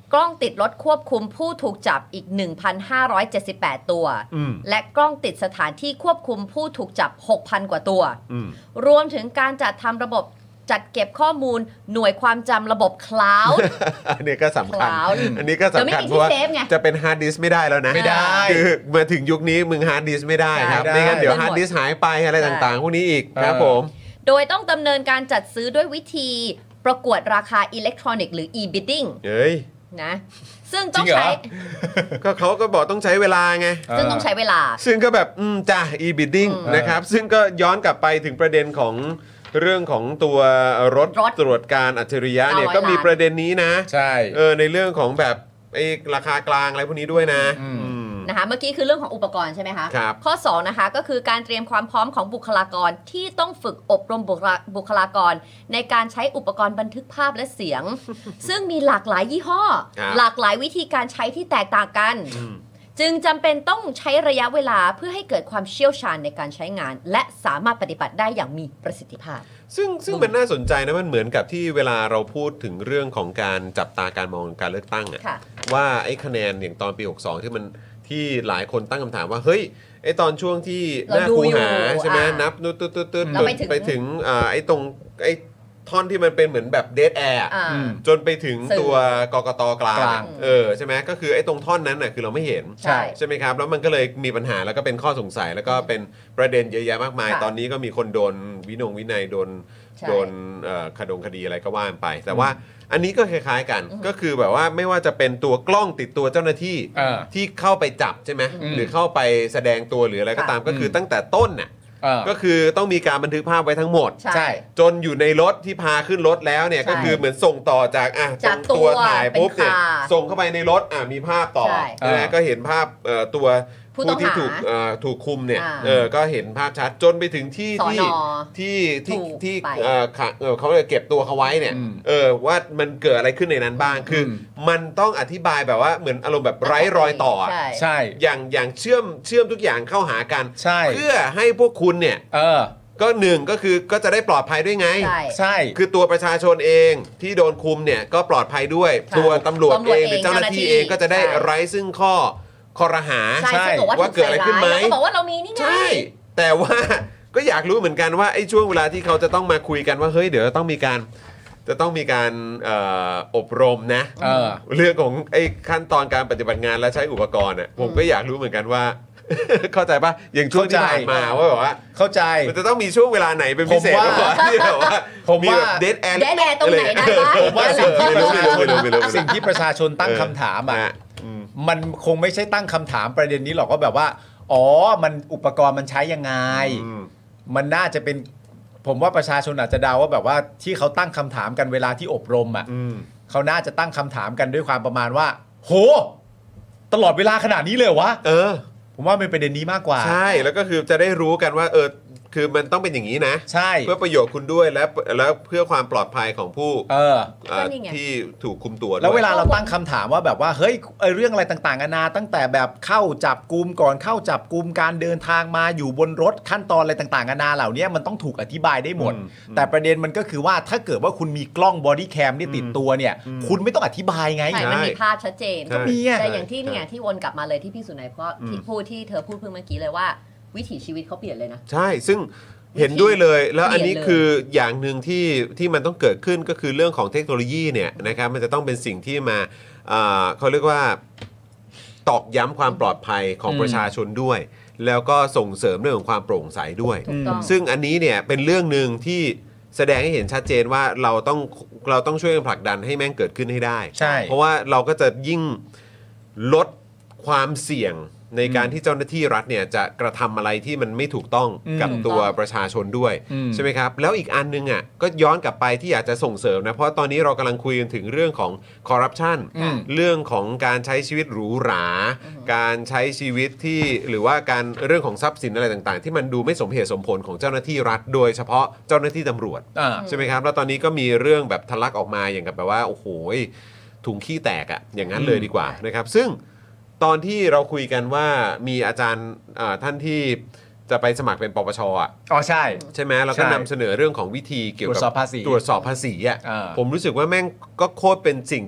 กล้องติดรถควบคุมผู้ถูกจับอีก หนึ่งพันห้าร้อยเจ็ดสิบแปด ตัวและกล้องติดสถานที่ควบคุมผู้ถูกจับ หกพัน กว่าตัวรวมถึงการจัดทำระบบจัดเก็บข้อมูลหน่วยความจำระบบคลาวด์อันนี้ก็สำคัญอันนี้ก็สำคัญเพราะว่าจะเป็นฮาร์ดดิสก์ไม่ได้แล้วนะไม่ได้คือมาถึงยุคนี้มึงฮาร์ดดิสก์ไม่ได้ครับไม่งั้นเดี๋ยวฮาร์ดดิสก์หายไปอะไรต่างๆพวกนี้อีกครับผมโดยต้องดำเนินการจัดซื้อด้วยวิธีประกวดราคาอิเล็กทรอนิกส์หรือ e-bidding เฮ้ยนะซึ่งต้องใช้ก็เขาก็บอกต้องใช้เวลาไงซึ่งต้องใช้เวลาซึ่งก็แบบอืมจ้ะ e-bidding นะครับซึ่งก็ย้อนกลับไปถึงประเด็นของเรื่องของตัวรถตรวจการอัจฉริยะเนี่ยก็มีประเด็นนี้นะใช่เออในเรื่องของแบบไอ้ราคากลางอะไรพวกนี้ด้วยนะนะคะเมื่อกี้คือเรื่องของอุปกรณ์ใช่ไหมคะครับข้อสองนะคะก็คือการเตรียมความพร้อมของบุคลากรที่ต้องฝึกอบรมบุคลากรในการใช้อุปกรณ์บันทึกภาพและเสียง ซึ่งมีหลากหลายยี่ห้อหลากหลายวิธีการใช้ที่แตกต่างกันจึงจำเป็นต้องใช้ระยะเวลาเพื่อให้เกิดความเชี่ยวชาญในการใช้งานและสามารถปฏิบัติได้อย่างมีประสิทธิภาพซึ่งซึ่งมันน่าสนใจนะมันเหมือนกับที่เวลาเราพูดถึงเรื่องของการจับตาการมองการเลือกตั้งอะว่าไอ้คะแนนอย่างตอนปีหกสิบสองที่มันที่หลายคนตั้งคำถามว่าเฮ้ยไอ้ตอนช่วงที่หน้าคูหาใช่ไหมนับตุ๊ดตุ๊ดตุ๊ดตุ๊ดไปถึงอ่าไอ้ตรงไอ้ท่อนที่มันเป็นเหมือนแบบเดดแอร์จนไปถึงตัวกกตกลางเออใช่ไหมก็คือไอ้ตรงท่อนนั้นน่ะคือเราไม่เห็นใช่ใช่ไหมครับแล้วมันก็เลยมีปัญหาแล้วก็เป็นข้อสงสัยแล้วก็เป็นประเด็นเยอะแยะมากมายตอนนี้ก็มีคนโดนวินงวินัยโดนโดนคดงคดีอะไรก็ว่าไปแต่ว่าอันนี้ก็คล้ายๆกันก็คือแบบว่าไม่ว่าจะเป็นตัวกล้องติดตัวเจ้าหน้าที่ที่เข้าไปจับใช่ไหมหรือเข้าไปแสดงตัวหรืออะไรก็ตามก็คือตั้งแต่ต้นน่ะก็คือต้องมีการบันทึกภาพไว้ทั้งหมดใช่จนอยู่ในรถที่พาขึ้นรถแล้วเนี่ยก็คือเหมือนส่งต่อจากอ่ะจากตัวถ่ายปุ๊บเนี่ยส่งเข้าไปในรถอ่ะมีภาพต่อนะก็เห็นภาพตัวผู้ที่ถูกถูกคุมเนี่ยเออก็เห็นภาพชัดจนไปถึงที่ที่ที่ที่ที่เขาเก็บตัวเขาไว้เนี่ยเออว่ามันเกิดอะไรขึ้นในนั้นบ้างคือมันต้องอธิบายแบบว่าเหมือนอารมณ์แบบไร้รอยต่อใช่อย่างอย่างเชื่อมเชื่อมทุกอย่างเข้าหากันเพื่อให้พวกคุณเนี่ยเออก็หนึ่งก็คือก็จะได้ปลอดภัยด้วยไงใช่คือตัวประชาชนเองที่โดนคุมเนี่ยก็ปลอดภัยด้วยตัวตำรวจเองหรือเจ้าหน้าที่เองก็จะได้ไร้ซึ่งข้อคอรหาใช่ว่าเกิดอะไรขึ้นไหมแล้วก็บอกว่าเรามีนี่ไงใช่แต่ว่าก็อยากรู้เหมือนกันว่าไอ้ช่วงเวลาที่เขาจะต้องมาคุยกันว่าเฮ้ยเดี๋ยวต้องมีการจะต้องมีการอบรมนะเออเรื่องของไอ้ขั้นตอนการปฏิบัติงานและใช้อุปกรณ์อ่ะผมก็อยากรู้เหมือนกันว่าเข้าใจป่ะอย่างช่วงที่ผ่านมาว่าแบบว่าเข้าใจมันจะต้องมีช่วงเวลาไหนเป็นพิเศษหรือเปล่าที่แบบว่าผมว่าเดดแอร์เดดแอร์ตรงไหนนะผมว่าสิ่งที่สิ่งที่ประชาชนตั้งคำถามอ่ะมันคงไม่ใช่ตั้งคำถามประเด็นนี้หรอกว่าแบบว่าอ๋อมันอุปกรณ์มันใช้ยังไงมันน่าจะเป็นผมว่าประชาชนอาจจะเดาว่าแบบว่าที่เขาตั้งคำถามกันเวลาที่อบรมอ่ะเขาน่าจะตั้งคำถามกันด้วยความประมาณว่าโหตลอดเวลาขนาดนี้เลยวะเออผมว่าเป็นประเด็นนี้มากกว่าใช่แล้วก็คือจะได้รู้กันว่าเออคือมันต้องเป็นอย่างนี้นะใช่เพื่อประโยชน์คุณด้วยและแล้วเพื่อความปลอดภัยของผู้เออที่ถูกคุมตัวแล้วเวลาเราตั้งคำถามว่าแบบว่าเฮ้ยเรื่องอะไรต่างๆนานาตั้งแต่แบบเข้าจับกุมก่อนเข้าจับกุมการเดินทางมาอยู่บนรถขั้นตอนอะไรต่างๆนานาเหล่านี้มันต้องถูกอธิบายได้หมดแต่ประเด็นมันก็คือว่าถ้าเกิดว่าคุณมีกล้องบอดี้แคมที่ติดตัวเนี่ยคุณไม่ต้องอธิบายไงใช่มันมีภาพชัดเจนก็มีแต่อย่างที่เนี่ยที่วนกลับมาเลยที่พี่สุนัยเพราะที่พูดที่เธอพูดเพิ่งเมื่อกี้เลยว่าวิถีชีวิตเขาเปลี่ยนเลยนะใช่ซึ่งเห็นด้วยเลยแล้วอันนี้คืออย่างหนึ่งที่ที่มันต้องเกิดขึ้นก็คือเรื่องของเทคโนโลยีเนี่ยนะครับมันจะต้องเป็นสิ่งที่มาเขาเรียกว่าตอกย้ำความปลอดภัยของประชาชนด้วยแล้วก็ส่งเสริมเรื่องของความโปร่งใสด้วยซึ่งอันนี้เนี่ยเป็นเรื่องหนึ่งที่แสดงให้เห็นชัดเจนว่าเราต้องเราต้องช่วยกันผลักดันให้แม่งเกิดขึ้นให้ได้ใช่เพราะว่าเราก็จะยิ่งลดความเสี่ยงในการที่เจ้าหน้าที่รัฐเนี่ยจะกระทำอะไรที่มันไม่ถูกต้องกับตัวประชาชนด้วยใช่ไหมครับแล้วอีกอันนึงอ่ะก็ย้อนกลับไปที่อยากจะส่งเสริมนะเพราะตอนนี้เรากำลังคุยกันถึงเรื่องของคอร์รัปชันเรื่องของการใช้ชีวิตหรูหราการใช้ชีวิตที่หรือว่าการเรื่องของทรัพย์สินอะไรต่างๆที่มันดูไม่สมเหตุสมผลของเจ้าหน้าที่รัฐโดยเฉพาะเจ้าหน้าที่ตำรวจใช่ไหมครับแล้วตอนนี้ก็มีเรื่องแบบทะลักออกมาอย่างกับแบบว่าโอ้โหถุงขี้แตกอ่ะอย่างนั้นเลยดีกว่านะครับซึ่งตอนที่เราคุยกันว่ามีอาจารย์ท่านที่จะไปสมัครเป็นปปชอ่ะอ๋อใช่ใช่ไหมแล้วก็นำเสนอเรื่องของวิธีเกี่ยวกับตรวจสอบภาษีตรวจสอบภาษีอ่ะผมรู้สึกว่าแม่งก็โคตรเป็นสิ่งที่แบบ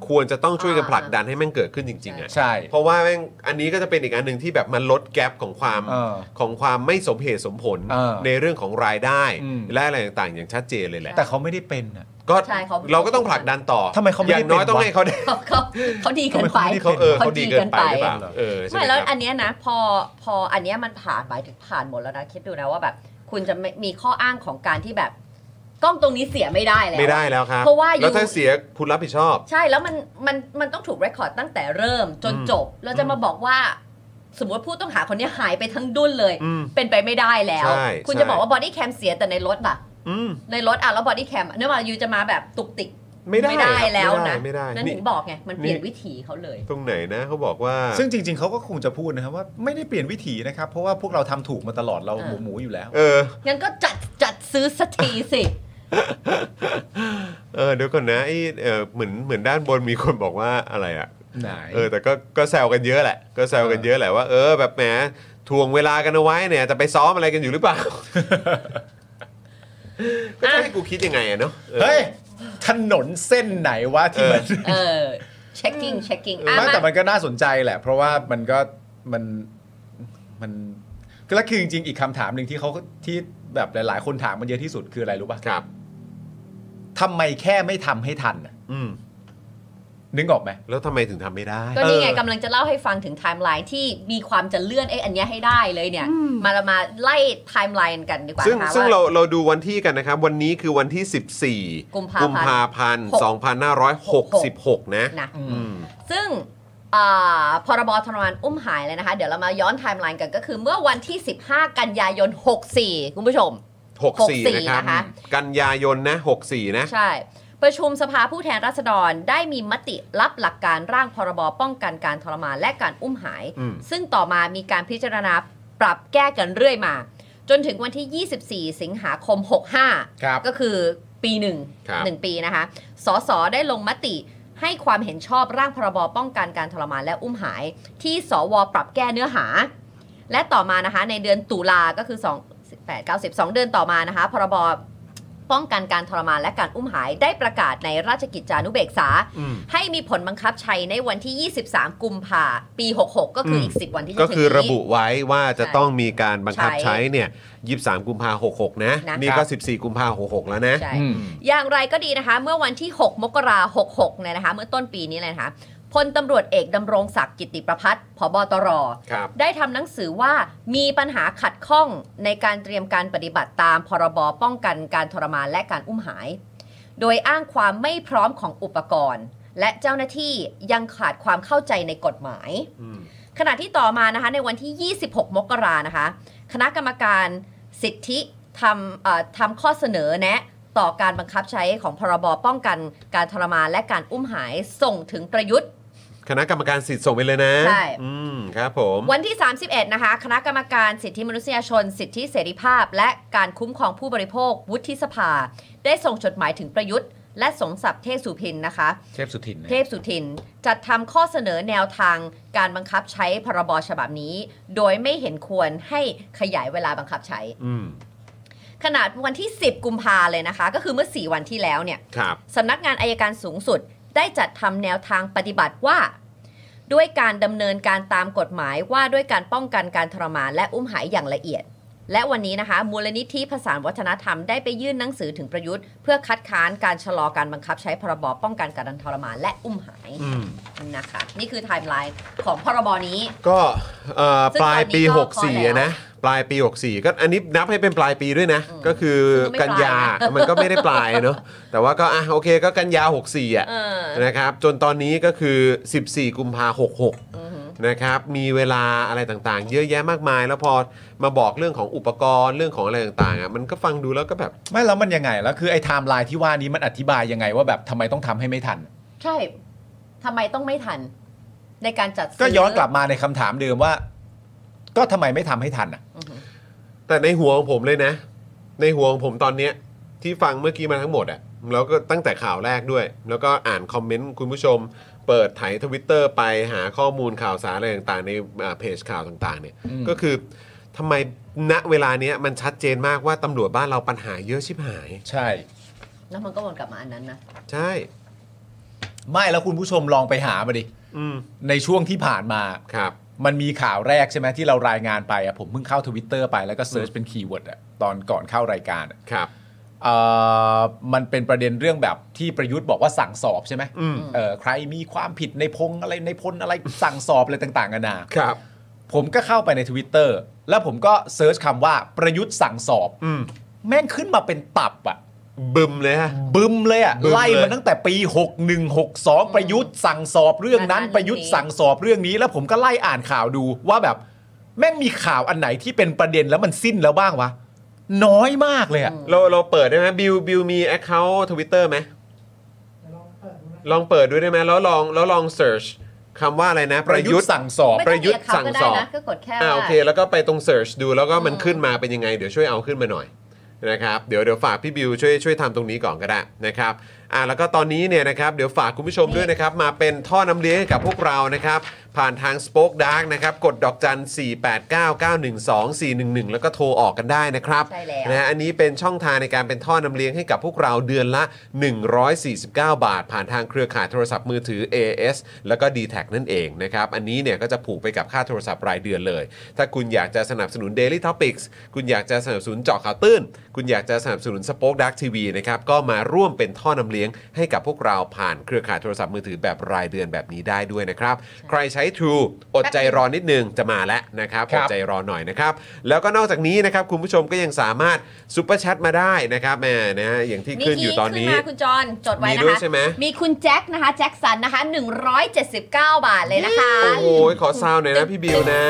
ควรจะต้องช่วยกันผลักดันให้แม่งเกิดขึ้นจริงๆอ่ะใช่เพราะว่าแม่งอันนี้ก็จะเป็นอีกอันหนึ่งที่แบบมันลดแกลบของความเออของความไม่สมเหตุสมผลเออในเรื่องของรายได้อืมและอะไรต่างๆอย่างชัดเจนเลยแหละแต่เขาไม่ได้เป็นอ่ะก็ใช่เขาเราก็ต้องผลักดันต่อทำไมเขาไม่อย่าได้งน้อยเป็นต้องวะให้เขาได้เขาเขาเขาดีเกินไปเขาเออเขาดีเกินไปหรือเปล่าเออใช่ไหมไม่แล้วครับอันเนี้ยนะพอพออันเนี้ยมันผ่านหมายถึงผ่านหมดแล้วนะคิดดูนะว่าแบบคุณจะไม่มีข้ออ้างของการที่แบบกล้องตรงนี้เสียไม่ได้แล้วไม่ได้แล้วครับเพราะว่าแล้วถ้าเสียคุณรับผิดชอบใช่แล้วมันมันมันต้องถูกเรคคอร์ดตั้งแต่เริ่มจนอืมจบเราจะมาบอกว่าสมมติว่าผู้ต้องหาคนนี้หายไปทั้งดุ้นเลยอืมเป็นไปไม่ได้แล้วใช่คุณใช่จะบอกว่าบอดี้แคมเสียแต่ในรถอะอืมในรถอะแล้วบอดี้แคมเนื่องจากยูจะมาแบบตุกติกไม่ได้ไม่ได้แล้วนะไม่ได้ไม่ได้นั่นนี่ถึงบอกไงมันเปลี่ยนวิถีเขาเลยตรงไหนนะเขาบอกว่าซึ่งจริง ๆเขาก็คงจะพูดนะครับว่าไม่ได้เปลี่ยนวิถีนะครับ เพราะว่าพวกเราทำถูกมาตลอดเราหมูหมูๆอยู่แล้วเอองั้นก็จัดจัดซื้อสักทีสิเออเดี๋ยวก่อนนะไอ้เออเหมือนเหมือนด้านบนมีคนบอกว่าอะไรอ่ะไหนเออแต่ก็ก็แซวกันเยอะแหละก็แซวกันเยอะแหละว่าเออแบบแหมทวงเวลากันเอาไว้เนี่ยจะไปซ้อมอะไรกันอยู่หรือเปล่า ก็จะให้กูคิดยังไงอะเนาะออเฮ้ย ถนนเส้นไหนวะที่มันเออ checking checking อ่ะไม่แต่มามันก็น่าสนใจแหละ เพราะว่ามันก็มันมันก็แล้วคือจริงๆอีกคำถามหนึ่งที่เขาที่แบบหลายๆ คนถามมันเยอะที่สุดคืออะไรรู้ป่ะครับทำไมแค่ไม่ทำให้ทันน่ะอืมนึกออกไหมแล้วทำไมถึงทำไม่ได้ก็นี่ไงเออกำลังจะเล่าให้ฟังถึงไทม์ไลน์ที่มีความจะเลื่อนไอ้อันเนี้ยให้ได้เลยเนี่ย มามาไล่ไทม์ไลน์กันดีกว่าซึ่งนะคะซึ่งว่าเราเราดูวันที่กันนะครับ วันนี้คือวันที่ สิบสี่กุมภาพันธ์กุมภาพันธ์สองพันห้าร้อยหกสิบหก นะนะอืมซึ่งอ่าพรบทรมานอุ้มหายเลยนะคะ เดี๋ยวเรามาย้อนไทม์ไลน์กันก็คือเมื่อวันที่ สิบห้า กันยายน หกสี่ คุณผู้ชมหกสี่ นะครับนะคะกันยายนนะหกสี่นะใช่ ประชุมสภาผู้แทนราษฎรได้มีมติรับหลักการร่างพรบป้องกันการทรมานและการอุ้มหายอืมซึ่งต่อมามีการพิจารณาปรับแก้กันเรื่อยมา จนถึงวันที่ ยี่สิบสี่ สิงหาคม หกห้าครับก็คือปีหนึ่งครับหนึ่งปีนะคะ สสได้ลงมติให้ความเห็นชอบร่างพรบป้องกันการทรมานและอุ้มหาย ที่สวปรับแก้เนื้อหา และต่อมานะคะในเดือนตุลาก็คือ2 8 9 0 2เดือนต่อมานะคะพรบป้องกันการทรมานและการอุ้มหายได้ประกาศในราชกิจจานุเบกษาอืมให้มีผลบังคับใช้ในวันที่ ยี่สิบสาม กุมภาปี หกหก ก็คืออีก สิบ วันที่จะก็ถึงคือนี้ระบุไว้ว่าจะใช่ต้องมีการบังคับใช้ใช้เนี่ยยี่สิบสามกุมภาพันธ์หกหกนะนะนี่ก็ สิบสี่ กุมภาพันธ์หกหกแล้วนะใช่อืมอย่างไรก็ดีนะคะ เมื่อวันที่ หก มกราคม หกหกเนี่ยนะคะ เมื่อต้นปีนี้เลยนะคะพลตำรวจเอกดำรงศักดิ์กิติประภัสผบตรครับได้ทำหนังสือว่ามีปัญหาขัดข้องในการเตรียมการปฏิบัติตามพรบป้องกันการทรมานและการอุ้มหาย โดยอ้างความไม่พร้อมของอุปกรณ์ และเจ้าหน้าที่ยังขาดความเข้าใจในกฎหมายอืมขณะที่ต่อมานะคะในวันที่ ยี่สิบหก มกรานะคะ คณะกรรมการสิทธิทำเอ่อทำข้อเสนอแนะต่อการบังคับใช้ของพรบป้องกันการทรมานและการอุ้มหายส่งถึงประยุทธ์คณะกรรมการสิทธิ์ส่งไปเลยนะใช่อืมครับผมวันที่ สามสิบเอ็ด นะคะ คณะกรรมการสิทธิมนุษยชน สิทธิเสรีภาพ และการคุ้มครองผู้บริโภควุฒิสภา ได้ส่งจดหมายถึงประยุทธ์ และสมศักดิ์เทพสุทินนะคะเทพสุทินนะเทพสุทินจัดทำข้อเสนอแนวทางการบังคับใช้พรบฉบับนี้ โดยไม่เห็นควรให้ขยายเวลาบังคับใช้อืมขนาดวันที่ สิบ กุมภาเลยนะคะ ก็คือเมื่อ สี่ วันที่แล้วเนี่ยครับสำนักงานอัยการสูงสุดได้จัดทำแนวทางปฏิบัติว่า ด้วยการดำเนินการตามกฎหมายว่าด้วยการป้องกันการทรมานและอุ้มหายอย่างละเอียด และวันนี้นะคะมูลนิธิผสานวัฒนธรรมได้ไปยื่นหนังสือถึงประยุทธ์ เพื่อคัดค้านการชะลอการบังคับใช้พรบป้องกันการทรมานและอุ้มหายอืมนะคะนี่คือไทม์ไลน์ของพรบนี้ก็เอ่อซึ่งปลายปีตอนนี้ก็หกสี่พอแล้วอะนะปลายปี หกสี่ ก็อันนี้นับให้เป็นปลายปีด้วยนะอืมก็คือซึ่งก็ไม่กันยาปลายนะมันก็ไม่ได้ปลายเนอะแต่ว่าก็อ่ะโอเคก็กันยา หกสี่ อ่ะเออนะครับจนตอนนี้ก็คือ สิบสี่ กุมภาพันธ์หกหกอือหือนะครับมีเวลาอะไรต่างๆ เยอะแยะมากมาย แล้วพอมาบอกเรื่องของอุปกรณ์เรื่องของอะไรต่างๆอ่ะมันก็ฟังดูแล้วก็แบบไม่แล้วมันยังไงแล้วคือไอ้ไทม์ไลน์ที่ว่านี้มันอธิบายยังไงว่าแบบทำไมต้องทำให้ไม่ทันใช่ทำไมต้องไม่ทัน ในการจัดซื้ก็ย้อนกลับมาในคำถามเดิมว่า ก็ทำไมไม่ทำให้ทันอ่ะอือหือแต่ในหัวของผมเลยนะ ในหัวของผมตอนเนี้ยที่ฟังเมื่อกี้มาทั้งหมดอะแล้วก็ตั้งแต่ข่าวแรกด้วย แล้วก็อ่านคอมเมนต์คุณผู้ชม เปิดไถทวิตเตอร์ไปหาข้อมูลข่าวสารอะไรต่างๆในอ่าเพจข่าวต่างๆเนี่ยอืมก็คือทำไมณเวลาเนี้ยมันชัดเจนมากว่าตำรวจบ้านเราปัญหาเยอะชิบหายใช่แล้วมันก็วนกลับมาอันนั้นนะใช่ไม่แล้วคุณผู้ชมลองไปหามาดิในช่วงที่ผ่านมาครับมันมีข่าวแรกใช่ไหมที่เรารายงานไปอ่ะผมเพิ่งเข้า Twitter ไปแล้วก็เซิร์ชเป็นคีย์เวิร์ดอ่ะตอนก่อนเข้ารายการครับเอ่อมันเป็นประเด็นเรื่องแบบที่ประยุทธ์บอกว่าสั่งสอบใช่ไหมเออใครมีความผิดในพงอะไรในพลอะไรสั่งสอบอะไรต่างๆกันานาครับผมก็เข้าไปใน Twitter แล้วผมก็เซิร์ชคำว่าประยุทธ์สั่งสอบแม่งขึ้นมาเป็นตับอ่ะบึมเลยฮะบึมเลยอ่ะไล่มาตั้งแต่ปีหกสิบเอ็ด หกสิบสองประยุทธ์สั่งสอบเรื่องนั้นประยุทธ์สั่งสอบเรื่องนี้แล้วผมก็ไล่อ่านข่าวดูว่าแบบแม่งมีข่าวอันไหนที่เป็นประเด็นแล้วมันสิ้นแล้วบ้างวะน้อยมากเลยอ่ะเราเราเปิดได้ไหมบิวบิวมี account Twitter ไหมลองเปิดด้วยได้ไหมแล้วลองแล้วลอง search คำว่าอะไรนะประยุทธ์สั่งสอบประยุทธ์สั่งสอบก็กดแค่อ่าโอเคแล้วก็ไปตรง search ดูแล้วก็มันขึ้นมาเป็นยังไงเดี๋ยวช่วยเอาขึ้นมาหน่อยนะครับเดี๋ยวเดี๋ยวฝากพี่บิวช่วยช่วยทำตรงนี้ก่อนก็ได้นะครับอ่าแล้วก็ตอนนี้เนี่ยนะครับเดี๋ยวฝากคุณผู้ชมด้วยนะครับมาเป็นท่อน้ำเลี้ยงให้กับพวกเรานะครับผ่านทาง Spoke Dark นะครับกดดอกจันสี่ แปด เก้า เก้า หนึ่ง สอง สี่ หนึ่ง หนึ่งแล้วก็โทรออกกันได้นะครับใช่แล้วนะฮะอันนี้เป็นช่องทางในการเป็นท่อน้ำเลี้ยงให้กับพวกเราเดือนละหนึ่งร้อยสี่สิบเก้าบาทผ่านทางเครือข่ายโทรศัพท์มือถือ เอ เอส แล้วก็ ดี แท็ก นั่นเองนะครับอันนี้เนี่ยก็จะผูกไปกับค่าโทรศัพท์รายเดือนเลยถ้าคุณอยากจะสนับสนุน Daily Topics คุณอยากจะสนับสนุนเจาะข่าวตื้นคุณอยากจะสนับสนุน Spoke Dark ที วี นะครับก็มาร่วมเป็นท่อน้ำเลี้ยงให้กับพวกเราผ่านเครือข่ายโทรศัพท์มือถือแบบรายเดือนแบบนี้ได้ด้วยนะครับใครใช้ True อดใจรอนิดนึงจะมาแล้วนะครับอดใจรอหน่อยนะครับแล้วก็นอกจากนี้นะครับคุณผู้ชมก็ยังสามารถซุปเปอร์แชทมาได้นะครับแม่นะฮะอย่างที่ขึ้นอยู่ตอนนี้มีคุณจอนจดไว้นะคะมีคุณแจ็คนะคะแจ็คสันนะคะหนึ่งร้อยเจ็ดสิบเก้าบาทเลยนะคะโอ้โหขอซาวหน่อยนะพี่บิวนะ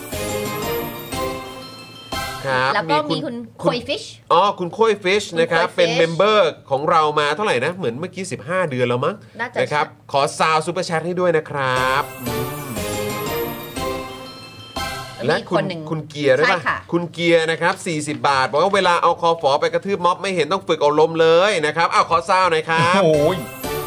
แล้วก็มีคุณโคยฟิชอ๋อคุณโคยฟิชนะครับเป็นเมมเบอร์ของเรามาเท่าไหร่นะเหมือนเมื่อกี้สิบห้าเดือนแล้วมั้งนะครับขอซาวซุปเปอร์แชทให้ด้วยนะครับและคุณคุณเกียร์ด้วยป่ะคุณเกียร์นะครับสี่สิบบาทบอกว่าเวลาเอาคอฝอไปกระทืบม็อบไม่เห็นต้องฝึกอบรมเลยนะครับเอาขอซาวหน่อยครับโอ้ย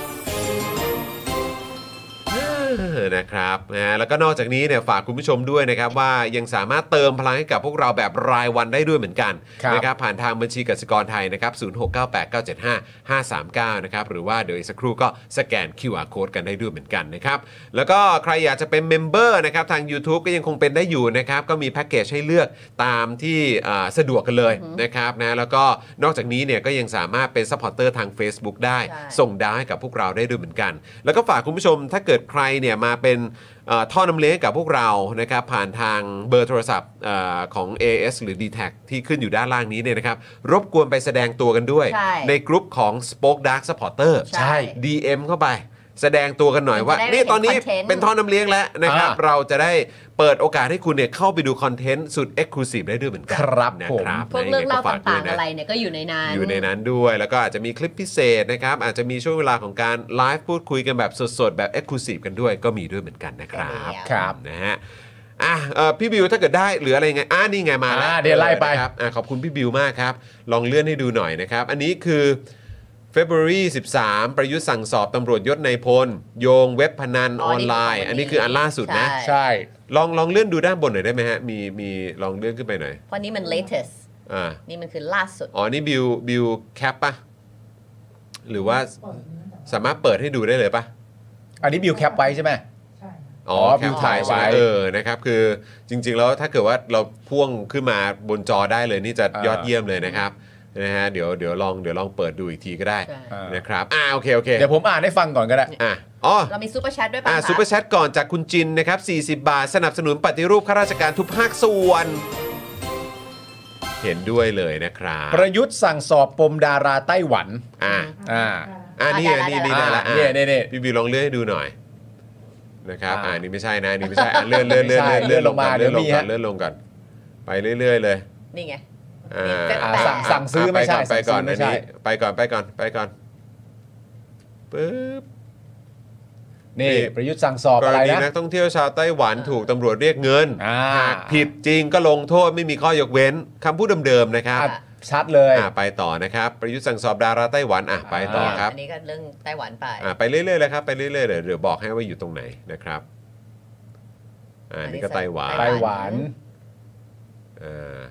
นะครับนะแล้วก็นอกจากนี้เนี่ยฝากคุณผู้ชมด้วยนะครับว่ายังสามารถเติมพลังให้กับพวกเราแบบรายวันได้ด้วยเหมือนกันนะครับผ่านทางบัญชีกสิกรไทยนะครับศูนย์ หก เก้า แปด เก้า เจ็ด ห้า ห้า สาม เก้านะครับหรือว่าเดี๋ยวอีกสักครู่ก็สแกน คิว อาร์ Code กันได้ด้วยเหมือนกันนะครับแล้วก็ใครอยากจะเป็นเมมเบอร์นะครับทาง YouTube ก็ยังคงเป็นได้อยู่นะครับก็มีแพ็กเกจให้เลือกตามที่สะดวกกันเลยนะครับนะแล้วก็นอกจากนี้เนี่ยก็ยังสามารถเป็นซัพพอร์ตเตอร์ทาง Facebook ได้ส่งดาวให้กับพวกเราได้ด้วยเหมือนกันแล้วก็ฝากคุณผู้ชมถ้าเกิดใครเนี่ยมาเป็นท่อน้ำเลี้ยงกับพวกเรานะครับผ่านทางเบอร์โทรศัพท์ของ เอ เอส หรือ ดี แท็ก ที่ขึ้นอยู่ด้านล่างนี้เนี่ยนะครับรบกวนไปแสดงตัวกันด้วย ใน, ในกลุ่มของ Spoke Dark Supporter ใช่ดี เอ็ม เข้าไปแสดงตัวกันหน่อยว่านี่ตอนนี้เป็นท่อน้ำเลี้ยงแล้วนะครับเราจะได้เปิดโอกาสให้คุณเนี่ยเข้าไปดูคอนเทนต์สุด Exclusive ได้ด้วยเหมือนกันครับนะครับพวกเรื่องเล่าต่างๆอะไรเนี่ยก็อยู่ในนั้นอยู่ในนั้นด้วยแล้วก็อาจจะมีคลิปพิเศษนะครับอาจจะมีช่วงเวลาของการไลฟ์พูดคุยกันแบบสดๆแบบ Exclusive กันด้วยก็มีด้วยเหมือนกันนะครับครับนะฮะอ่ะพี่บิวถ้าเกิดได้หรืออะไรไงอ่านี่ไงมาแล้วเดี๋ยวไล่ไปครับขอบคุณพี่บิวมากครับลองเลื่อนให้ดูหน่อยนะครับอันนี้คือFebruary สิบสามประยุทธ์สั่งสอบตำรวจยศในพลโยงเว็บพนันออนไลน์อันนี้คืออันล่าสุดนะใช่ลองลองเลื่อนดูด้านบนหน่อยได้ไหมฮะมีมีลองเลื่อนขึ้นไปหน่อยเพราะนี้มัน latest อ่านี่มันคือล่าสุดอ๋อนี่บิวบิวแคปป่ะหรือว่าสามารถเปิดให้ดูได้เลยป่ะอันนี้บิวแคปไว้ใช่ไหมอ๋อบิวถ่ายไว้เออนะครับคือจริงๆแล้วถ้าเกิดว่าเราพ่วงขึ้นมาบนจอได้เลยนี่จะยอดเยี่ยมเลยนะครับนะฮะเดี๋ยวเดี๋ยวลองเดี๋ยวลองเปิดดูอีกทีก็ได้นะครับอ่าโอเคโอเคเดี๋ยวผมอ่านให้ฟังก่อนก็ได้อ่ะอ๋อเรามีซูเปอร์แชทด้วยป่ะอ่าซูเปอร์แชทก่อนจากคุณจินนะครับสี่สิบบาทสนับสนุนปฏิรูปข้าราชการทุกภาคส่วนเห็นด้วยเลยนะครับประยุทธ์สั่งสอบปมดาราไต้หวันอ่าอ่าอ่านี่นี่นี่ได้ละนี่นี่นี่พี่บิวลองเลื่อนให้ดูหน่อยนะครับอ่านี่ไม่ใช่นะนี่ไม่ใช่เลื่อนเลื่อนเลื่อนเลื่อนลงมาเลื่อนลงก่อนเลื่อนลงก่อนไปเรื่อยๆเลยนี่ไงสั่งสั่งซื้อไม่ใช่ไปก่อนอันนี้ไปก่อนไปก่อนไปก่อนปึ๊บนี่ประยุทธ์สั่งสอบอะไรนะนักท่องเที่ยวชาวไต้หวันถูกตำรวจเรียกเงินหากผิดจริงก็ลงโทษไม่มีข้อยกเว้นคำพูดเดิมๆนะครับชัดเลยไปต่อนะครับประยุทธ์สั่งสอบดาราไต้หวันอ่ะไปต่อครับอันนี้ก็เรื่องไต้หวันไปอ่ะไปเรื่อยๆเลยครับไปเรื่อยๆเลยเดี๋ยวบอกให้ว่าอยู่ตรงไหนนะครับอ่านี่ก็ไต้หวันไต้หวันอ่า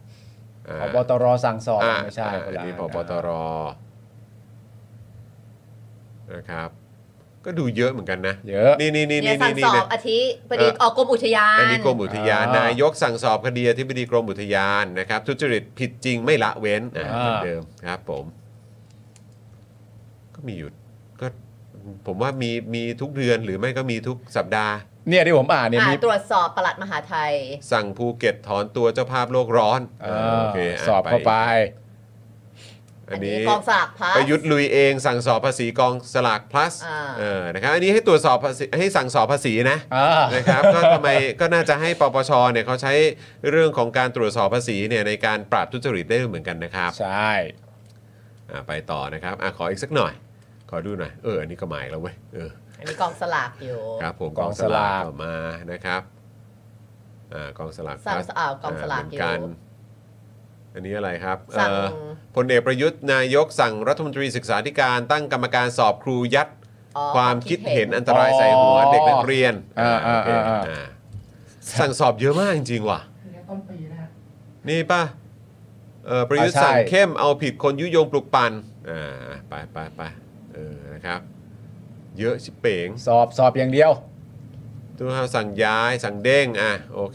ผบตรสั่งสอบไม่ใช่คนละนี่ผบตรนะครับก็ดูเยอะเหมือนกันนะเยอะนี่นี่นี่เนี่ยนี่สั่งนี่สอบอาทิพอดีออกกรมอุทยานอันนี้กรมอุทยานอ่านนายกสั่งสอบคดีอธิบดีกรมอุทยานนะครับทุจริตผิดจริงไม่ละเว้นอ่าเหมือนเดิมครับผมก็มีอยู่ก็ผมว่ามีมีทุกเดือนหรือไม่ก็มีทุกสัปดาห์เนี่ยที่ผมอ่านเนี่ยอ่ามีตรวจสอบปลัดมหาไทยสั่งภูเก็ตถอนตัวเจ้าภาพโลกร้อนเออโอเคะสอบเข้าไปอัอันนนี้นี้กองสลากพลัสประยุทธ์ลุยเองสั่งสอบภาษีกองสลาก plus อ่าเออนะครับอันนี้ให้ตรวจสอบภาษีให้สั่งสอบภาษีนะอ่านะครับก็ทำไมก็น่าจะให้ปปชเนี่ยเขาใช้เรื่องของการตรวจสอบภาษีเนี่ยในการปราบทุจริตได้เหมือนกันนะครับใช่อ่าไปต่อนะครับอ่ะขออีกสักหน่อย ขอดูหน่อยเอออันนี้ก็หมายแล้วเว้ยเอออันนี้กองสลากอยู่ครับผมกองสลากออกมานะครับอ่ากองสลากสั่ง plus อ่ากองสลากเหมืออนยู่กันอันนี้อะไรครับสั่งเอ่อพลเอกประยุทธ์นายกสั่งรัฐมนตรีศึกษาธิการตั้งกรรมการสอบครูยัดอ๋อความคิดเห็นอันตรายใส่หัวเด็กนักเรียนอ่าโอเคอ่าอ่าอ่าสั่งสอบเยอะมากจริงๆว่ะนี่ป่ะเออประยุทธ์สั่งเข้มเอาผิดคนยุยงปลุกปั่นอ่าไปไปไปเออนะครับ เยอะชิบเป๋งสอบสอบอย่างเดียวตู้ข้าวสั่งย้ายสั่งเด้งอ่ะโอเค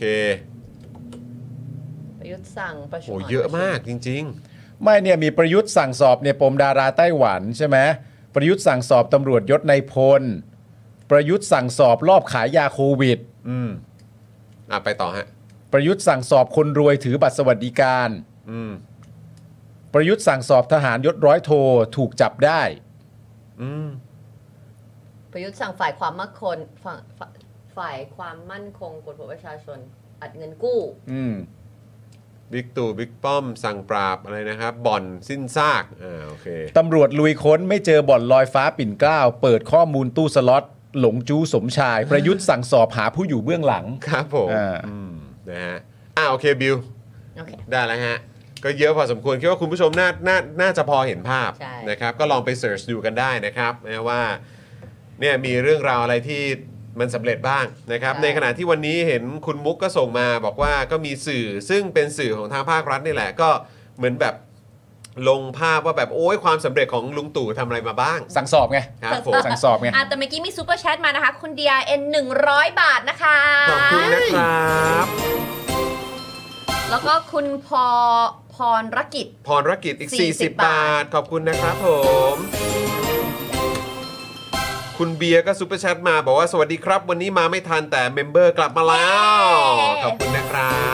ประยุทธ์สั่งประชุมโหเยอะมากจริงไม่เนี่ยมีประยุทธ์สั่งสอบเนี่ยปมดาราไต้หวันใช่ไหมประยุทธ์สั่งสอบตำรวจยศในพลประยุทธ์สั่งสอบรอบขายยาโควิดๆ อืมอ่ะไปต่อฮะประยุทธ์สั่งสอบคนรวยถือบัตรสวัสดิการอืมประยุทธ์สั่งสอบทหารยศร้อยโทถูกจับได้อืมประยุทธ์สั่งฝ่ายความมั่นคงฝ่ายฝ่ายฝ่ายความมั่นคงกดหัวประชาชนอัดเงินกู้อืมบิ๊กตู่บิ๊กป้อมสั่งปราบอะไรนะครับบ่อนสิ้นซากอ่าโอเคตำรวจลุยค้นไม่เจอบ่อนลอยฟ้าปิ่นเกล้าเปิดข้อมูลตู้สล็อตหลงจู้สมชาย ประยุทธ์สั่งสอบหาผู้อยู่เบื้องหลังครับผมอ่าอืมนะฮะอ่าโอเคบิวโอเคได้แล้วฮะก็เยอะพอสมควรคิดว่าคุณผู้ชมน่าน่าน่าจะพอเห็นภาพใช่นะครับก็ลองไปเสิร์ชดูกันได้นะครับนะว่าเนี่ยมีเรื่องราวอะไรที่มันสำเร็จบ้างนะครับในขณะที่วันนี้เห็นคุณมุกก็ส่งมาบอกว่าก็มีสื่อซึ่งเป็นสื่อของทางภาครัฐนี่แหละก็เหมือนแบบลงภาพว่าแบบโอ้ยความสำเร็จของลุงตู่ทำอะไรมาบ้างสั่งสอบไงครับผมสั่งสอบไงอ่ะแต่เมื่อกี้มีซูเปอร์แชทมานะคะ คุณ ดี อาร์ เอ็น หนึ่งร้อยบาทนะคะขอบคุณนะครับแล้วก็คุณพอพรรกิจพรรกิจอีกสี่สี่สิสิบบบาท ขอบคุณนะครับผม คุณเบียร์ก็ซุปเปอร์แชทมาบอกว่าสวัสดีครับ วันนี้มาไม่ทันแต่เมมเบอร์กลับมาแล้ว ขอบคุณนะครับ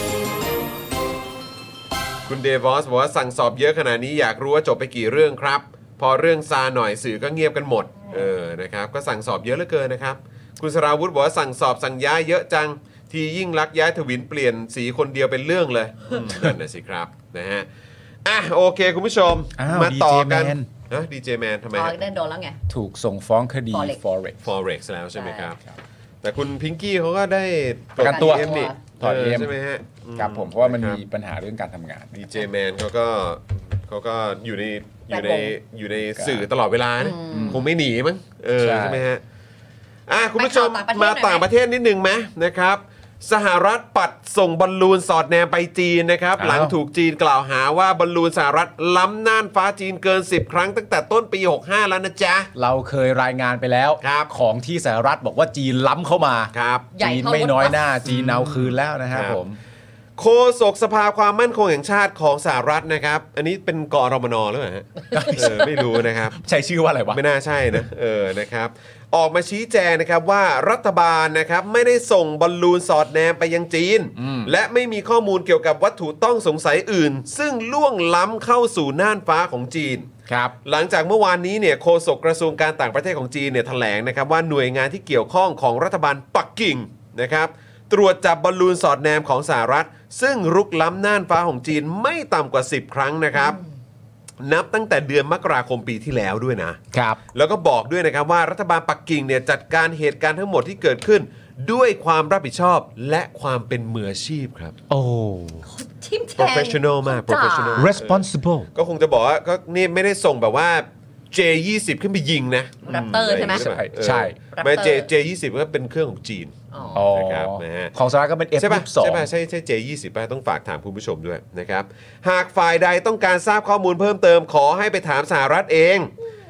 คุณเดวอสบอกว่าสั่งสอบเยอะขนาดนี้อยากรู้ว่าจบไปกี่เรื่องครับ พอเรื่องซาหน่อยสื่อก็เงียบกันหมดเออนะครับก็สั่งสอบเยอะเหลือเกินนะครับ คุณสราวุธบอกว่าสั่งสอบสั่งย้ายเยอะจังทียิ่งลักษณ์ย้ายทวินเปลี่ยนสีคนเดียวเป็นเรื่องเลยอืมนั่นน่ะสิครับนะฮะอ่ะโอเคคุณผู้ชมอ้าวมาต่อกันดีเจแมนนะดีเจแมนทำไมอ๋อฮะได้โดนแล้วไงถูกส่งฟ้องคดี Forex Forex Forex แล้วใช่ไหมครับใช่แต่คุณพิงกี้เขาก็ได้ประกันตัวเอ็มนี่ถอดเอเอ็อมใช่ไหมฮะครับผมเพราะว่ามันมีปัญหาเรื่องการทำงานดีเจแมนเขาก็เขาก็อยู่ในอยู่ในแวดวงอยู่ในสื่อตลอดเวลานะคงไม่หนีมั้งเออใช่ใช่ไหมฮะอ่ะคุณผู้ชมไปข่าวมาต่างประเทศหน่อยไหมต่างประเทศนิดนึงไหมนะครับ สหรัฐปัดส่งบอลลูนสอดแนมไปจีนนะครับอ้าวหลังถูกจีนกล่าวหาว่าบอลลูนสหรัฐล้ำน่านฟ้าจีนเกินสิบครั้งตั้งแต่ต้นปีหกสิบห้าแล้วนะจ๊ะเราเคยรายงานไปแล้วครับของที่สหรัฐบอกว่าจีนล้ำเข้ามาครับใหญ่จีนเท่ารถไม่น้อยหน้าจีนเอาคืนแล้วนะครับครับผมโฆษกสภาความมั่นคงแห่งชาติของสหรัฐนะครับ อันนี้เป็นกอรมนหรือเปล่าฮะ เออไม่รู้นะครับใช้ชื่อว่าอะไรวะไม่น่าใช่นะ เออ นะครับ ออกมาชี้แจงนะครับว่ารัฐบาลนะครับไม่ได้ส่งบอลลูนสอดแนมไปยังจีน และไม่มีข้อมูลเกี่ยวกับวัตถุต้องสงสัยอื่น ซึ่งล่วงล้ำเข้าสู่น่านฟ้าของจีนครับหลังจากเมื่อวานนี้เนี่ยโฆษกกระทรวงการต่างประเทศของจีนเนี่ยแถลงนะครับว่าหน่วยงานที่เกี่ยวข้องของรัฐบาลปักกิ่งนะครับตรวจจับบอลลูนสอดแนมของสหรัฐซึ่งรุกล้ำน่านฟ้าของจีนไม่ต่ำกว่าสิบครั้งนะครับนับตั้งแต่เดือนมกราคมปีที่แล้วด้วยนะครับ แล้วก็บอกด้วยนะครับว่ารัฐบาลปักกิ่งเนี่ยจัดการเหตุการณ์ทั้งหมดที่เกิดขึ้นด้วยความรับผิดชอบและความเป็นมืออาชีพครับโอ้ทิมแทง professional มาก professional responsible ก็คงจะบอกว่าก็นี่ไม่ได้ส่งแบบว่า เจ ยี่สิบ ขึ้นไปยิงนะ Raptor ใช่ไหมอะรอย่างงี้ใช่เออไม่ J เจ ยี่สิบ ก็เป็นเครื่องของจีนอ๋ออ๋อนะครับนะฮะของสหรัฐก็เป็น F ใช่ป่ะยี่สิบสองใช่ป่ะใช่ใช่ เจ ยี่สิบ ป่ะต้องฝากถามคุณผู้ชมด้วยนะครับหากฝ่ายใดต้องการทราบข้อมูลเพิ่มเติมขอให้ไปถามสหรัฐเอง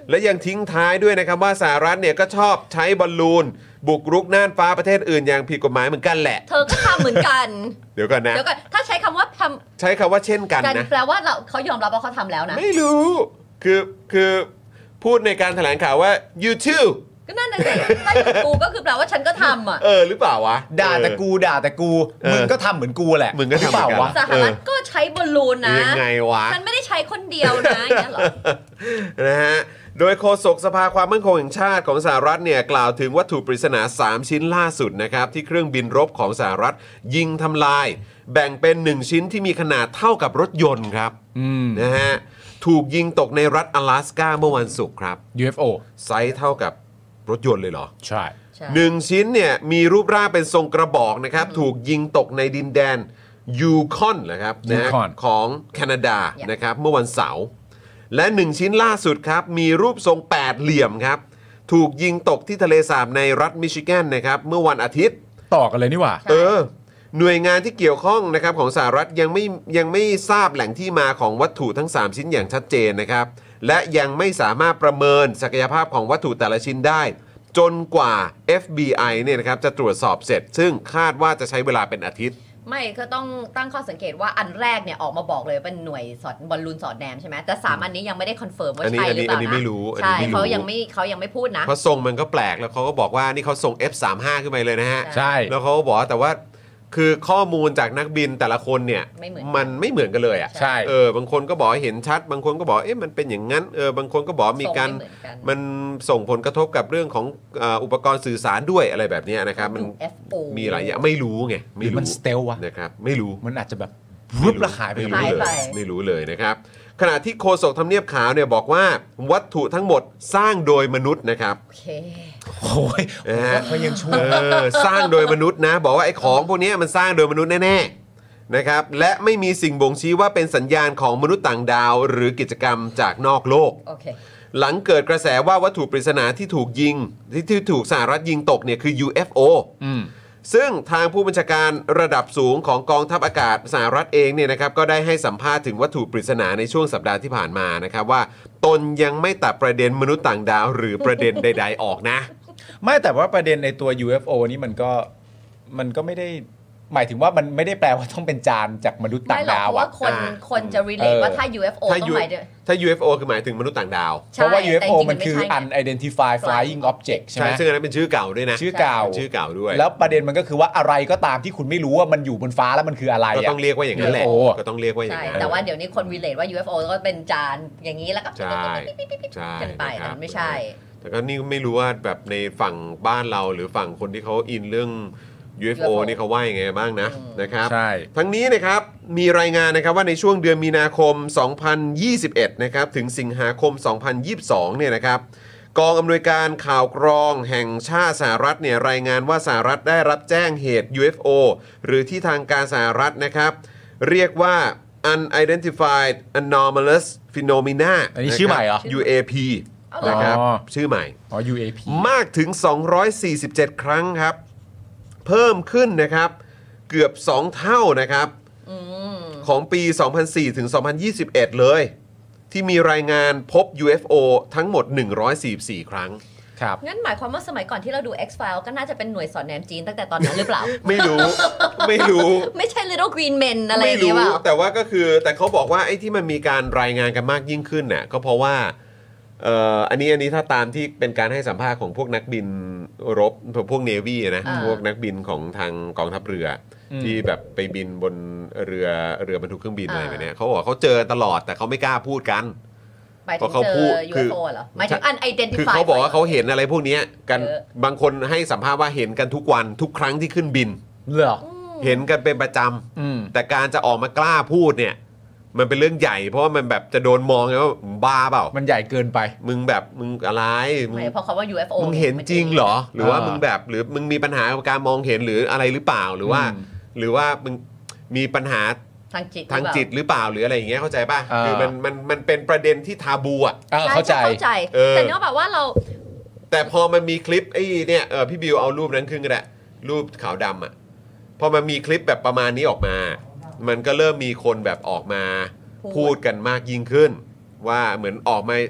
และยังทิ้งท้ายด้วยนะครับว่าสหรัฐเนี่ยก็ชอบใช้บอลลูนบุกรุกน่านฟ้าประเทศอื่นอย่างผิดกฎหมายเหมือนกันแหละเธอก็ทำเหมือนกันเดี๋ยวก่อนนะเดี๋ยวก่อนถ้าใช้คำว่าทำใช้คำว่าเช่นกันนะแปลว่าเราเขายอมรับว่าเขาทำแล้วนะไม่รู้คือคือพูดในการแถลงข่าวว่า you too ก็นั่นน่ะสิถ้าอยู่กูก็คือแปลว่าฉันก็ทำอ่ะเออหรือเปล่าวะด่าแต่กูด่าแต่กูมึงก็ทำเหมือนกูแหละมึงก็ทำเหมือนกันสหรัฐก็ใช้บอลลูนนะยังไงวะฉันไม่ได้ใช้คนเดียวนะอย่างนี้หรอนะฮะโดยโฆษกสภาความมั่นคงแห่งชาติของสหรัฐเนี่ยกล่าวถึงวัตถุปริศนาสามชิ้นล่าสุดนะครับที่เครื่องบินรบของสหรัฐยิงทำลายแบ่งเป็นหนึ่งชิ้นที่มีขนาดเท่ากับรถยนต์ครับนะฮะถูกยิงตกในรัฐ阿拉斯加เมื่อวันศุกร์ครับยู เอฟ โอไซส์เท่ากับรถยนต์เลยเหรอใช่หนึ่งชิ้นเนี่ยมีรูปร่างเป็นทรงกระบอกนะครับถูกยิงตกในดินแดนยูคอนนะครับนะของแคนาดานะครับเมื่อวันเสาร์และหนึ่งชิ้นล่าสุดครับมีรูปทรงแปดเหลี่ยมครับถูกยิงตกที่ทะเลสาบในรัฐมิชิแกนนะครับเมื่อวันอาทิตย์ต่อกันเลยนี่หว่าเออหน่วยงานที่เกี่ยวข้องนะครับของสหรัฐยังไม่ยังไม่ทราบแหล่งที่มาของวัตถุทั้งสามชิ้นอย่างชัดเจนนะครับและยังไม่สามารถประเมินศักยภาพของวัตถุแต่ละชิ้นได้จนกว่า เอฟ บี ไอ เนี่ยนะครับจะตรวจสอบเสร็จซึ่งคาดว่าจะใช้เวลาเป็นอาทิตย์ไม่ก็ต้องตั้งข้อสังเกตว่าอันแรกเนี่ยออกมาบอกเลยเป็นหน่วยสอดบอลลูนสอดแนมใช่ไหมแต่สามอันนี้ยังไม่ได้คอนเฟิร์มว่าใช่หรือเปล่านะอันนี้ไม่รู้ใช่เขายังไม่เขายังไม่พูดนะเพราะทรงมันก็แปลกแล้วเขาก็บอกว่านี่เขาส่ง เอฟ สามสิบห้า ขึ้นไปเลยนะฮะใช่แล้วเขาก็บอกแต่ว่าคือข้อมูลจากนักบินแต่ละคนเนี่ยมันไม่เหมือนกันเลยอ่ะใช่เออบางคนก็บอกเห็นชัดบางคนก็บอกเอ๊ะมันเป็นอย่างนั้นเออบางคนก็บอกมีการมันส่งผลกระทบกับเรื่องของอุปกรณ์สื่อสารด้วยอะไรแบบนี้นะครับมันมีหลายอย่างไม่รู้ไงไม่รู้มันสเตลวะนะครับไม่รู้มันอาจจะแบบรุบระหายไปเลยไม่รู้เลยนะครับขณะที่โฆษกทำเนียบขาวเนี่ยบอกว่าวัตถุทั้งหมดสร้างโดยมนุษย์นะครับโอเคโอ้ยเขายังชั่วสร้างโดยมนุษย์นะบอกว่าไอ้ของพวกนี้มันสร้างโดยมนุษย์แน่ๆนะครับและไม่มีสิ่งบ่งชี้ว่าเป็นสัญญาณของมนุษย์ต่างดาวหรือกิจกรรมจากนอกโลกหลังเกิดกระแสว่าวัตถุปริศนาที่ถูกยิงที่ถูกสหรัฐยิงตกเนี่ยคือ ยู เอฟ โอ ซึ่งทางผู้บัญชาการระดับสูงของกองทัพอากาศสหรัฐเองเนี่ยนะครับก็ได้ให้สัมภาษณ์ถึงวัตถุปริศนาในช่วงสัปดาห์ที่ผ่านมานะครับว่าตนยังไม่ตัดประเด็นมนุษย์ต่างดาวหรือประเด็นใดๆออกนะไม่แต่ว่าประเด็นในตัว ยู เอฟ โอ นี่มันก็มันก็ไม่ได้หมายถึงว่ามันไม่ได้แปลว่าต้องเป็นจานจากมนุษย์ต่างดาวอะว่าคนคนจะ relate ว่าถ้า ยู เอฟ โอ ต้องหมายถึงถ้า ยู เอฟ โอ คือหมายถึงมนุษย์ต่างดาวเพราะว่า ยู เอฟ โอ มันคือ unidentified flying object ใช่ไหมซึ่งอันนั้นเป็นชื่อเก่าด้วยนะชื่อเก่าชื่อเก่าด้วยแล้วประเด็นมันก็คือว่าอะไรก็ตามที่คุณไม่รู้ว่ามันอยู่บนฟ้าแล้วมันคืออะไรก็ต้องเรียกว่าอย่างนั้นแหละก็ต้องเรียกว่าอย่างนั้นแต่ว่าเดี๋ยวนี้คน relate ว่า ยู เอฟ โอ ก็เป็นจานอย่างนี้แล้วก็ใช่ใช่กันไปแต่ไม่ใช่แต่ก็นี่ไม่รู้ว่าแบบในฝั่งบ้านเราหรือฝั่งคนที่เขาอินเรื่องยู เอฟ โอ นี่เขาว่ายังไงบ้างนะนะครับใช่ทั้งนี้นะครับมีรายงานนะครับว่าในช่วงเดือนมีนาคมสองพันยี่สิบเอ็ดนะครับถึงสิงหาคมสองพันยี่สิบสองเนี่ยนะครับกองอำนวยการข่าวกรองแห่งชาติสหรัฐเนี่ยรายงานว่าสหรัฐได้รับแจ้งเหตุ ยู เอฟ โอ หรือที่ทางการสหรัฐนะครับเรียกว่า unidentified anomalous phenomena อันนี้ชื่อใหม่เหรอยู เอ พี นะครับชื่อใหม่อ๋อ ยู เอ พีมากถึงสองร้อยสี่สิบเจ็ดครั้งครับเพิ่มขึ้นนะครับเกือบสองเท่านะครับของปีสองพันสี่ถึงสองพันยี่สิบเอ็ดเลยที่มีรายงานพบ ยู เอฟ โอ ทั้งหมดหนึ่งร้อยสี่สิบสี่ครั้งครับงั้นหมายความว่าสมัยก่อนที่เราดู X-Files ก็น่าจะเป็นหน่วยสอดแนมจีนตั้งแต่ตอนนั้นหรือเปล่าไม่รู้ไม่รู้ไม่ใช่ Little Green Men อะไรอย่างเงี้ยเปล่าแต่ว่าก็คือแต่เขาบอกว่าไอ้ที่มันมีการรายงานกันมากยิ่งขึ้นเนี่ยก็เพราะว่าเอ่ออันนี้อันนี้ถ้าตามที่เป็นการให้สัมภาษณ์ของพวกนักบินรบพวกเนวี่นะพวกนักบินของทางกองทัพเรือที่แบบไปบินบนเรือเรือบรรทุกเครื่องบินอะไรแบบนี้เขาบอกเขาเจอตลอดแต่เขาไม่กล้าพูดกันเพราะเขาพูดคือหมายถึง unidentified คือเขาบอกว่าเขาเห็นอะไรพวกนี้กันบางคนให้สัมภาษณ์ว่าเห็นกันทุกวันทุกครั้งที่ขึ้นบินเหรอเห็นกันเป็นประจำแต่การจะออกมากล้าพูดเนี่ยมันเป็นเรื่องใหญ่เพราะว่ามันแบบจะโดนมองไงว่าบ้าเปล่ามันใหญ่เกินไปมึงแบบมึงอะไรไม่เพราะเขาว่า ยู เอฟ โอมึงเห็นจริงเหรอหรือว่ามึงแบบหรือมึงมีปัญหากับการมองเห็นหรืออะไรหรือเปล่าหรือว่าหรือว่ามึงมีปัญหาทางจิตทางจิตหรือเปล่าหรืออะไรอย่างเงี้ยเข้าใจป่ะคือมันมันมันเป็นประเด็นที่ทาบูอ่ะเข้าใจเข้าใจแต่เนื่องจากว่าเราแต่พอมันมีคลิปไอ้เนี่ยเออพี่บิวเอารูปนั้นขึ้นก็ได้รูปขาวดำอ่ะพอมันมีคลิปแบบประมาณนี้ออกมามันก็เริ่มมีคนแบบออกมาพูดกันมากยิ่งขึ้นว่าเหมือนออกมา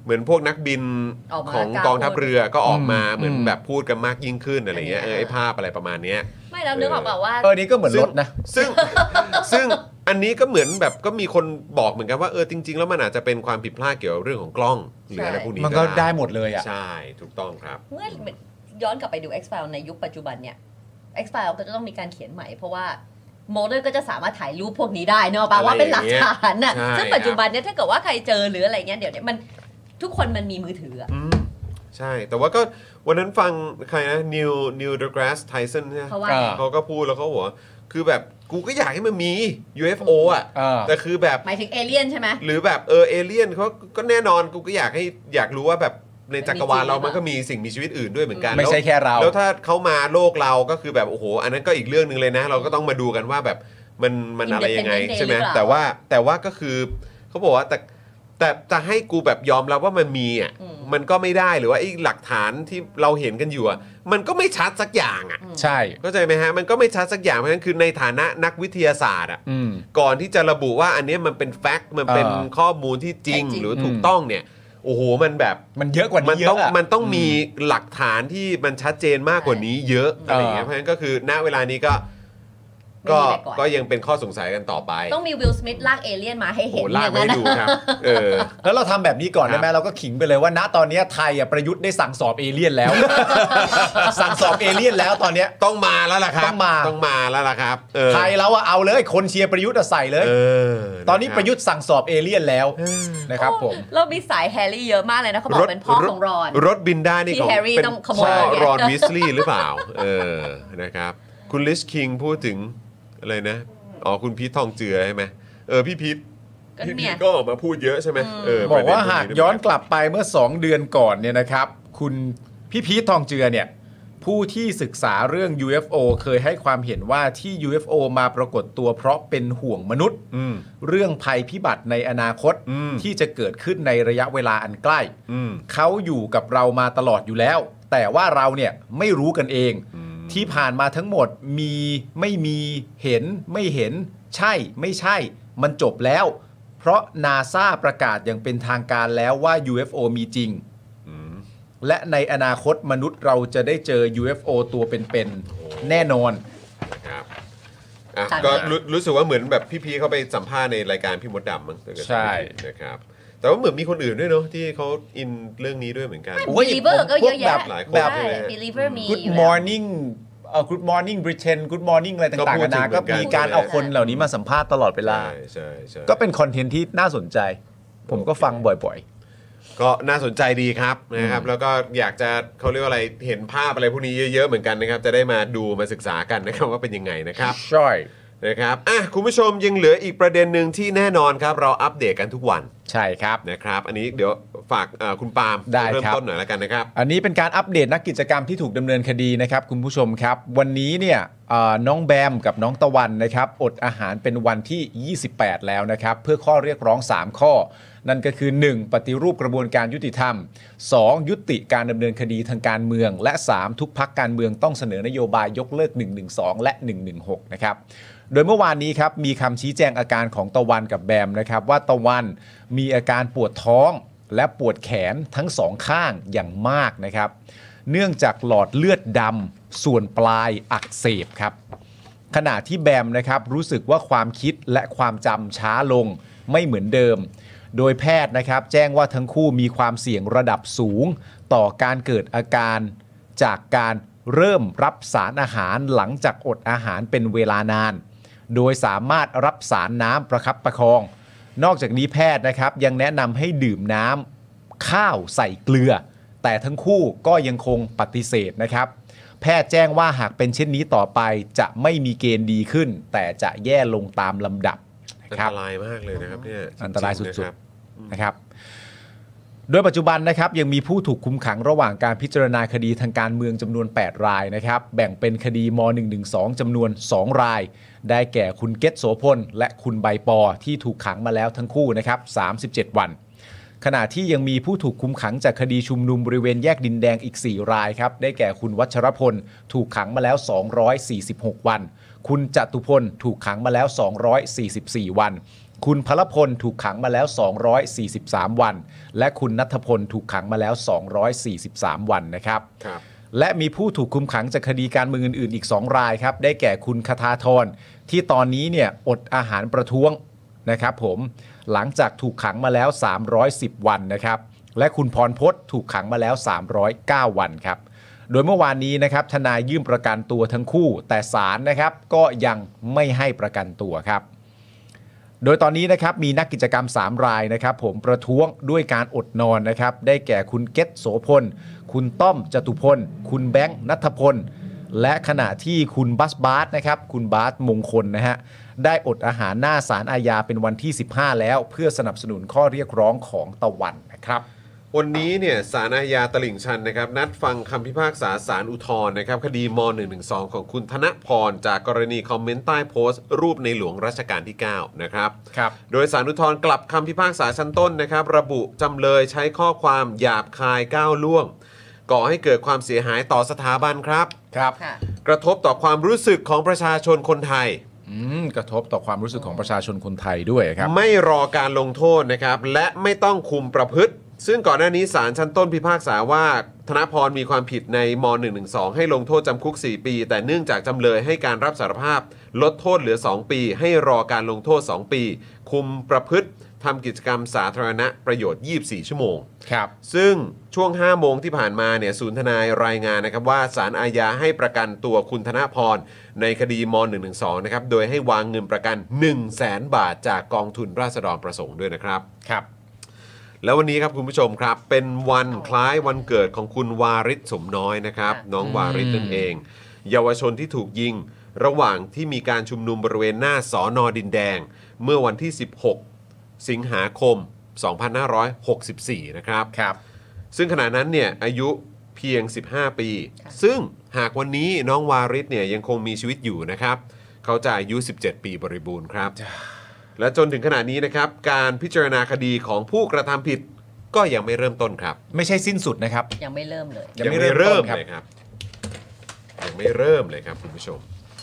เหมือนพวกนักบินออกมาของกล้ากองทัพเรือก็ออกมาอืมเหมือนแบบพูดกันมากยิ่งขึ้นอะไรเงี้ยอันเอเนี้อย ไอ้ภาพอะไรประมาณเนี้ยไม่แล้วนึกออกเปล่าว่าเออนี่ก็เหมือนรถนะซึ่งซึ่งอันนี้ก็เหมือนแบบก็มีคนบอกเหมือนกันว่าเออจริง ๆ แล้วมันอาจจะเป็นความผิดพลาดเกี่ยวกับเรื่องของกล้องหรืออะไรพวกนี้มันก็ได้หมดเลยอ่ะใช่ถูกต้องครับเมื่อย้อนกลับไปดู X-File ในยุคปัจจุบันเนี่ย X-File ก็จะต้องมีการเขียนใหม่เพราะว่าโมเดลก็จะสามารถถ่ายรูปพวกนี้ได้เนอะแปลว่าเป็นหลักฐานน่ะใช่ซึ่งปัจจุบันเนี่ยถ้าเกิดว่าใครเจอหรืออะไรเงี้ยเดี๋ยวนี้มันทุกคนมันมีมือถืออะอืมใช่แต่ว่าก็วันนั้นฟังใครนะนิวนิวเดอะแกรสไทสันใช่ไหมเขาว่าอ่าเขาก็พูดแล้วเขาบอกว่าคือแบบกูก็อยากให้มันมี ยู เอฟ โอ อ่ะอ่าแต่คือแบบหมายถึงเอเลี่ยนใช่ไหมหรือแบบเออเอเลี่ยนเขาก็แน่นอนกูก็อยากให้อยากรู้ว่าแบบในจักรวาลเรามันก็มีสิ่งมีชีวิตอื่นด้วยเหมือนกันไม่ใช่แค่เราแล้วถ้าเขามาโลกเราก็คือแบบโอ้โหอันนั้นก็อีกเรื่องหนึ่งเลยนะ เราก็ต้องมาดูกันว่าแบบมันมันอะไรยังไง Independent ใช่ไหมหรือเปล่าแต่ว่าแต่ว่าก็คือเขาบอกว่าแต่แต่จะให้กูแบบยอมรับว่ามันมีอ่ะอืมมันก็ไม่ได้หรือว่าไอ้หลักฐานที่เราเห็นกันอยู่อ่ะมันก็ไม่ชัดสักอย่างอ่ะใช่เข้าใจไหมฮะมันก็ไม่ชัดสักอย่างเพราะฉะนั้นคือในฐานะนักวิทยาศาสตร์อ่ะอืมก่อนที่จะระบุว่าอันเนี้ยมันเป็นแฟกต์มันเป็นเออข้อมูลที่จริงจริงหรือถูกต้องเนี่ยโอ้โหมันแบบมันเยอะกว่ามันี้เยต้องอะอะมันต้องมีหลักฐานที่มันชัดเจนมากกว่านี้เยอะอะไรอย่างเงี้ยเออเพราะฉะนั้นก็คือณเวลานี้ก็ก็ไม่มีไปก่อนก็ยังเป็นข้อสงสัยกันต่อไปต้องมีวิลสมิธลากเอเลี่ยนมาให้โอ้โหเห็นลากมาให้ดูครับเออแล้วเราทำแบบนี้ก่อนครับได้ไหมเราก็ขิงไปเลยว่าณตอนเนี้ยไทยอ่ะประยุทธ์ได้สั่งสอบเอเลี่ยนแล้ว สั่งสอบเอเลี่ยนแล้วตอนเนี้ยต้องมาแล้วล่ะครับต้องมาต้องมาแล้วล่ะครับเออไทยเราอะเอาเลยคนเชียร์ประยุทธ์อะใส่เลยเออตอนนี้ประยุทธ์สั่งสอบเอเลี่ยนแล้วนะครับผมเรามีสายแฮร์รี่เยอะมากเลยนะเขาบอกเป็นพ่อของรอนรถบินได้นี่ที่ของแฮร์รี่เป็นต้องขโมยพ่อเนี่ยรอนวิสลีย์หรือเปล่าเออนะครับคุณลิชคิงพูดถึงอะไรนะอ๋อคุณพีททองเจือใช่ไหมเออพี่พีทก็พี่เนี่พียทก็ออกมาพูดเยอะใช่ไหมเออบอกว่าประเด็นหากพวย้อนกลับไปเมื่อสองเดือนก่อนเนี่ยนะครับ คุณพี่พีททองเจือเนี่ยผู้ที่ศึกษาเรื่อง ยู เอฟ โอ เคยให้ความเห็นว่าที่ ยู เอฟ โอ มาปรากฏตัวเพราะเป็นห่วงมนุษย์อืมเรื่องภัยพิบัติในอนาคตอืมที่จะเกิดขึ้นในระยะเวลาอันใกล้อืมเขาอยู่กับเรามาตลอดอยู่แล้ว แต่ว่าเราเนี่ยไม่รู้กันเอง ที่ผ่านมาทั้งหมดมีไม่มีเห็นไม่เห็นใช่ไม่ใช่ มันจบแล้ว เพราะ NASA ประกาศอย่างเป็นทางการแล้วว่า ยู เอฟ โอ มีจริง และในอนาคตมนุษย์เราจะได้เจอ ยู เอฟ โอ ตัวเป็นๆแน่นอนนะครับอ่ะจากก็นี้รู้รู้สึกว่าเหมือนแบบพี่พีเขาไปสัมภาษณ์ในรายการพี่มดดำมั้งถ้าเกิดใช่นะครับแต่ว่าเหมือนมีคนอื่นด้วยเนาะที่เขาอินเรื่องนี้ด้วยเหมือนกันโอ้ย believer ก็เยอะแยะหลายคนใช่ใช่ไหม believer มี Good อยู่แล้ว morning เอ่อ Good morning Britain Good morning อะไรก็ต่างพูๆดนาถึนางเหมืก็อนกันมีการเอาคนเหล่านี้มาสัมภาษณ์ตลอดเวลาใช่ใช่ใช่ก็เป็นคอนเทนต์ที่น่าสนใจ ผมก็ฟังบ่อยก็น่าสนใจดีครับนะครับแล้วก็อยากจะเขาเรียกว่าอะไรเห็นภาพอะไรพวกนี้เยอะๆเหมือนกันนะครับจะได้มาดูมาศึกษากันนะครับว่าเป็นยังไงนะครับๆ ใช่นะครับอ่ะคุณผู้ชมยังเหลืออีกประเด็นหนึ่งที่แน่นอนครับเราอัปเดตกันทุกวันใช่ครับนะครับอันนี้เดี๋ยวฝากเอ่อคุณปาล์มได้เริ่มครับต้นหน่อยแล้วกันนะครับอันนี้เป็นการอัปเดตนักกิจกรรมที่ถูกดำเนินคดีนะครับคุณผู้ชมครับ วันนี้เนี่ยเอ่อน้องแบมกับน้องตะวันนะครับอดอาหารเป็นวันที่ ยี่สิบแปด แล้วนะครับเพื่อข้อเรียกร้อง สาม ข้อ นั่นก็คือ หนึ่ง ปฏิรูปกระบวนการยุติธรรม สอง ยุติการดำเนินคดีทางการเมือง และ สาม ทุกพรรคการเมืองต้องเสนอนโยบายยกเลิกหนึ่งหนึ่งสองและหนึ่งหนึ่งหกนะครับโดยเมื่อวานนี้ครับมีคำชี้แจงอาการของตะวันกับแบมนะครับว่าตะวันมีอาการปวดท้องและปวดแขนทั้งสองข้างอย่างมากนะครับเนื่องจากหลอดเลือดดำส่วนปลายอักเสบครับขณะที่แบมนะครับรู้สึกว่าความคิดและความจำช้าลงไม่เหมือนเดิมโดยแพทย์นะครับแจ้งว่าทั้งคู่มีความเสี่ยงระดับสูงต่อการเกิดอาการจากการเริ่มรับสารอาหารหลังจากอดอาหารเป็นเวลานานโดยสามารถรับสารน้ำประคับประคองนอกจากนี้แพทย์นะครับยังแนะนำให้ดื่มน้ำข้าวใส่เกลือแต่ทั้งคู่ก็ยังคงปฏิเสธนะครับแพทย์แจ้งว่าหากเป็นเช่นนี้ต่อไปจะไม่มีเกณฑ์ดีขึ้นแต่จะแย่ลงตามลำดับอันครับตรายมากเลยนะครับเนี่ยอันตรายสุจดงๆนะครับๆนะครับ โดยปัจจุบันนะครับยังมีผู้ถูกคุมขังระหว่างการพิจารณาคดีทางการเมืองจำนวน แปด รายนะครับแบ่งเป็นคดีม หนึ่งหนึ่งสอง จำนวน สอง ราย ได้แก่คุณเกตโสพลและคุณใบปอที่ถูกขังมาแล้วทั้งคู่นะครับสามสิบเจ็ด วัน ขณะที่ยังมีผู้ถูกคุมขังจากคดีชุมนุมบริเวณแยกดินแดงอีก สี่ รายครับได้แก่คุณวัชรพลถูกขังมาแล้ว สองร้อยสี่สิบหก วันคุณจตุพลถูกขังมาแล้ว สองร้อยสี่สิบสี่ วันคุณพลพลถูกขังมาแล้วสองร้อยสี่สิบสามวันและคุณณัฐพลถูกขังมาแล้วสองร้อยสี่สิบสามวันนะครับครับและมีผู้ถูกคุมขังจากคดีการเมืองอื่นๆอีกสองรายครับได้แก่คุณคทาธรที่ตอนนี้เนี่ยอดอาหารประท้วงนะครับผมหลังจากถูกขังมาแล้วสามร้อยสิบวันนะครับและคุณพรพจน์ถูกขังมาแล้วสามร้อยเก้าวันครับโดยเมื่อวานนี้นะครับทนายยื่นประกันตัวทั้งคู่แต่ศาลนะครับก็ยังไม่ให้ประกันตัวครับโดยตอนนี้นะครับมีนักกิจกรรมสามรายนะครับผมประท้วงด้วยการอดนอนนะครับได้แก่คุณเกตโสพลคุณต้อมจตุพลคุณแบงค์ณัฐพลและขณะที่คุณบัสบาสนะครับคุณบาสมงคลนะฮะได้อดอาหารหน้าศาลอาญาเป็นวันที่สิบห้าแล้วเพื่อสนับสนุนข้อเรียกร้องของตะวันนะครับวันนี้เนี่ยศาลอาญาตลิ่งชันนะครับนัดฟังคำพิพากษาศาลอุทธรณ์นะครับคดีม หนึ่งหนึ่งสอง ของคุณธนพรจากกรณีคอมเมนต์ใต้โพสต์รูปในหลวงรัชกาลที่เก้านะครับครับโดยศาลอุทธรณ์กลับคำพิพากษาชั้นต้นนะครับระบุจำเลยใช้ข้อความหยาบคายก้าวล่วงก่อให้เกิดความเสียหายต่อสถาบันครับครับกระทบต่อความรู้สึกของประชาชนคนไทยอืมกระทบต่อความรู้สึกของประชาชนคนไทยด้วยครับไม่รอการลงโทษนะครับและไม่ต้องคุมประพฤติซึ่งก่อนหน้านี้ศาลชั้นต้นพิพากษาว่าธนพรมีความผิดในม หนึ่งหนึ่งสอง ให้ลงโทษจำคุกสี่ปีแต่เนื่องจากจำเลยให้การรับสารภาพลดโทษเหลือสองปีให้รอการลงโทษสองปีคุมประพฤติทำกิจกรรมสาธารณประโยชน์ยี่สิบสี่ชั่วโมงครับซึ่งช่วงห้าโมงที่ผ่านมาเนี่ยศูนย์ทนายรายงานนะครับว่าศาลอาญาให้ประกันตัวคุณธนพรในคดีม หนึ่งหนึ่งสอง นะครับโดยให้วางเงินประกัน หนึ่งแสน บาทจากกองทุนราษฎรประสงค์ด้วยนะครับครับแล้ววันนี้ครับคุณผู้ชมครับเป็นวันคล้ายวันเกิดของคุณวาริศสมน้อยนะครับน้องวาริศนั่นเองเยาวชนที่ถูกยิงระหว่างที่มีการชุมนุมบริเวณหน้าสน.ดินแดงเมื่อวันที่สิบหกสิงหาคมสองพันห้าร้อยหกสิบสี่นะครับครับซึ่งขณะนั้นเนี่ยอายุเพียงสิบห้าปีซึ่งหากวันนี้น้องวาริศเนี่ยยังคงมีชีวิตอยู่นะครับเขาจะอายุสิบเจ็ดปีบริบูรณ์ครับและจนถึงขณะนี้นะครับการพิจารณาคดีของผู้กระทำผิดก็ยังไม่เริ่มต้นครับไม่ใช่สิ้นสุดนะครับยังไม่เริ่มเลยยังไม่เริ่มเลยครับยังไม่เริ่มเลยครับคุณผู้ชม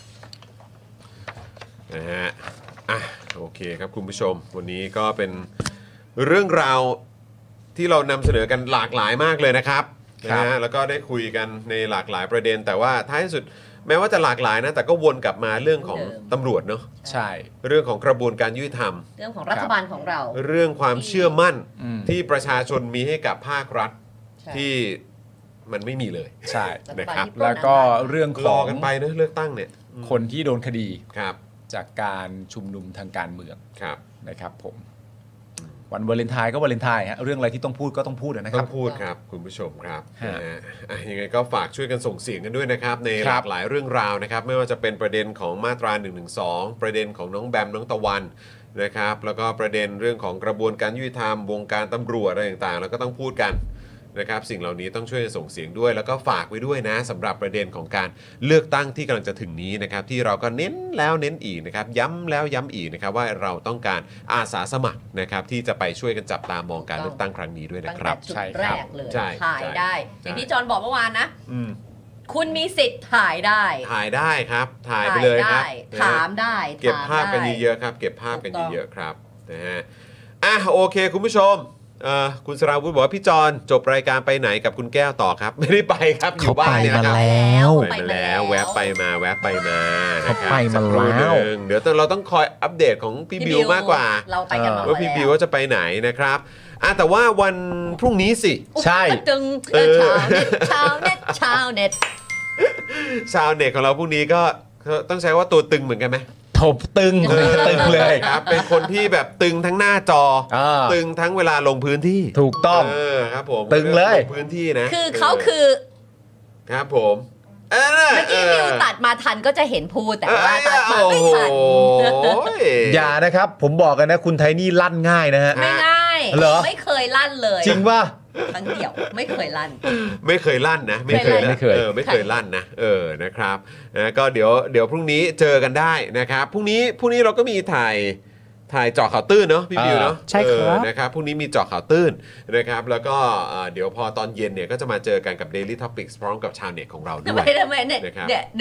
นะฮะอ่ะโอเคครับคุณผู้ชมวันนี้ก็เป็นเรื่องราวที่เรานำเสนอกันหลากหลายมากเลยนะครับนะฮะแล้วก็ได้คุยกันในหลากหลายประเด็นแต่ว่าท้ายสุดแม้ว่าจะหลากหลายนะแต่ก็วนกลับมาเรื่องของตำรวจเนาะใช่เรื่องของกระบวนการยุติธรรมเรื่องของรัฐบาลของเราเรื่องความเชื่อมั่นที่ประชาชนมีให้กับภาครัฐที่มันไม่มีเลยใช่นะครับแล้วก็เรื่องของรอกันไปเนอะเลือกตั้งเนี่ยคนที่โดนคดีครับจากการชุมนุมทางการเมืองครับนะครับผมวันวาเลนไทน์ก็วาเลนไทน์ฮะเรื่องอะไรที่ต้องพูดก็ต้องพูดนะครับต้องพูดครับคุณผู้ชมครับนะยังไงก็ฝากช่วยกันส่งเสียงกันด้วยนะครับในหลากหลายเรื่องราวนะครับไม่ว่าจะเป็นประเด็นของมาตราหนึ่งหนึ่งสองประเด็นของน้องแบมน้องตะวันนะครับแล้วก็ประเด็นเรื่องของกระบวนการยุติธรรมวงการตำรวจอะไรต่างๆแล้วก็ต้องพูดกันนะครับสิ่งเหล่านี้ต้องช่วยส่งเสียงด้วยแล้วก็ฝากไว้ด้วยนะสำหรับประเด็นของการเลือกตั้งที่กำลังจะถึงนี้นะครับที่เราก็เน้นแล้วเน้นอีกนะครับย้ำแล้วย้ำอีกนะครับว่าเราต้องการอาสาสมัครนะครับที่จะไปช่วยกันจับตามองการเลือกตั้งครั้งนี้ด้วยนะครับใช่แรกเลยถ่ายได้อย่างที่จอนบอกเมื่อวานนะคุณมีสิทธิ์ถ่ายได้ถ่ายได้ครับถ่ายไปเลยครับถามได้เก็บภาพกันเยอะๆครับเก็บภาพกันเยอะๆครับนะฮะอ่ะโอเคคุณผู้ชมคุณสราวุธบอกว่าพี่จอนจบรายการไปไหนกับคุณแก้วต่อครับไม่ได้ไปครับอยู่บ้านเนี่ยนะครับไปมาแล้วแวะไปมาแวะไปมาเขาไปมาแล้วเดี๋ยวเราต้องคอยอัปเดตของพี่บิวมากกว่าว่าพี่บิวว่าจะไปไหนนะครับอ่ะแต่ว่าวันพรุ่งนี้สิใช่ตึงชาวเน็ตชาวเน็ตชาวเน็ตของเราพรุ่งนี้ก็ต้องใช้ว่าตัวตึงเหมือนกันไหมถบตึงตึงเลยครับเป็นคนที่แบบตึงทั้งหน้าจอตึงทั้งเวลาลงพื้นที่ถูกต้องเออครับผมตึงเลยลงพื้นที่นะคือเขาคือครับผมเมื่อกี้มิวตัดมาทันก็จะเห็นพูดแต่ว่าตัดมาไม่ทันอย่านะครับผมบอกกันนะคุณไทนี่ลั่นง่ายนะฮะไม่ง่ายไม่เคยลั่นเลยจริงป่ะครั้งเดียวไม่เคยลั่นไม่เคยลั่นนะไม่เคยไม่เคยเออไม่เคยลั่นนะเออนะครับนะก็เดี๋ยวเดี๋ยวพรุ่งนี้เจอกันได้นะครับพรุ่งนี้พรุ่งนี้เราก็มีถ่ายถ่ายเจาะข่าวตื้นเนาะพี่บิวเนาะใช่ครับนะครับพรุ่งนี้มีเจาะข่าวตื้นนะครับแล้วก็เดี๋ยวพอตอนเย็นเนี่ยก็จะมาเจอกันกับ Daily Topics พร้อมกับชาวเน็ตของเราด้วยทำไมทำไมเนี่ยดู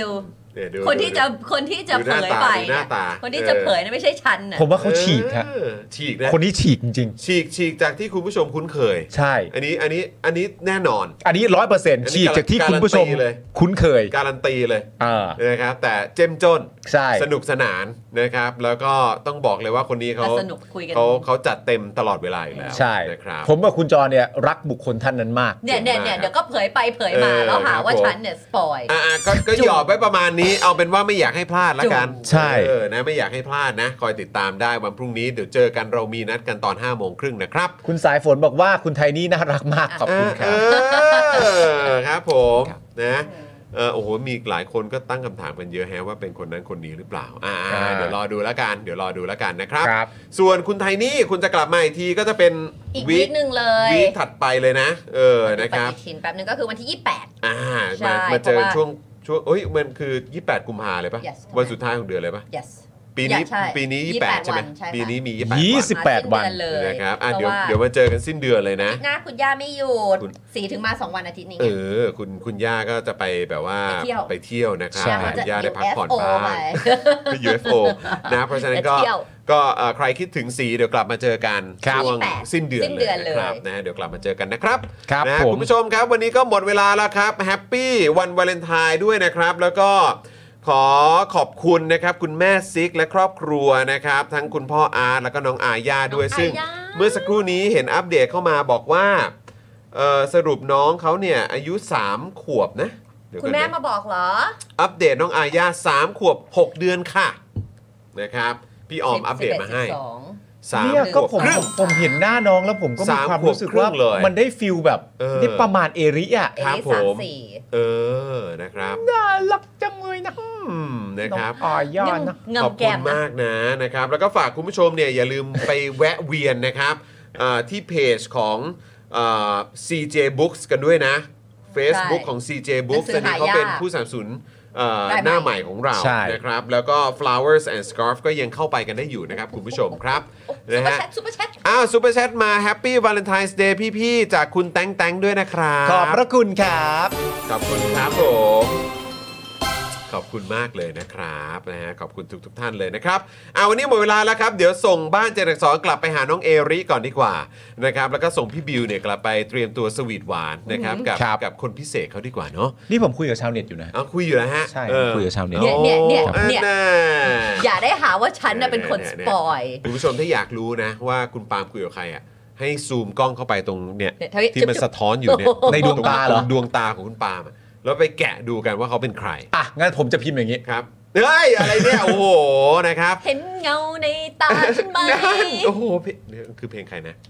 คนที่จะคนที่จะเผยไปคนที่จะเผยนั่นไม่ใช่ฉันนะผมว่าเขาฉีกฮะฉีกนะคนนี้ฉีกจริงๆฉีกฉีกจากที่คุณผู้ชมคุ้นเคยใช่อันนี้อันนี้อันนี้แน่นอนอันนี้ ร้อยเปอร์เซ็นต์ ฉีกจากที่คุณผู้ชมคุ้นเคยการันตีเลยนะครับแต่เจ้มจนสนุกสนานนะครับแล้วก็ต้องบอกเลยว่าคนนี้เขาเขาเขาจัดเต็มตลอดเวลาอยู่แล้วใช่นะครับผมกับคุณจอเนี่ยรักบุคคลท่านนั้นมากเนี่ยเนี่ยเนี่ยเดี๋ยวก็เผยไปเผยมาแล้วหาว่าฉันเนี่ยสปอยอ่าก็ก็หยอบไว้ประมาณนี้เอาเป็นว่าไม่อยากให้พลาดละกันใช่เออนะไม่อยากให้พลาดนะคอยติดตามได้วันพรุ่งนี้เดี๋ยวเจอกันเรามีนัดกันตอนห้าโมงครึ่งนะครับคุณสายฝนบอกว่าคุณไทนี่น่ารักมากขอบคุณครับครับผมนะเออโอ้โหมีหลายคนก็ตั้งคำถามกันเยอะแฮะว่าเป็นคนนั้นคนนี้หรือเปล่าอ่าเดี๋ยวรอดูแล้วกันเดี๋ยวรอดูแล้วกันนะครับส่วนคุณไทนี่คุณจะกลับมาอีกทีก็จะเป็นอีกวีคนึงเลยวีคถัดไปเลยนะเออนะครับปฏิทินแป๊บนึงก็คือวันที่ยี่สิบแปดอ่ามามาเจอช่วงช่วงเอ้ยมันคือยี่สิบแปดกุมภาเลยป่ะวันสุดท้ายของเดือนเลยป่ะปีนี้ปีนี้ยี่สิบแปดใช่ไหมปีนี้มียี่สิบแปดวันนะครับอ่ะเดี๋ยวเดี๋ยวมาเจอกันสิ้นเดือนเลยนะหน้าคุณย่าไม่หยุดสี่ถึงมาสองวันอาทิตย์นี้เออคุณคุณย่าก็จะไปแบบว่าไปเที่ยวนะครับคุณย่าได้พักผ่อนบ้างไป ยู เอฟ โอ นะเพราะฉะนั้นก็ก็ใครคิดถึงสีเดี๋ยวกลับมาเจอกันช่วงสิ้นเดือนเลยนะครับนะเดี๋ยวกลับมาเจอกันนะครับนะคุณผู้ชมครับวันนี้ก็หมดเวลาแล้วครับแฮปปี้วันวาเลนไทน์ด้วยนะครับแล้วก็ขอขอบคุณนะครับคุณแม่ซิกและครอบครัวนะครับทั้งคุณพ่ออาร์ตแล้วก็น้องอาญาด้วยซึ่งเมื่อสักครู่นี้เห็นอัปเดตเข้ามาบอกว่าสรุปน้องเขาเนี่ยอายุสามขวบนะคุณแม่มาบอกเหรออัปเดตน้องอาญาสามขวบหกเดือนค่ะนะครับพี่ออมอัปเดตมาให้เนี่ยก็ผมผมเห็นหน้าน้องแล้วผมก็มีความรู้สึกว่ามันได้ฟิลแบบนี่ประมาณเอริอ่ะครับผมเออนะครับน่ารักจังเลยนะนะครับอ๋อยอดนะขอบคุณมากนะนะครับแล้วก็ฝากคุณผู้ชมเนี่ยอย่าลืมไปแวะเวียนนะครับที่เพจของ ซี เจ Books กันด้วยนะ Facebook ของ ซี เจ Books อันนี้เขาเป็นผู้สนับสนุนหน้าใหม่ของเรานะครับแล้วก็ flowers and scarf ก็ยังเข้าไปกันได้อยู่นะครับคุณผู้ชมครับนะฮะซุปเปอร์แชทอ้าวซุปเปอร์แชทมา Happy Valentine's Day พี่ๆจากคุณแตงแตงด้วยนะครับขอบพระคุณครับขอบคุณครับผมขอบคุณมากเลยนะครับนะฮะขอบคุณทุกทุกท่านเลยนะครับอ่าวันนี้หมดเวลาแล้วครับเดี๋ยวส่งบ้านเจริญสอนกลับไปหาน้องเอริก่อนดีกว่านะครับแล้วก็ส่งพี่บิวเนี่ยกลับไปเตรียมตัวสวีทหวานนะครับกับกับคนพิเศษเขาดีกว่าเนาะนี่ผมคุยกับชาวเน็ตอยู่นะอ๋อคุยอยู่นะฮะใช่คุยกับชาวเน็ตเนี่ยเนี่ยเนี่ยเนี่ยอย่าได้หาว่าฉันน่ะเป็นคนสปอยคุณผู้ชมถ้าอยากรู้นะว่าคุณปาล์มคุยกับใครอ่ะให้ซูมกล้องเข้าไปตรงเนี่ยที่มันสะท้อนอยู่เนี่ยในดวงตาเหรอดวงตาของคุณปาล์มแล้วไปแกะดูกันว่าเขาเป็นใครอ่ะงั้นผมจะพิมพ์อย่างนี้ครับเฮ้ยอะไรเนี่ยโอ้โหนะครับเห็นเงาในตาฉันไหมโอ้โหคือเพลงใครนะ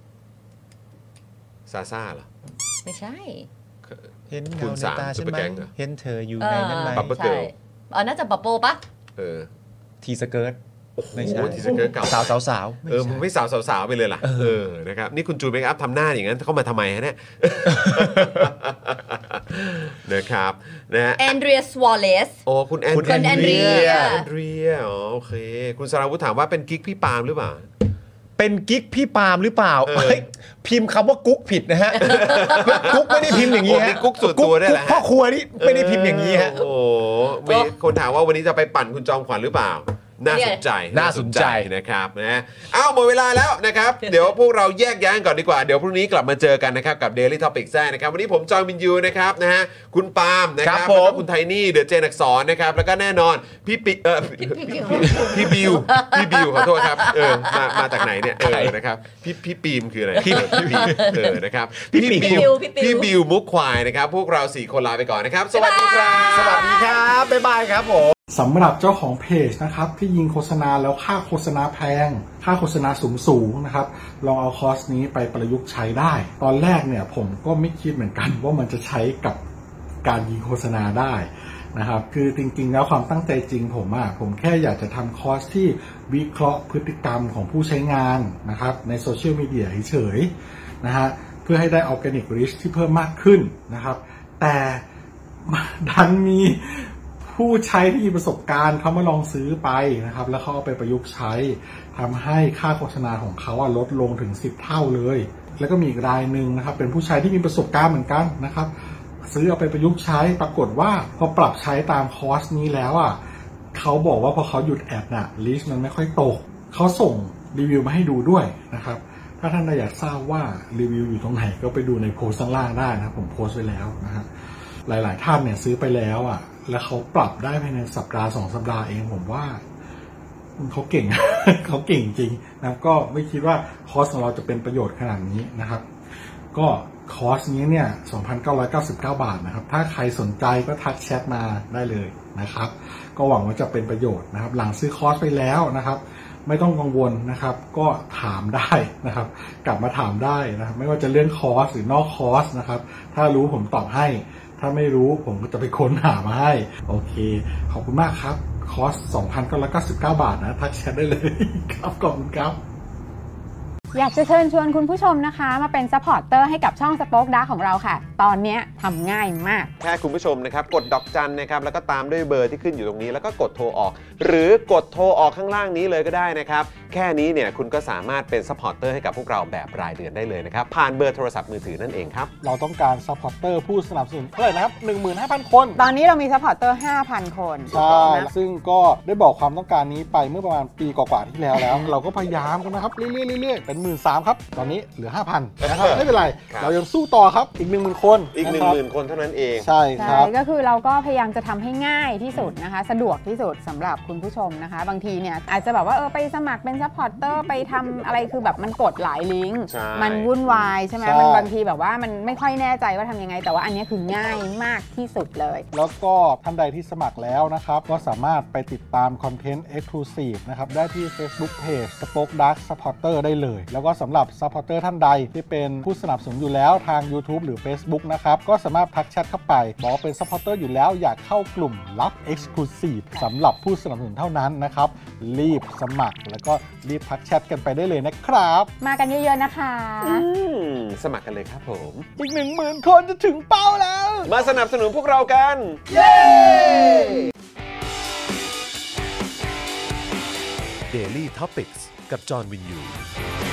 ซาซ่าเหรอไม่ใช่เห็นเงาในตาฉันไหมเห็นเธออยู่ในนั้นไหมบับเบิ้ลเกิร์ลอ๋อน่าจะบับเบิ้ลปะเออทีสเกิร์ตไม่ใช่ทีสเกิร์ตเก่าสาวสาวสาวเออมึงไม่สาวสาวไปเลยล่ะเออนะครับนี่คุณจูนเมคอัพทำหน้าอย่างนั้นเข้ามาทำไมฮะเนี่ยนะครับนะแอนเดรียสวอลเลสโอ้คุณแอนเดรียแอนเดรียอ๋อโอเคคุณสราวุธถามว่าเป็นกิ๊กพี่ปาล์มหรือเปล่าเป็นกิ๊กพี่ปาล์มหรือเปล่าพิมพ์คำว่ากุ๊กผิดนะฮะกุ๊กไม่ได้พิมพ์อย่างนี้ฮะกุ๊กส่วนตัวได้แหละพ่อครัวนี่ไม่ได้พิมพ์อย่างนี้ฮะโอ้มีคนถามว่าวันนี้จะไปปั่นคุณจอมขวัญหรือเปล่าน่าสนใจน่าสนใจนะครับนะเอ้าหมดเวลาแล้วนะครับเดี๋ยวพวกเราแยกย้ายก่อนดีกว่าเดี๋ยวพรุ่งนี้กลับมาเจอกันนะครับกับ Daily Topics ได้นะครับวันนี้ผมจอห์นวินยูนะครับนะฮะคุณปาล์มนะครับแล้วก็คุณไทนี่เดอะเจนอักษรนะครับแล้วก็แน่นอนพี่ปิเออพี่บิวพี่บิวขอโทษครับเออมามาจากไหนเนี่ยเออนะครับพี่พี่ปีมคืออะไรพี่ปีมเออนะครับพี่บิวพี่บิวมุกควายนะครับพวกเราสี่คนลาไปก่อนนะครับสวัสดีครับสวัสดีครับบ๊ายบายครับผมสำหรับเจ้าของเพจนะครับที่ยิงโฆษณาแล้วค่าโฆษณาแพงค่าโฆษณาสูงสูงนะครับลองเอาคอร์สนี้ไปประยุกต์ใช้ได้ตอนแรกเนี่ยผมก็ไม่คิดเหมือนกันว่ามันจะใช้กับการยิงโฆษณาได้นะครับคือจริงๆแล้วความตั้งใจจริงผมอะผมแค่อยากจะทำคอร์สที่วิเคราะห์พฤติกรรมของผู้ใช้งานนะครับในโซเชียลมีเดียเฉยๆนะฮะเพื่อให้ได้ออร์แกนิกรีชที่เพิ่มมากขึ้นนะครับแต่ดันมีผู้ใช้ที่มีประสบการณ์เขามาลองซื้อไปนะครับแล้วเขาเอาไปประยุกต์ใช้ทำให้ค่าโฆษณาของเขาลดลงถึงสิบเท่าเลยแล้วก็มีอีกรายหนึ่งนะครับเป็นผู้ใช้ที่มีประสบการณ์เหมือนกันนะครับซื้อเอาไปประยุกต์ใช้ปรากฏว่าพอปรับใช้ตามคอร์สนี้แล้วอ่ะเขาบอกว่าพอเขาหยุดแอดน่ะลิสต์มันไม่ค่อยตกเขาส่งรีวิวมาให้ดูด้วยนะครับถ้าท่านอยากทราบว่ารีวิวอยู่ตรงไหนก็ไปดูในโพสต์ข้างล่างได้นะผมโพสต์ไว้แล้วนะฮะหลายๆท่านเนี่ยซื้อไปแล้วอ่ะแล้วเขาปรับได้ภายในสัปดาห์สองสัปดาห์เองผมว่าเขาเก่ง เขาเก่งจริงนะก็ไม่คิดว่าคอร์สของเราจะเป็นประโยชน์ขนาดนี้นะครับก็คอร์สนี้เนี่ย สองพันเก้าร้อยเก้าสิบเก้า บาทนะครับถ้าใครสนใจก็ทักแชทมาได้เลยนะครับก็หวังว่าจะเป็นประโยชน์นะครับหลังซื้อคอร์สไปแล้วนะครับไม่ต้องกังวลนะครับก็ถามได้นะครับกลับมาถามได้นะครับไม่ว่าจะเรื่องคอร์สหรือนอกคอร์สนะครับถ้ารู้ผมตอบให้ถ้าไม่รู้ผมก็จะไปค้นหามาให้โอเคขอบคุณมากครับคอร์ส สองพันเก้าร้อยเก้าสิบเก้า บาทนะทักแชทได้เลยครับขอบคุณครับอยากจะเชิญชวนคุณผู้ชมนะคะมาเป็นซัพพอร์ตเตอร์ให้กับช่องสป็อคดาร์กของเราค่ะตอนนี้ทำง่ายมากแค่คุณผู้ชมนะครับกดดอกจันนะครับแล้วก็ตามด้วยเบอร์ที่ขึ้นอยู่ตรงนี้แล้วก็กดโทรออกหรือกดโทรออกข้างล่างนี้เลยก็ได้นะครับแค่นี้เนี่ยคุณก็สามารถเป็นซัพพอร์ตเตอร์ให้กับพวกเราแบบรายเดือนได้เลยนะครับผ่านเบอร์โทรศัพท์มือถือนั่นเองครับเราต้องการซัพพอร์ตเตอร์ผู้สนับสนุนเท่าไหร่นะครับ หนึ่งหมื่นห้าพัน คนตอนนี้เรามีซัพพอร์ตเตอร์ ห้าพัน คนใช่ซึ่งก็ได้บอกความต้องการนี้ไปเมื่อประมาณปีกว่าๆที่แล้วแล้ว เราก็พยายามกันนะครับเรื่อยๆๆเป็น หนึ่งหมื่นสามพัน ครับตอนนี้เหลือ ห้าพัน นะครับไม่เป็นไรเรายังสู้ต่อครับอีก หนึ่งหมื่น คนอีก หนึ่งหมื่น คนเท่านั้นเองใช่ครับก็คือเราก็พยายามจะทำให้ง่ายที่สุดนะคะสะดวกที่สุดสำหรับคุณผู้ชมนะคะบางทีเนี่ยอาจจะแบบว่าเออไปสมัครเป็นซัพพอร์ตเตอร์ไปทำอะไรคือแบบมันกดหลายลิงก์มันวุ่นวายใช่ไหมมันบางทีแบบว่ามันไม่ค่อยแน่ใจว่าทำยังไงแต่ว่าอันนี้คือง่ายมากที่สุดเลยแล้วก็ท่านใดที่สมัครแล้วนะครับก็สามารถไปติดตามคอนเทนต์ Exclusive นะครับได้ที่ Facebook Page Spoke Dark Supporter ได้เลยแล้วก็สำหรับ Supporter ท่านใดที่เป็นผู้สนับสนุนอยู่แล้วทาง YouTube หรือ Facebook นะครับก็สามารถทักแชทเข้าไปบอกเป็น Supporter อยู่แล้วอยากเข้ากลุ่มลับ Exclusive สำหรับผู้สนับสนุนเท่านั้นนะครับรีบสมัครแล้วก็รีบทักแชทกันไปได้เลยนะครับมากันเยอะๆนะคะสมัครกันเลยครับผมอีก หนึ่งหมื่น คนจะถึงเป้าแล้วมาสนับสนุนพวกเรากันเย้ Daily Topics กับจอห์นวินยู